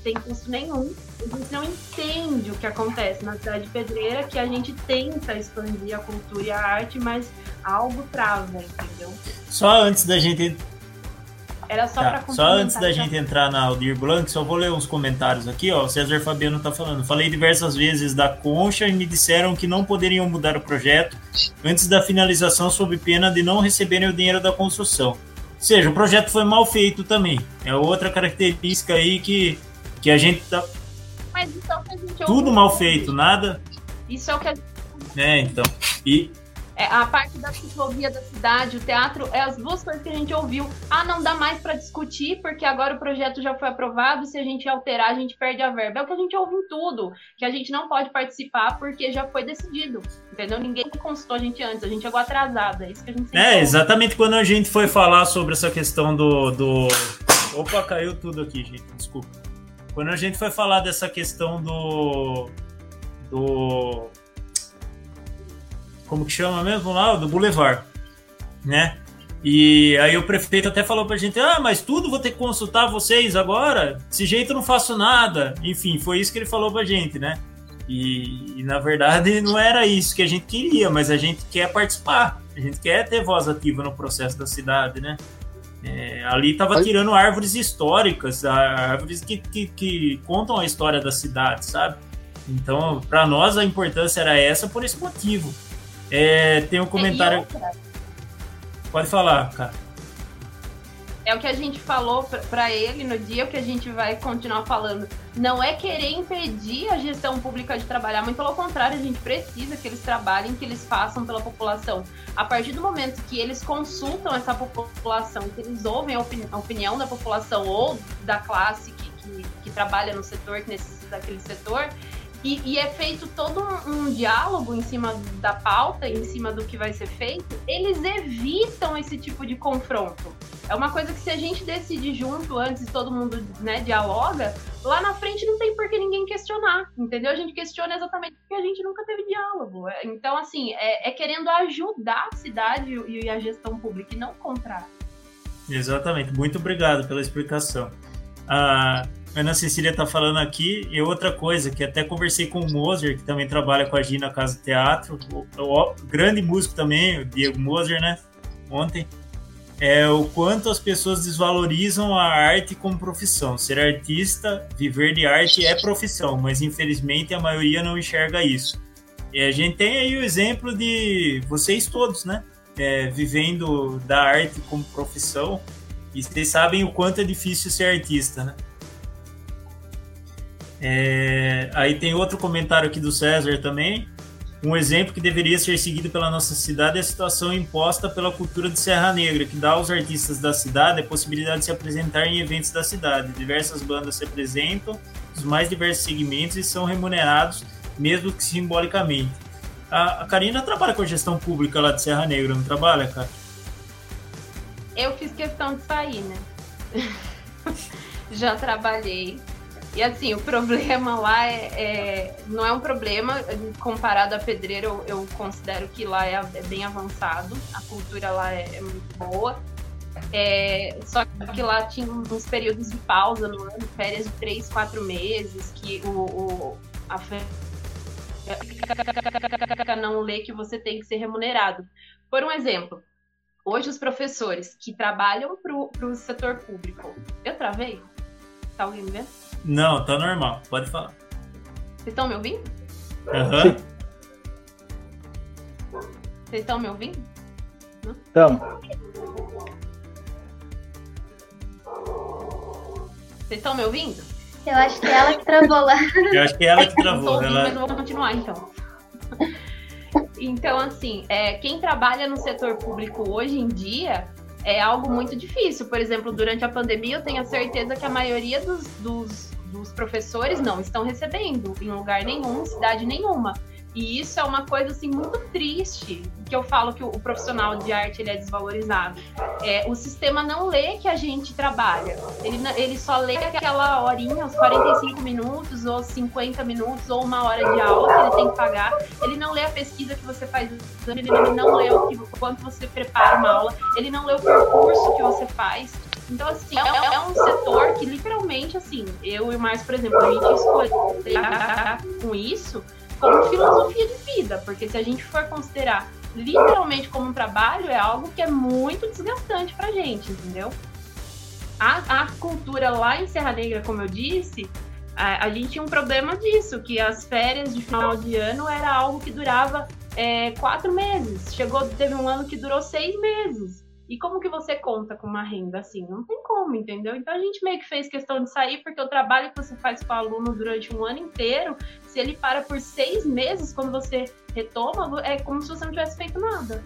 sem custo nenhum. A gente não entende o que acontece na cidade de Pedreira, que a gente tenta expandir a cultura e a arte, mas algo trava, entendeu? Só antes da gente... Era só tá, para Só antes da gente entrar na Aldir Blanc, só vou ler uns comentários aqui, ó. O César Fabiano tá falando. Falei diversas vezes da Concha e me disseram que não poderiam mudar o projeto antes da finalização sob pena de não receberem o dinheiro da construção. Ou seja, o projeto foi mal feito também. É outra característica aí que, que a gente tá... Mas isso é o que a gente Tudo ouve. mal feito, nada... Isso é o que a gente... É, então. E... É, a parte da ciclovia da cidade, o teatro, é as duas coisas que a gente ouviu. Ah, não dá mais para discutir, porque agora o projeto já foi aprovado, se a gente alterar, a gente perde a verba. É o que a gente ouve em tudo, que a gente não pode participar porque já foi decidido, entendeu? Ninguém consultou a gente antes, a gente chegou atrasada, é isso que a gente sempre É, ouve. exatamente quando a gente foi falar sobre essa questão do, do... Opa, caiu tudo aqui, gente, desculpa. Quando a gente foi falar dessa questão do... do... como que chama mesmo lá? Do Boulevard, né? E aí o prefeito até falou pra gente, ah, mas tudo vou ter que consultar vocês agora? Desse jeito eu não faço nada. Enfim, foi isso que ele falou pra gente, né? E, e na verdade não era isso que a gente queria, mas a gente quer participar, a gente quer ter voz ativa no processo da cidade, né? É, ali tava tirando árvores históricas, árvores que, que, que contam a história da cidade, sabe? Então, para nós a importância era essa por esse motivo. É, tem um comentário. Pode falar, cara. É o que a gente falou para ele no dia, o que a gente vai continuar falando. Não é querer impedir a gestão pública de trabalhar, muito pelo contrário, a gente precisa que eles trabalhem, que eles façam pela população. A partir do momento que eles consultam essa população, que eles ouvem a, opini- a opinião da população ou da classe que, que, que trabalha no setor, que necessita daquele setor, E, e é feito todo um, um diálogo em cima da pauta, em cima do que vai ser feito, eles evitam esse tipo de confronto. É uma coisa que se a gente decide junto antes e todo mundo, né, dialoga, lá na frente não tem por que ninguém questionar, entendeu? A gente questiona exatamente porque a gente nunca teve diálogo. Então, assim, é, é querendo ajudar a cidade e a gestão pública e não o contrário. Exatamente. Muito obrigado pela explicação. A Ana Cecília está falando aqui, e outra coisa, que até conversei com o Moser, que também trabalha com a Gi na Casa do Teatro, o, o, o grande músico também, o Diego Moser, né, ontem, é o quanto as pessoas desvalorizam a arte como profissão. Ser artista, viver de arte é profissão, mas infelizmente a maioria não enxerga isso. E a gente tem aí o exemplo de vocês todos, né, é, vivendo da arte como profissão, e vocês sabem o quanto é difícil ser artista, né? É, aí tem outro comentário aqui do César também. Um exemplo que deveria ser seguido pela nossa cidade é a situação imposta pela cultura de Serra Negra, que dá aos artistas da cidade a possibilidade de se apresentar em eventos da cidade. Diversas bandas se apresentam, os mais diversos segmentos, e são remunerados, mesmo que simbolicamente. A, a Karina trabalha com a gestão pública lá de Serra Negra, não trabalha, cara? Eu fiz questão de sair, né? Já trabalhei. E assim, o problema lá é, é, não é um problema, comparado a Pedreira, eu, eu considero que lá é, é bem avançado, a cultura lá é, é muito boa. É, só que lá tinha uns períodos de pausa no ano, férias de três, quatro meses, que o, o a não lê que você tem que ser remunerado. Por um exemplo, hoje os professores que trabalham para o setor público... Eu travei? Tá alguém me vendo? Não, tá normal, pode falar. Vocês estão me ouvindo? Aham. Uhum. Vocês estão me ouvindo? Então. Vocês estão me ouvindo? Eu acho que é ela que travou lá. Eu acho que é ela que travou. Não tô ouvindo, ela... mas eu vou continuar então. Então, assim, é, quem trabalha no setor público hoje em dia é algo muito difícil. Por exemplo, durante a pandemia, eu tenho a certeza que a maioria dos, dos, dos professores não estão recebendo em lugar nenhum, cidade nenhuma. E isso é uma coisa, assim, muito triste, que eu falo que o, o profissional de arte ele é desvalorizado. É, o sistema não lê que a gente trabalha. Ele, ele só lê aquela horinha, os quarenta e cinco minutos, ou cinquenta minutos, ou uma hora de aula que ele tem que pagar. Ele não lê a pesquisa que você faz, ele não lê o, que, o quanto você prepara uma aula, ele não lê o percurso que você faz. Então, assim, é, é um setor que literalmente, assim, eu e o Márcio, por exemplo, a gente escolheu trabalhar com isso como filosofia de vida, porque se a gente for considerar literalmente como um trabalho, é algo que é muito desgastante pra gente, entendeu? A, a cultura lá em Serra Negra, como eu disse, a, a gente tinha um problema disso, que as férias de final de ano era algo que durava é, quatro meses. Chegou, teve um ano que durou seis meses. E como que você conta com uma renda assim? Não tem como, entendeu? Então a gente meio que fez questão de sair, porque o trabalho que você faz com o aluno durante um ano inteiro, se ele para por seis meses, quando você retoma, é como se você não tivesse feito nada.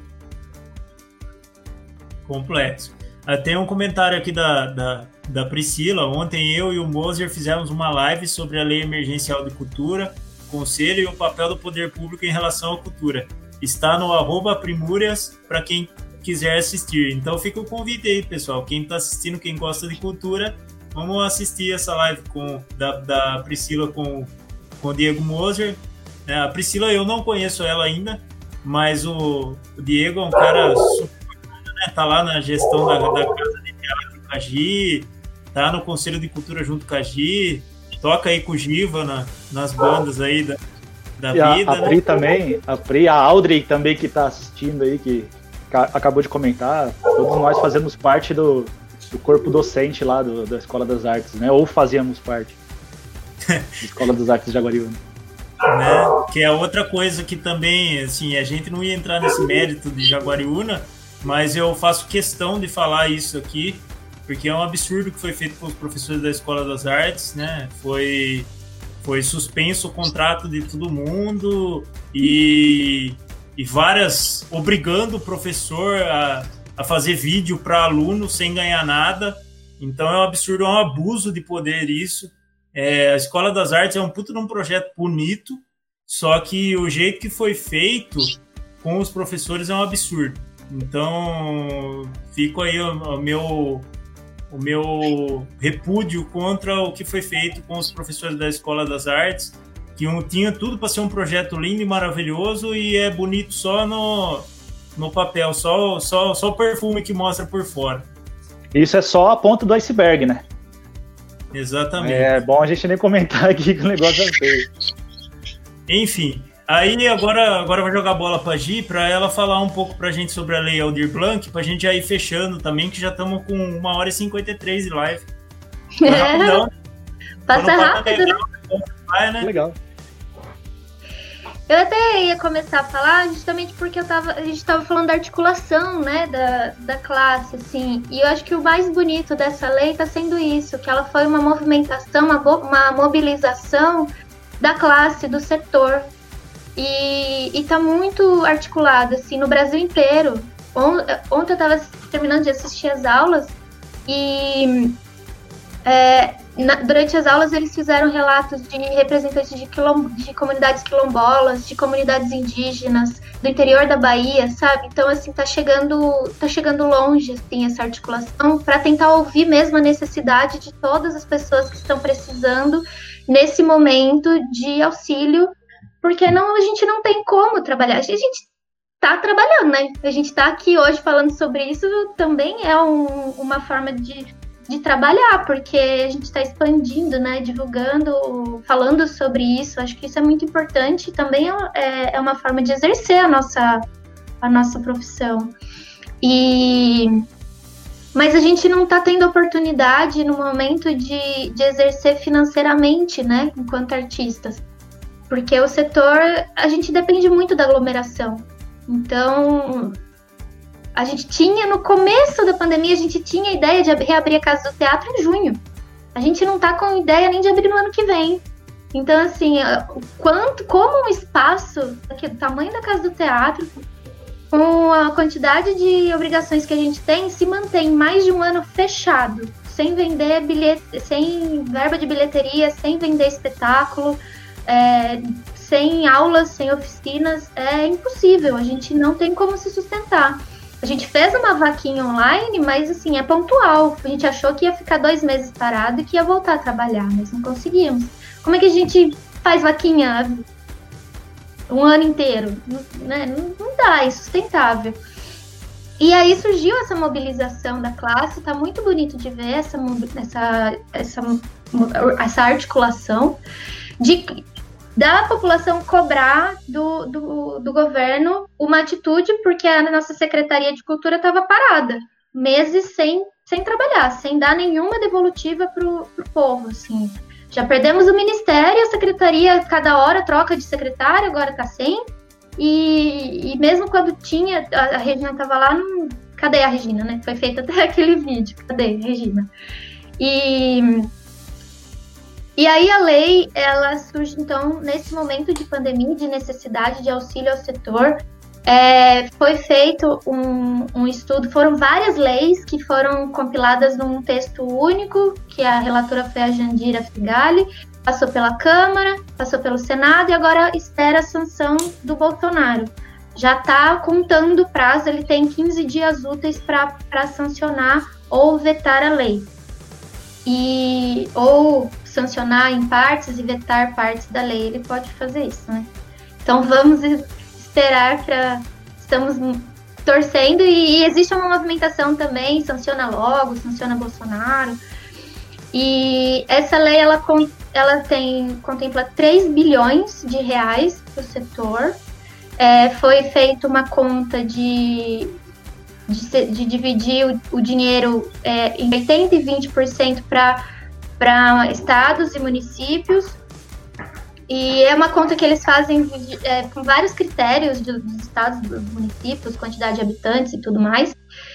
Complexo. Tem um comentário aqui da, da, da Priscila. Ontem eu e o Moser fizemos uma live sobre a Lei Emergencial de Cultura, Conselho e o papel do poder público em relação à cultura. Está no arroba Primúrias para quem quiser assistir. Então fica o convite aí, pessoal. Quem está assistindo, quem gosta de cultura, vamos assistir essa live com, da, da Priscila com, com o Diego Moser. É, a Priscila, eu não conheço ela ainda, mas o, o Diego é um cara super bacana, né? Tá lá na gestão da, da Casa de Teatro com a Gi, tá no Conselho de Cultura junto com a Gi, toca aí com o Giva na, nas bandas aí da, da e vida. A, a Pri né? também, a Pri, a Audrey também que tá assistindo aí, que acabou de comentar, todos nós fazemos parte do, do corpo docente lá do, da Escola das Artes, né? Ou fazíamos parte da Escola das Artes de Jaguariúna. Né? Que é outra coisa que também, assim, a gente não ia entrar nesse mérito de Jaguariúna, mas eu faço questão de falar isso aqui, porque é um absurdo que foi feito com os professores da Escola das Artes, né? Foi, foi suspenso o contrato de todo mundo e... e várias, obrigando o professor a, a fazer vídeo para aluno sem ganhar nada. Então é um absurdo, é um abuso de poder isso. É, a Escola das Artes é um puto de um projeto bonito, só que o jeito que foi feito com os professores é um absurdo. Então fico aí o, o, meu, o meu repúdio contra o que foi feito com os professores da Escola das Artes, que um, tinha tudo para ser um projeto lindo e maravilhoso e é bonito só no, no papel, só, só, só o perfume que mostra por fora. Isso é só a ponta do iceberg, né? Exatamente. É bom a gente nem comentar aqui que o negócio é feio. Enfim, aí agora, agora eu vou jogar a bola para a Gi, para ela falar um pouco para a gente sobre a Lei Aldir Blanc, para a gente já ir fechando também, que já estamos com uma hora e cinquenta e três de live. É. Rapidão. Passa rápido, né? Vai, né? Legal. Eu até ia começar a falar justamente porque eu tava, a gente estava falando da articulação, né, da, da classe, assim, e eu acho que o mais bonito dessa lei está sendo isso, que ela foi uma movimentação, uma, uma mobilização da classe, do setor, e está muito articulado, assim, no Brasil inteiro. Ontem eu estava terminando de assistir as aulas e... É, na, durante as aulas eles fizeram relatos de representantes de, quilom, de comunidades quilombolas, de comunidades indígenas, do interior da Bahia, sabe? Então, assim, tá chegando, tá chegando longe, assim, essa articulação, para tentar ouvir mesmo a necessidade de todas as pessoas que estão precisando nesse momento de auxílio, porque não, a gente não tem como trabalhar. A gente tá trabalhando, né? A gente tá aqui hoje falando sobre isso, também é um, uma forma de... de trabalhar, porque a gente está expandindo, né, divulgando, falando sobre isso. Acho que isso é muito importante, também é, é uma forma de exercer a nossa, a nossa profissão. E, mas a gente não está tendo oportunidade no momento de, de exercer financeiramente, né, enquanto artistas, porque o setor, a gente depende muito da aglomeração. Então... A gente tinha, no começo da pandemia, a gente tinha a ideia de reabrir a Casa do Teatro em junho. A gente não tá com ideia nem de abrir no ano que vem. Então, assim, o quanto, como um espaço, o tamanho da Casa do Teatro, com a quantidade de obrigações que a gente tem, se mantém mais de um ano fechado, sem vender bilhete, sem verba de bilheteria, sem vender espetáculo, é, sem aulas, sem oficinas, é impossível. A gente não tem como se sustentar. A gente fez uma vaquinha online, mas assim, é pontual. A gente achou que ia ficar dois meses parado e que ia voltar a trabalhar, mas não conseguimos. Como é que a gente faz vaquinha um ano inteiro? Não, né? não, não dá, é insustentável. E aí surgiu essa mobilização da classe, tá muito bonito de ver essa, essa, essa, essa articulação de, da população cobrar do, do, do governo uma atitude, porque a nossa Secretaria de Cultura estava parada, meses sem, sem trabalhar, sem dar nenhuma devolutiva pro, pro povo, assim. Já perdemos o ministério, a secretaria, cada hora troca de secretário, agora tá sem. E, e mesmo quando tinha, a, a Regina tava lá, não, cadê a Regina, né? Foi feito até aquele vídeo, cadê a Regina? E, e aí a lei, ela surge, então, nesse momento de pandemia, de necessidade de auxílio ao setor. É, foi feito um, um estudo, foram várias leis que foram compiladas num texto único, que a relatora foi a Jandira Figali, passou pela Câmara, passou pelo Senado e agora espera a sanção do Bolsonaro. Já está contando o prazo, ele tem quinze dias úteis para sancionar ou vetar a lei. E, ou sancionar em partes e vetar partes da lei, ele pode fazer isso, né? Então vamos esperar para... Estamos torcendo e, e existe uma movimentação também, sanciona logo, sanciona Bolsonaro. E essa lei, ela, ela tem, contempla três bilhões de reais para o setor. É, foi feita uma conta de, de, de dividir o, o dinheiro é, em oitenta e vinte por cento para estados e municípios. E é uma conta que eles fazem é, com vários critérios de, dos estados, dos municípios, quantidade de habitantes e tudo mais.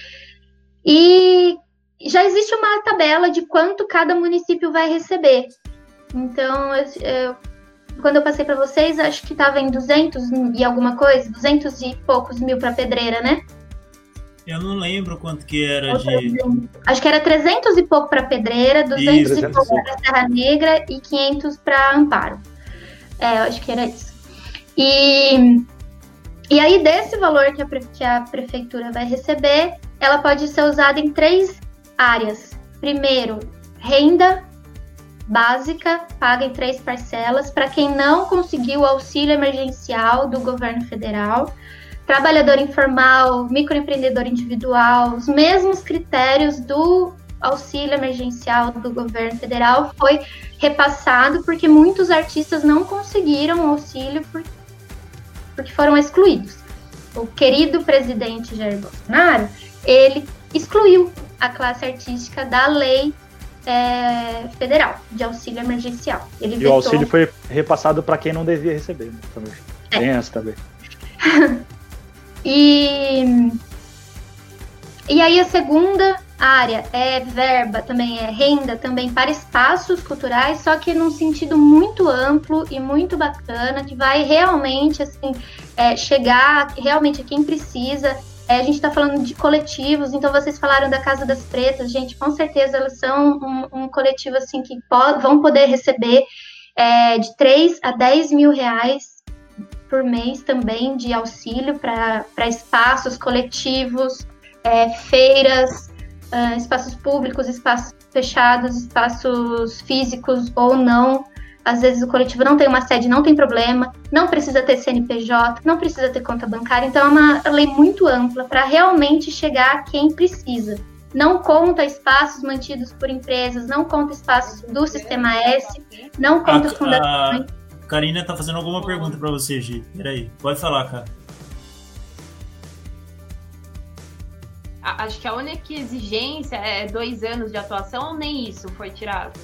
E já existe uma tabela de quanto cada município vai receber. Então, eu, eu, quando eu passei para vocês, acho que estava em duzentos e alguma coisa, duzentos e poucos mil para Pedreira, né? Eu não lembro quanto que era de... Acho que era trezentos e pouco para Pedreira, duzentos Isso, e pouco para Serra Negra e quinhentos para Amparo. É, eu acho que era isso. E, e aí, desse valor que a, que a prefeitura vai receber, ela pode ser usada em três áreas. Primeiro, renda básica, paga em três parcelas, para quem não conseguiu o auxílio emergencial do governo federal. Trabalhador informal, microempreendedor individual, os mesmos critérios do auxílio emergencial do governo federal foi repassado porque muitos artistas não conseguiram auxílio por, porque foram excluídos. O querido presidente Jair Bolsonaro, ele excluiu a classe artística da lei é, federal de auxílio emergencial. Ele e vetou... o auxílio foi repassado para quem não devia receber, né? Também. É. Tem essa também. e, e aí a segunda área é verba, também é renda, também para espaços culturais, só que num sentido muito amplo e muito bacana, que vai realmente assim, é, chegar realmente a quem precisa. É, a gente está falando de coletivos, então vocês falaram da Casa das Pretas, gente, com certeza elas são um, um coletivo assim, que po- vão poder receber é, de três a dez mil reais por mês também de auxílio para espaços coletivos, é, feiras, Uh, espaços públicos, espaços fechados, espaços físicos ou não. Às vezes o coletivo não tem uma sede, não tem problema, não precisa ter C N P J, não precisa ter conta bancária. Então é uma lei muito ampla para realmente chegar a quem precisa. Não conta espaços mantidos por empresas, não conta espaços do Sistema S, não conta fundações. A Karina está fazendo alguma pergunta para você, Gi. Peraí, pode falar, cara. Acho que a única exigência é dois anos de atuação, ou nem isso foi tirado?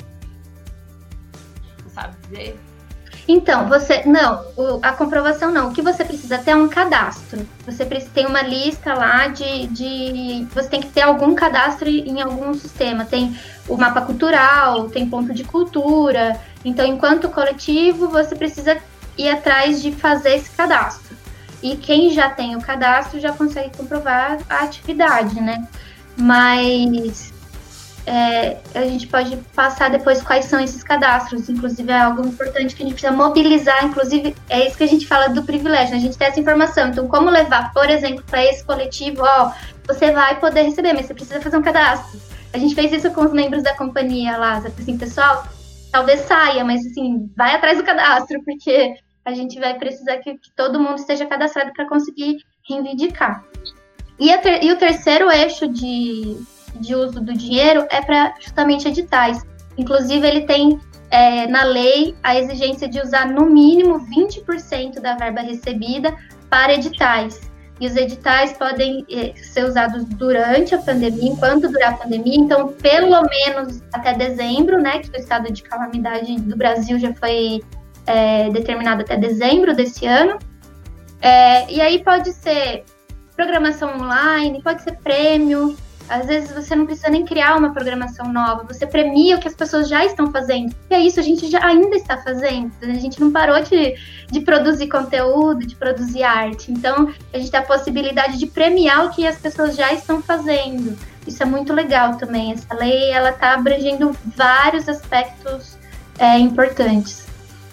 Não sabe dizer? Então, você... Não, o, a comprovação não. O que você precisa ter é um cadastro. Você precisa, tem uma lista lá de, de... Você tem que ter algum cadastro em algum sistema. Tem o mapa cultural, tem ponto de cultura. Então, enquanto coletivo, você precisa ir atrás de fazer esse cadastro. E quem já tem o cadastro já consegue comprovar a atividade, né? Mas é, a gente pode passar depois quais são esses cadastros. Inclusive, é algo importante que a gente precisa mobilizar. Inclusive, é isso que a gente fala do privilégio, né? A gente tem essa informação. Então, como levar, por exemplo, para esse coletivo, ó, você vai poder receber, mas você precisa fazer um cadastro. A gente fez isso com os membros da companhia lá, assim, pessoal, talvez saia, mas assim, vai atrás do cadastro, porque... a gente vai precisar que, que todo mundo esteja cadastrado para conseguir reivindicar. E, a ter, e o terceiro eixo de, de uso do dinheiro é para justamente editais. Inclusive, ele tem é, na lei a exigência de usar no mínimo vinte por cento da verba recebida para editais. E os editais podem é, ser usados durante a pandemia, enquanto durar a pandemia, então pelo menos até dezembro, né, que o estado de calamidade do Brasil já foi é, determinado até dezembro desse ano. É, e aí pode ser programação online, pode ser prêmio. Às vezes você não precisa nem criar uma programação nova, você premia o que as pessoas já estão fazendo. E é isso, a gente já ainda está fazendo. A gente não parou de, de produzir conteúdo, de produzir arte. Então, a gente tem a possibilidade de premiar o que as pessoas já estão fazendo. Isso é muito legal também. Essa lei, ela está abrangendo vários aspectos é, importantes.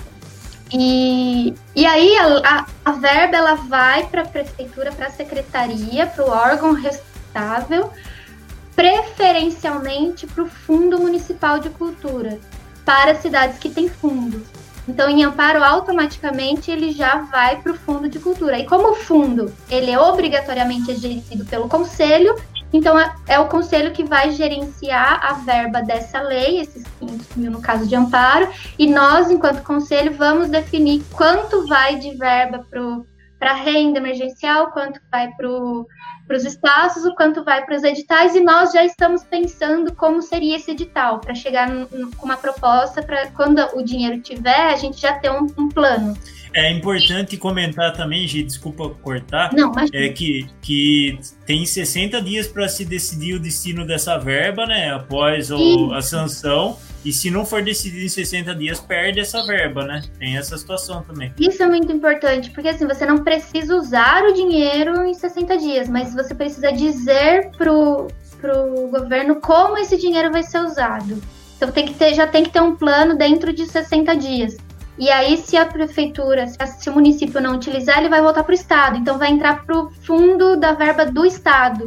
E, e aí, a, a, a verba, ela vai para a prefeitura, para a secretaria, para o órgão responsável, preferencialmente para o Fundo Municipal de Cultura, para cidades que têm fundo. Então, em Amparo, automaticamente, ele já vai para o Fundo de Cultura. E como o fundo, ele é obrigatoriamente gerido pelo Conselho, então é, é o Conselho que vai gerenciar a verba dessa lei, esses quinhentos mil no caso de Amparo, e nós, enquanto Conselho, vamos definir quanto vai de verba para a renda emergencial, quanto vai para os espaços, o quanto vai para os editais, e nós já estamos pensando como seria esse edital, para chegar com uma proposta, para quando o dinheiro tiver, a gente já ter um, um plano. É importante comentar também, Gi, desculpa cortar, Não, mas... é que, que tem sessenta dias para se decidir o destino dessa verba, né, após o, a sanção, e se não for decidido em sessenta dias, perde essa verba, né? Tem essa situação também. Isso é muito importante, porque assim, você não precisa usar o dinheiro em sessenta dias, mas você precisa dizer pro, pro governo como esse dinheiro vai ser usado. Então tem que ter, já tem que ter um plano dentro de sessenta dias. E aí, se a prefeitura, se, a, se o município não utilizar, ele vai voltar para o Estado. Então, vai entrar para o fundo da verba do Estado.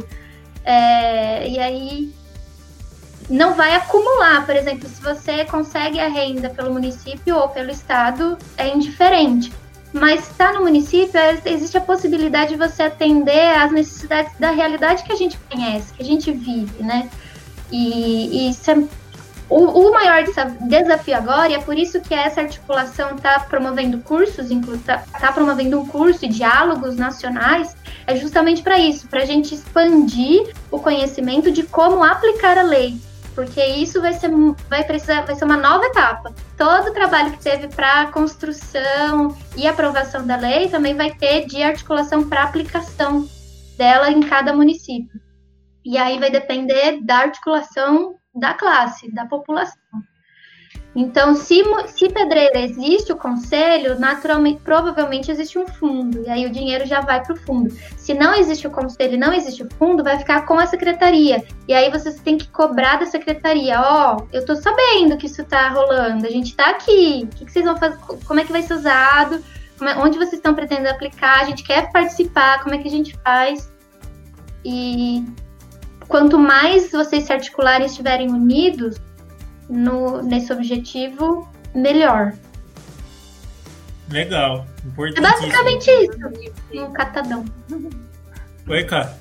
É, e aí, não vai acumular. Por exemplo, se você consegue a renda pelo município ou pelo Estado, é indiferente. Mas está no município, existe a possibilidade de você atender às necessidades da realidade que a gente conhece, que a gente vive, né? E, e isso é... O, o maior desafio agora, e é por isso que essa articulação está promovendo cursos, está tá promovendo um curso e diálogos nacionais, é justamente para isso, para a gente expandir o conhecimento de como aplicar a lei, porque isso vai ser, vai precisar, vai ser uma nova etapa. Todo o trabalho que teve para a construção e aprovação da lei também vai ter de articulação para aplicação dela em cada município. E aí vai depender da articulação da classe, da população. Então, se, se Pedreira existe o conselho, naturalmente, provavelmente existe um fundo, e aí o dinheiro já vai para o fundo. Se não existe o conselho e não existe o fundo, vai ficar com a secretaria. E aí vocês têm que cobrar da secretaria, ó, oh, eu tô sabendo que isso tá rolando, a gente tá aqui, o que, que vocês vão fazer, como é que vai ser usado, como é, onde vocês estão pretendendo aplicar, a gente quer participar, como é que a gente faz. E quanto mais vocês se articularem e estiverem unidos no, nesse objetivo, melhor. Legal, É importantíssimo. basicamente isso, um catadão. Oi, cara.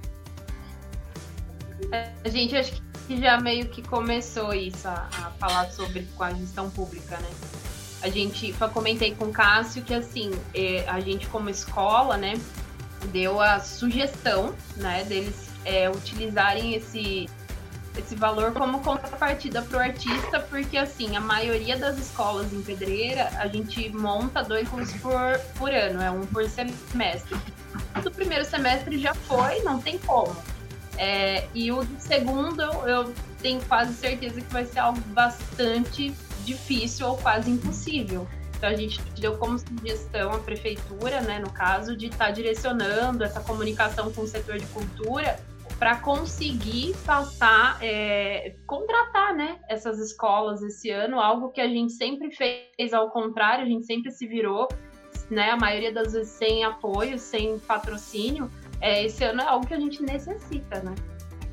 A gente acho que já meio que começou isso, a, a falar sobre com a gestão pública, né? A gente, eu comentei com o Cássio que assim, a gente como escola, né, deu a sugestão, né, deles É, utilizarem esse, esse valor como contrapartida para o artista, porque assim, a maioria das escolas em Pedreira, a gente monta dois cursos por, por ano, é um por semestre. O primeiro semestre já foi, não tem como. É, e o segundo, eu tenho quase certeza que vai ser algo bastante difícil ou quase impossível. Então a gente deu como sugestão a prefeitura, né, no caso, de estar tá direcionando essa comunicação com o setor de cultura para conseguir passar, é, contratar, né, essas escolas esse ano, algo que a gente sempre fez ao contrário, a gente sempre se virou, né, a maioria das vezes sem apoio, sem patrocínio. É, esse ano é algo que a gente necessita, né?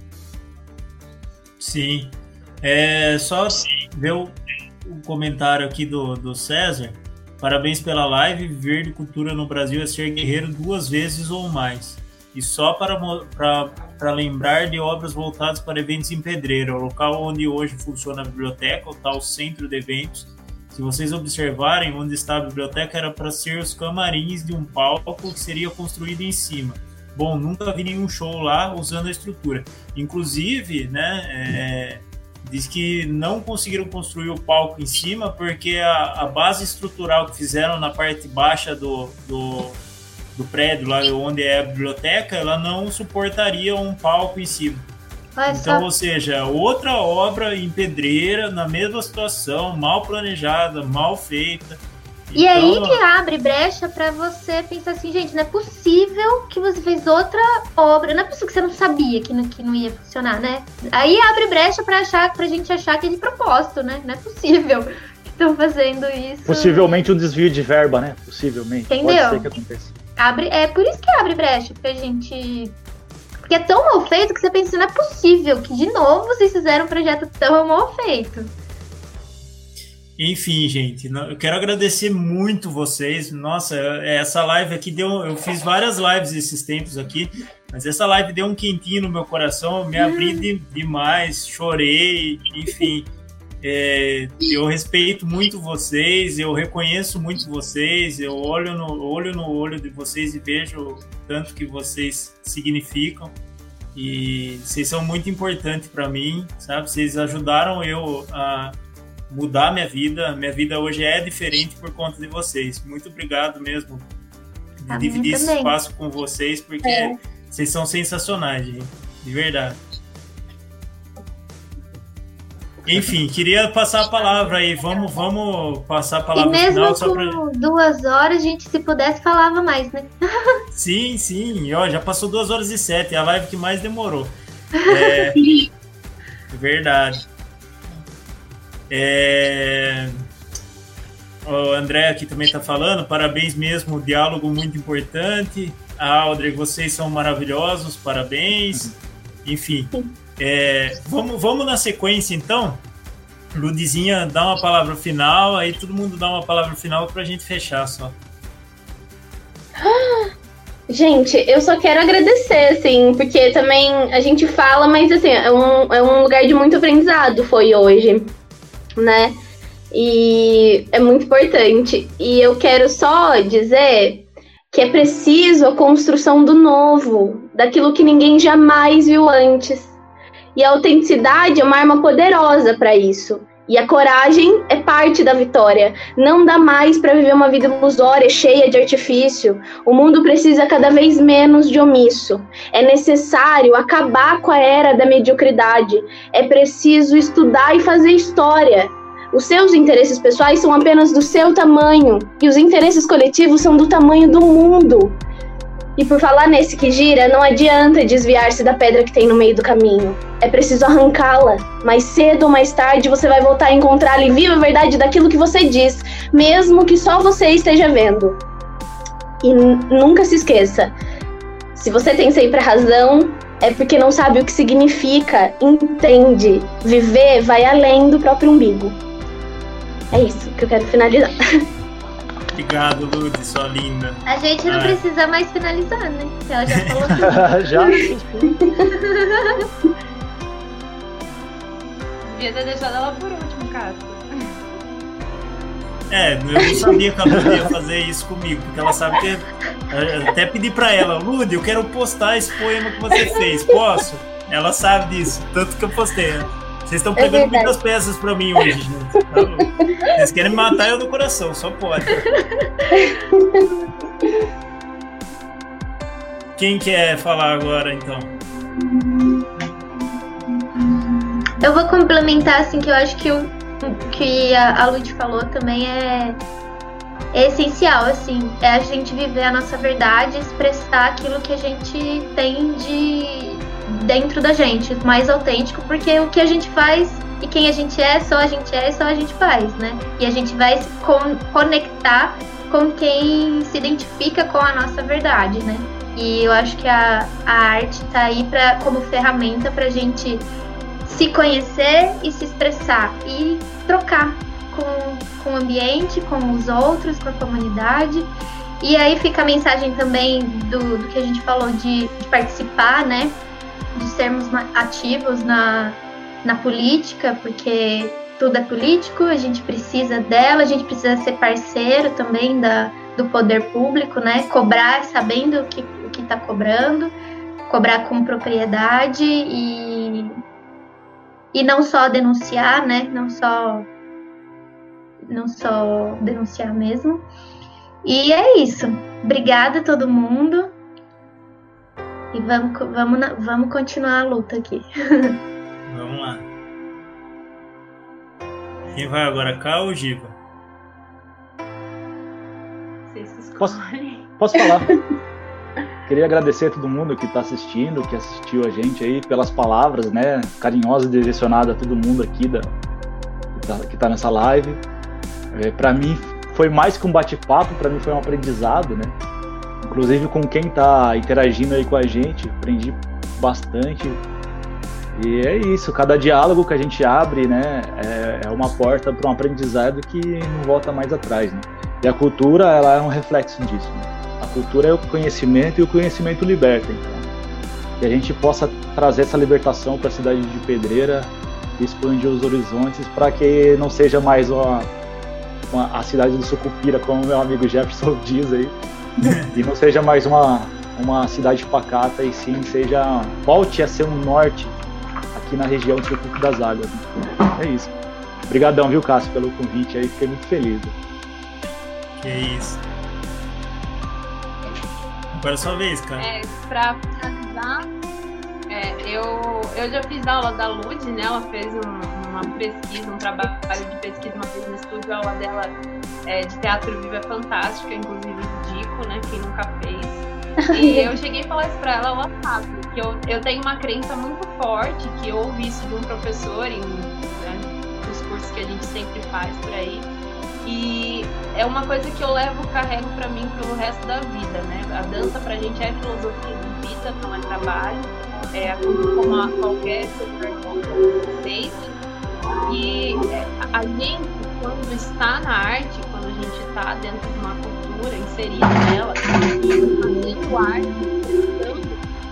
Sim. É, só ver o, o comentário aqui do, do César. Parabéns pela live. Viver de cultura no Brasil é ser guerreiro duas vezes ou mais. e só para, para, para lembrar de obras voltadas para eventos em Pedreira, o local onde hoje funciona a biblioteca, o tal centro de eventos. Se vocês observarem, onde está a biblioteca era para ser os camarins de um palco que seria construído em cima. Bom, nunca vi nenhum show lá usando a estrutura. Inclusive, né, é, diz que não conseguiram construir o palco em cima porque a, a base estrutural que fizeram na parte baixa do, do, do prédio, lá onde é a biblioteca, ela não suportaria um palco em cima. Mas então, só... ou seja, outra obra em Pedreira, na mesma situação, mal planejada, mal feita. E então, aí que abre brecha pra você pensar assim, gente, não é possível que você fez outra obra, não é possível que você não sabia que não, que não ia funcionar, né? Aí abre brecha pra, achar, pra gente achar que é de propósito, né? Não é possível que estão fazendo isso. Possivelmente um desvio de verba, né? Possivelmente. Entendeu? Pode ser que aconteça. Abre, é por isso que abre brecha pra gente... Porque é tão mal feito que você pensa, não é possível que de novo vocês fizeram um projeto tão mal feito. Enfim, gente, eu quero agradecer muito vocês. Nossa, essa live aqui deu... Eu fiz várias lives esses tempos aqui, mas essa live deu um quentinho no meu coração, eu me abri de, demais, chorei, enfim. É, eu respeito muito vocês, eu reconheço muito vocês, eu olho no olho, no olho de vocês e vejo tanto que vocês significam. E vocês são muito importantes para mim, sabe? Vocês ajudaram eu a mudar minha vida. Minha vida hoje é diferente por conta de vocês. Muito obrigado mesmo de A dividir esse também. espaço com vocês, porque É. vocês são sensacionais, gente. De verdade. Enfim, queria passar a palavra aí. Vamos, vamos passar a E palavra mesmo final com só pra... duas horas, a gente, se pudesse, falava mais, né? Sim, sim. Ó, já passou duas horas e sete. É a live que mais demorou. É... Verdade. É... O André aqui também está falando. Parabéns mesmo. Diálogo muito importante. A Audrey, vocês são maravilhosos. Parabéns. Enfim. É... Vamos, vamos na sequência, então. Ludizinha, dá uma palavra final. Aí todo mundo dá uma palavra final para a gente fechar só. Gente, eu só quero agradecer, assim, porque também a gente fala, mas assim, é um, é um lugar de muito aprendizado, foi hoje, né? E é muito importante. E eu quero só dizer que é preciso a construção do novo, daquilo que ninguém jamais viu antes. E a autenticidade é uma arma poderosa para isso. E a coragem é parte da vitória. Não dá mais para viver uma vida ilusória, cheia de artifício. O mundo precisa cada vez menos de omisso. É necessário acabar com a era da mediocridade. É preciso estudar e fazer história. Os seus interesses pessoais são apenas do seu tamanho. E os interesses coletivos são do tamanho do mundo. E por falar nesse que gira, não adianta desviar-se da pedra que tem no meio do caminho. É preciso arrancá-la. Mais cedo ou mais tarde você vai voltar a encontrá-la e viva a verdade daquilo que você diz, mesmo que só você esteja vendo. E n- nunca se esqueça, se você tem sempre a razão, é porque não sabe o que significa, entende. Viver vai além do próprio umbigo. É isso que eu quero finalizar. Obrigado, Ludi, sua linda. A gente não Ah. precisa mais finalizar, né? Porque ela já falou tudo. Já? Devia ter deixado ela por último, cara. É, eu não sabia que a Ludi ia fazer isso comigo, porque ela sabe que... Eu até pedi pra ela, Ludi, eu quero postar esse poema que você fez, posso? Ela sabe disso, tanto que eu postei. Vocês estão pegando verdade. muitas peças pra mim hoje, gente. Tá? Vocês querem me matar eu do coração, só pode. Quem quer falar agora, então? Eu vou complementar, assim, que eu acho que o que a, a Lud falou também é, é essencial, assim. É a gente viver a nossa verdade, expressar aquilo que a gente tem de dentro da gente, mais autêntico, porque o que a gente faz e quem a gente é, só a gente é e só a gente faz, né? E a gente vai se con- conectar com quem se identifica com a nossa verdade, né? E eu acho que a, a arte tá aí pra, como ferramenta pra gente se conhecer e se expressar e trocar com, com o ambiente, com os outros, com a comunidade E aí fica a mensagem também do, do que a gente falou de, de participar, né? De sermos ativos na, na política, porque tudo é político, a gente precisa dela, a gente precisa ser parceiro também da, do poder público, né? Cobrar sabendo o que o que está cobrando, cobrar com propriedade e, e não só denunciar, né? Não só, não só denunciar mesmo. E é isso. Obrigada a todo mundo. E vamos, vamos, vamos continuar a luta aqui. Vamos lá. Quem vai agora, Cá ou Giva? Vocês se escolhem. Posso, posso falar? Queria agradecer a todo mundo que está assistindo, que assistiu a gente aí, pelas palavras, né, carinhosas direcionadas a todo mundo aqui da, que, tá, que tá nessa live. É, para mim foi mais que um bate-papo, para mim foi um aprendizado, né? Inclusive com quem está interagindo aí com a gente, aprendi bastante. E é isso, cada diálogo que a gente abre, né, é, é uma porta para um aprendizado que não volta mais atrás, né? E a cultura, ela é um reflexo disso, né? A cultura é o conhecimento e o conhecimento liberta, então. Que a gente possa trazer essa libertação para a cidade de Pedreira e expandir os horizontes para que não seja mais uma, uma, a cidade do Sucupira, como meu amigo Jefferson diz aí, e não seja mais uma, uma cidade pacata, e sim seja, volte a ser um norte aqui na região do Circuito das Águas. É isso. Obrigadão, viu, Cássio, pelo convite aí, fiquei muito feliz. Que isso. Agora é sua vez, cara. É, pra finalizar, é, eu, eu já fiz aula da Lud, né? Ela fez um, uma pesquisa, um trabalho de pesquisa, uma vez no estúdio. A aula dela é, de teatro vivo é fantástica, inclusive indico, né? Quem nunca fez. E eu cheguei a falar isso pra ela, ela sabe, que eu, eu tenho uma crença muito forte, que eu ouvi isso de um professor em, né, nos cursos que a gente sempre faz por aí. E é uma coisa que eu levo, carrego pra mim pelo resto da vida, né? A dança pra gente é filosofia de vida, não é trabalho. É como a qualquer setor feito. E a gente, quando está na arte, quando a gente está dentro de uma cultura, inserida nela, fazendo arte,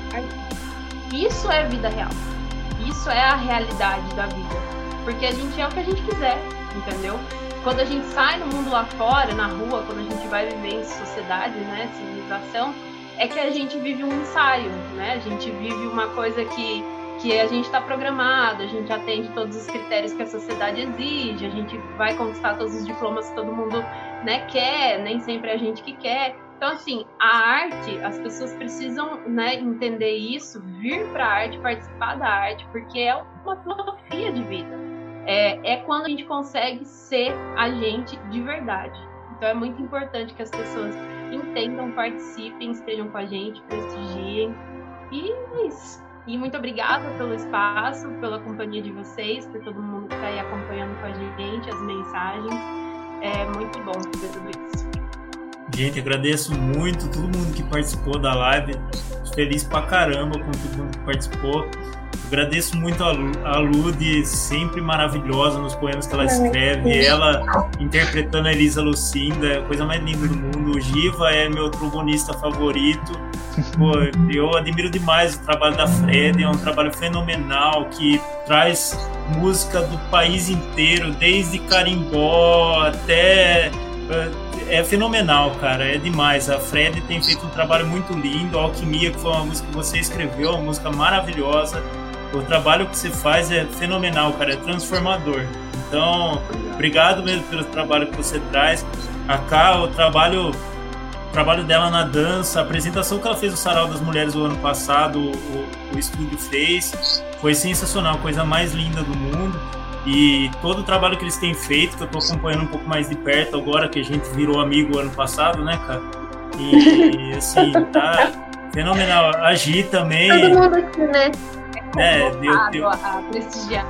isso é vida real. Isso é a realidade da vida. Porque a gente é o que a gente quiser, entendeu? Quando a gente sai no mundo lá fora, na rua, quando a gente vai viver em sociedade, né, civilização, é que a gente vive um ensaio, né? A gente vive uma coisa que, que a gente está programado, a gente atende todos os critérios que a sociedade exige, a gente vai conquistar todos os diplomas que todo mundo, né, quer, nem sempre é a gente que quer. Então, assim, a arte, as pessoas precisam, né, entender isso, vir para a arte, participar da arte, porque é uma filosofia de vida. É, é quando a gente consegue ser a gente de verdade. Então é muito importante que as pessoas entendam, participem, estejam com a gente, prestigiem. E é isso. E muito obrigada pelo espaço, pela companhia de vocês, por todo mundo que está aí acompanhando com a gente, as mensagens. É muito bom ver tudo isso. Gente, agradeço muito todo mundo que participou da live. Estou feliz pra caramba com todo mundo que participou. Agradeço muito a Lud, sempre maravilhosa nos poemas que ela escreve. Ela interpretando a Elisa Lucinda, é a coisa mais linda do mundo. O Giva é meu trombonista favorito. Pô, eu admiro demais o trabalho da Fred, é um trabalho fenomenal que traz música do país inteiro, desde carimbó até... É fenomenal, cara, é demais. A Fred tem feito um trabalho muito lindo. A Alquimia, que foi uma música que você escreveu, uma música maravilhosa. O trabalho que você faz é fenomenal, cara, é transformador. Então, obrigado mesmo pelo trabalho que você traz. A Cá, o trabalho, o trabalho dela na dança, a apresentação que ela fez no Sarau das Mulheres o ano passado, o, o estúdio fez, foi sensacional, coisa mais linda do mundo. E todo o trabalho que eles têm feito, que eu tô acompanhando um pouco mais de perto agora, que a gente virou amigo ano passado, né, cara? E, assim, tá fenomenal. A Gi também... Todo mundo aqui, né? É, deu, deu... a prestigiar.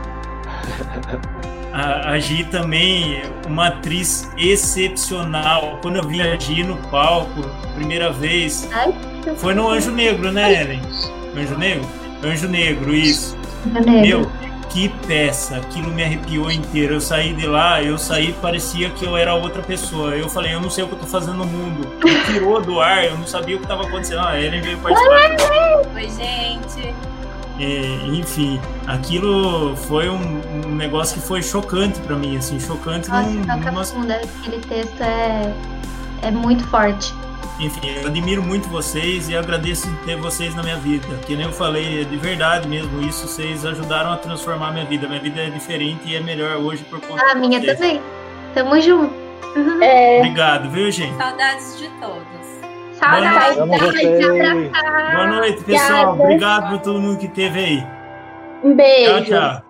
A, a Gi também, uma atriz excepcional. Quando eu vi a Gi no palco, primeira vez, foi no Anjo Negro, né, Ellen? Anjo Negro? Anjo Negro, isso. Meu, que peça, aquilo me arrepiou inteiro. Eu saí de lá, eu saí, parecia que eu era outra pessoa. Eu falei, eu não sei o que eu tô fazendo no mundo. Me tirou do ar, eu não sabia o que tava acontecendo. Ah, ele veio participar. Oi, gente. E, enfim, aquilo foi um, um negócio que foi chocante pra mim, assim, chocante. Nossa, num, toca numa... fundo, aquele texto é, é muito forte. Enfim, eu admiro muito vocês e agradeço ter vocês na minha vida. Que nem eu falei, é de verdade mesmo isso, vocês ajudaram a transformar a minha vida. Minha vida é diferente e é melhor hoje por conta Ah, a de minha vocês. também. Tamo junto. Uhum. É, Obrigado, viu, gente? Saudades de todos. Saudades. Amo vocês. Boa noite, pessoal. Obrigada. Obrigado por todo mundo que teve aí. um beijo. Tchau, tchau.